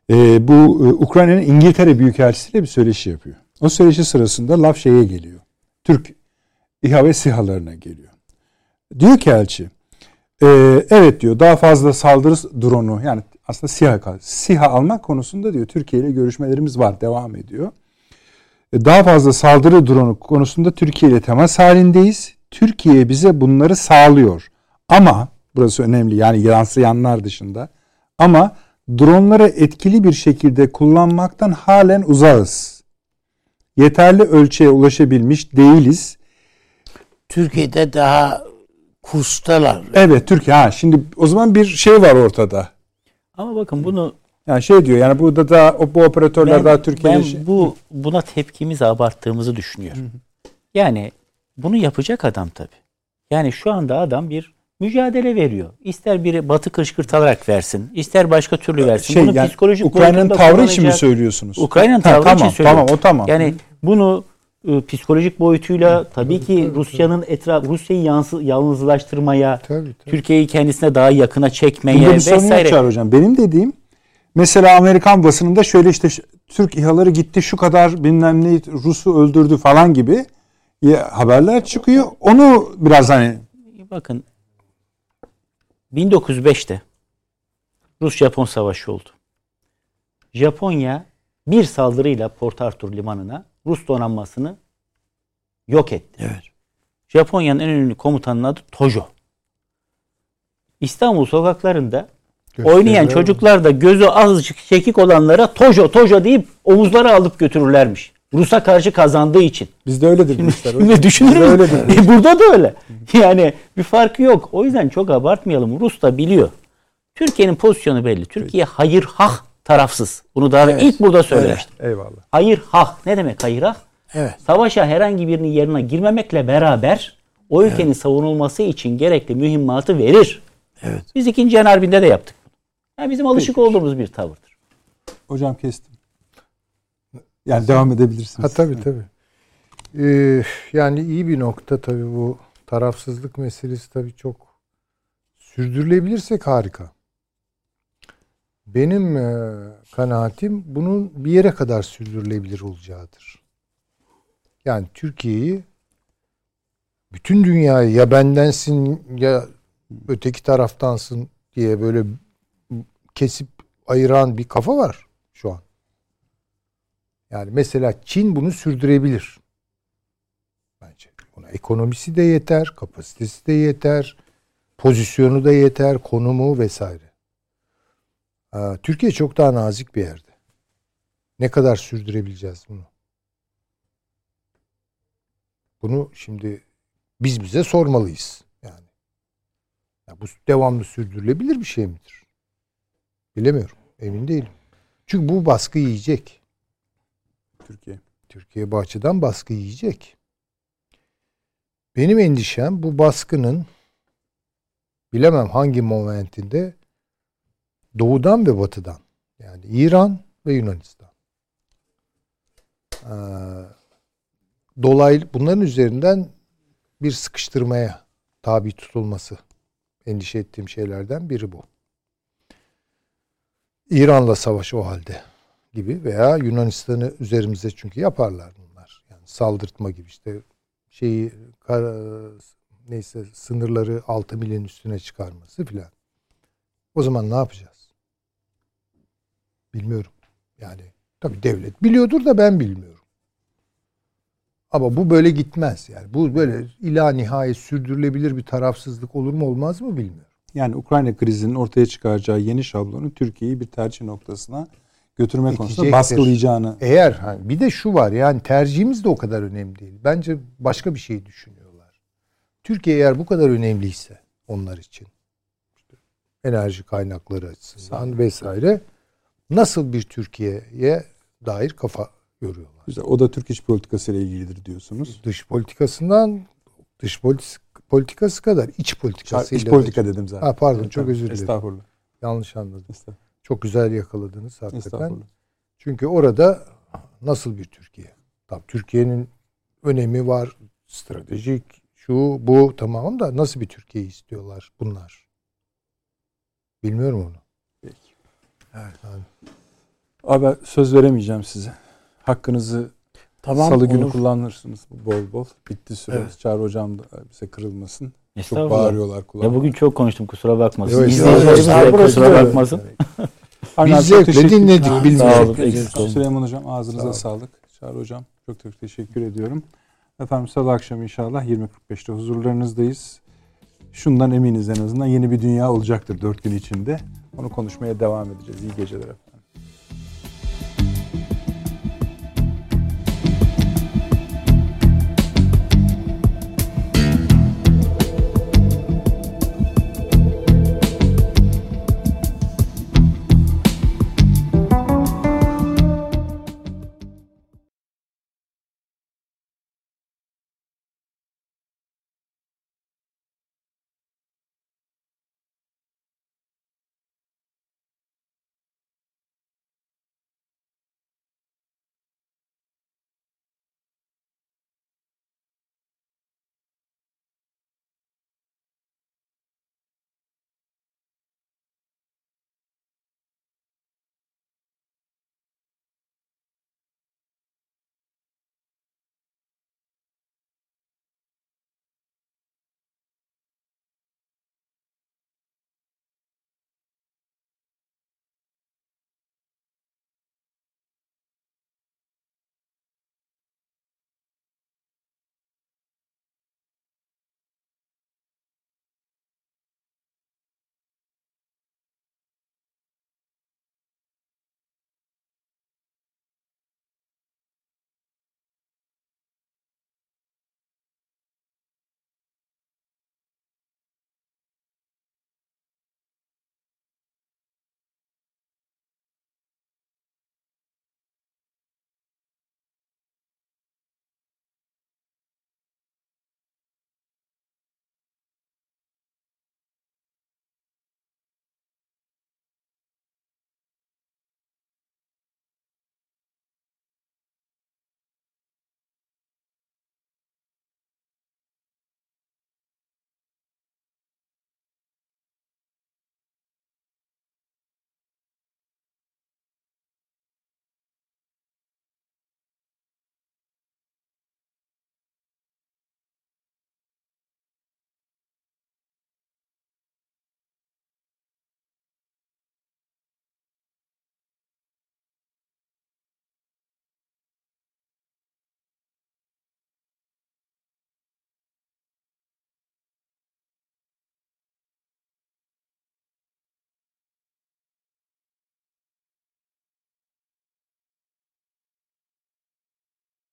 Ee, bu e, Ukrayna'nın İngiltere Büyükelçisi'yle bir söyleşi yapıyor. O söyleşi sırasında laf şeye geliyor. Türk İHA ve SİHA'larına geliyor. Diyor ki elçi, e, evet diyor daha fazla saldırı drone'u yani aslında SİHA, SİHA almak konusunda diyor Türkiye ile görüşmelerimiz var, devam ediyor. E, daha fazla saldırı drone'u konusunda Türkiye ile temas halindeyiz. Türkiye bize bunları sağlıyor. Ama burası önemli yani yansıyanlar dışında. Ama dronları etkili bir şekilde kullanmaktan halen uzağız. Yeterli ölçüye ulaşabilmiş değiliz. Türkiye'de daha kurstalar. Evet Türkiye. Ha şimdi o zaman bir şey var ortada. Ama bakın bunu Yani şey diyor yani burada da bu operatörler ben, daha Türkiye'ye ben şey- bu buna tepkimizi abarttığımızı düşünüyorum. Yani bunu yapacak adam tabii. Yani şu anda adam bir mücadele veriyor. İster biri Batı kışkırtarak versin, ister başka türlü versin. şey bunu yani psikolojik Ukrayna'nın boyutunda tavrı için mi kullanacak. söylüyorsunuz? Ukrayna'nın Ha, tavrı tamam, için söylüyorum. Tamam o tamam. Yani bunu e, psikolojik boyutuyla tabii ki Rusya'nın etraf Rusya'yı yansı, yalnızlaştırmaya, Tabii, tabii. Türkiye'yi kendisine daha yakına çekmeye Bunda bir sorun yok vesaire. Çağrı Hocam. Benim dediğim mesela Amerikan basınında şöyle işte şu- Türk İHA'ları gitti şu kadar bilmem ne Rus'u öldürdü falan gibi ya, haberler çıkıyor. Onu biraz hani Bakın bin dokuz yüz beşte Rus-Japon savaşı oldu. Japonya bir saldırıyla Port Arthur limanına Rus donanmasını yok etti. Evet. Japonya'nın en ünlü komutanının adı Tojo. İstanbul sokaklarında oynayan çocuklar da gözü azıcık çekik olanlara Tojo Tojo deyip omuzlara alıp götürürlermiş. Rus'a karşı kazandığı için. bizde öyle demişler. Ne düşünür Bizde öyle müsün? E, burada da öyle. Yani bir farkı yok. O yüzden çok abartmayalım. Rus da biliyor. Türkiye'nin pozisyonu belli. Türkiye hayır hah tarafsız. Bunu daha Evet. ilk burada söylemiştim. Eyvallah. Hayır hah. Ne demek hayır hah? Evet. Savaşa herhangi birinin yerine girmemekle beraber o ülkenin savunulması için gerekli mühimmatı verir. Evet. Biz ikinci Cihan Harbi'nde de yaptık. Yani bizim alışık olduğumuz bir tavırdır. Hocam kestim. Yani devam edebilirsiniz. Ha tabii tabii. Ee, yani iyi bir nokta tabii bu tarafsızlık meselesi tabii çok sürdürülebilirsek harika. Benim e, kanaatim bunun bir yere kadar sürdürülebilir olacağıdır. Yani Türkiye'yi bütün dünyayı ya bendensin ya öteki taraftansın diye böyle kesip ayıran bir kafa var şu an. Yani mesela Çin bunu sürdürebilir. Bence. Ona ekonomisi de yeter, kapasitesi de yeter, pozisyonu da yeter, konumu vesaire. Ee, Türkiye çok daha nazik bir yerde. Ne kadar sürdürebileceğiz bunu? Bunu şimdi biz bize sormalıyız. Yani ya bu devamlı sürdürülebilir bir şey midir? Bilemiyorum. Emin değilim. Çünkü bu baskı yiyecek. Türkiye. Türkiye bu açıdan baskı yiyecek. Benim endişem bu baskının bilemem hangi momentinde doğudan ve batıdan yani İran ve Yunanistan ee, dolaylı bunların üzerinden bir sıkıştırmaya tabi tutulması endişe ettiğim şeylerden biri bu. İran'la savaş o halde gibi veya Yunanistan'ı üzerimize çünkü yaparlar bunlar. Yani saldırtma gibi işte şeyi neyse sınırları altı milin üstüne çıkarması filan. O zaman ne yapacağız? Bilmiyorum. Yani tabii devlet biliyordur da ben bilmiyorum. Ama bu böyle gitmez. Yani bu böyle ila nihayet sürdürülebilir bir tarafsızlık olur mu olmaz mı bilmiyorum. Yani Ukrayna krizinin ortaya çıkaracağı yeni şablonu Türkiye'yi bir tercih noktasına götürme konusunda İtecektir. baskılayacağını. Eğer hani bir de şu var yani tercihimiz de o kadar önemli değil. Bence başka bir şey düşünüyorlar. Türkiye eğer bu kadar önemliyse onlar için işte enerji kaynakları açısından vesaire nasıl bir Türkiye'ye dair kafa yoruyorlar. Güzel. O da Türk iç politikası ile ilgilidir diyorsunuz. Dış politikasından dış politikası kadar iç politikasıyla. İç politika dedim zaten. Ha, pardon Evet, çok tamam. özür dilerim. Estağfurullah. Yanlış anladım. Estağfurullah. Çok güzel yakaladınız hakikaten. Estağfurullah. Çünkü orada nasıl bir Türkiye? Tabii Türkiye'nin önemi var. Stratejik, şu, bu tamam da nasıl bir Türkiye istiyorlar bunlar? Bilmiyorum onu. Peki. Evet. Yani. Abi söz veremeyeceğim size. Hakkınızı Tamam, salı günü olur. kullanırsınız bol bol. Bitti süre. Evet. Çağrı hocam da bize kırılmasın. Çok Estağfurullah. bağırıyorlar kulağıma. Ya bugün çok konuştum, kusura bakmasın. Evet, İzleyicilerimiz de estağfurullah. kusura bakmasın. Aynen, Biz çok zevkle teşekkür- dinledik, Ha, bilmiyorum. Sağ olun. Teşekkür Eksik olun. Süleyman Hocam ağzınıza Sağ olun. sağlık. Çağrı Hocam çok çok teşekkür ediyorum. Efendim salı akşamı inşallah yirmi kırk beşte huzurlarınızdayız. Şundan eminiz, en azından yeni bir dünya olacaktır dört gün içinde. Onu konuşmaya devam edeceğiz. İyi geceler efendim.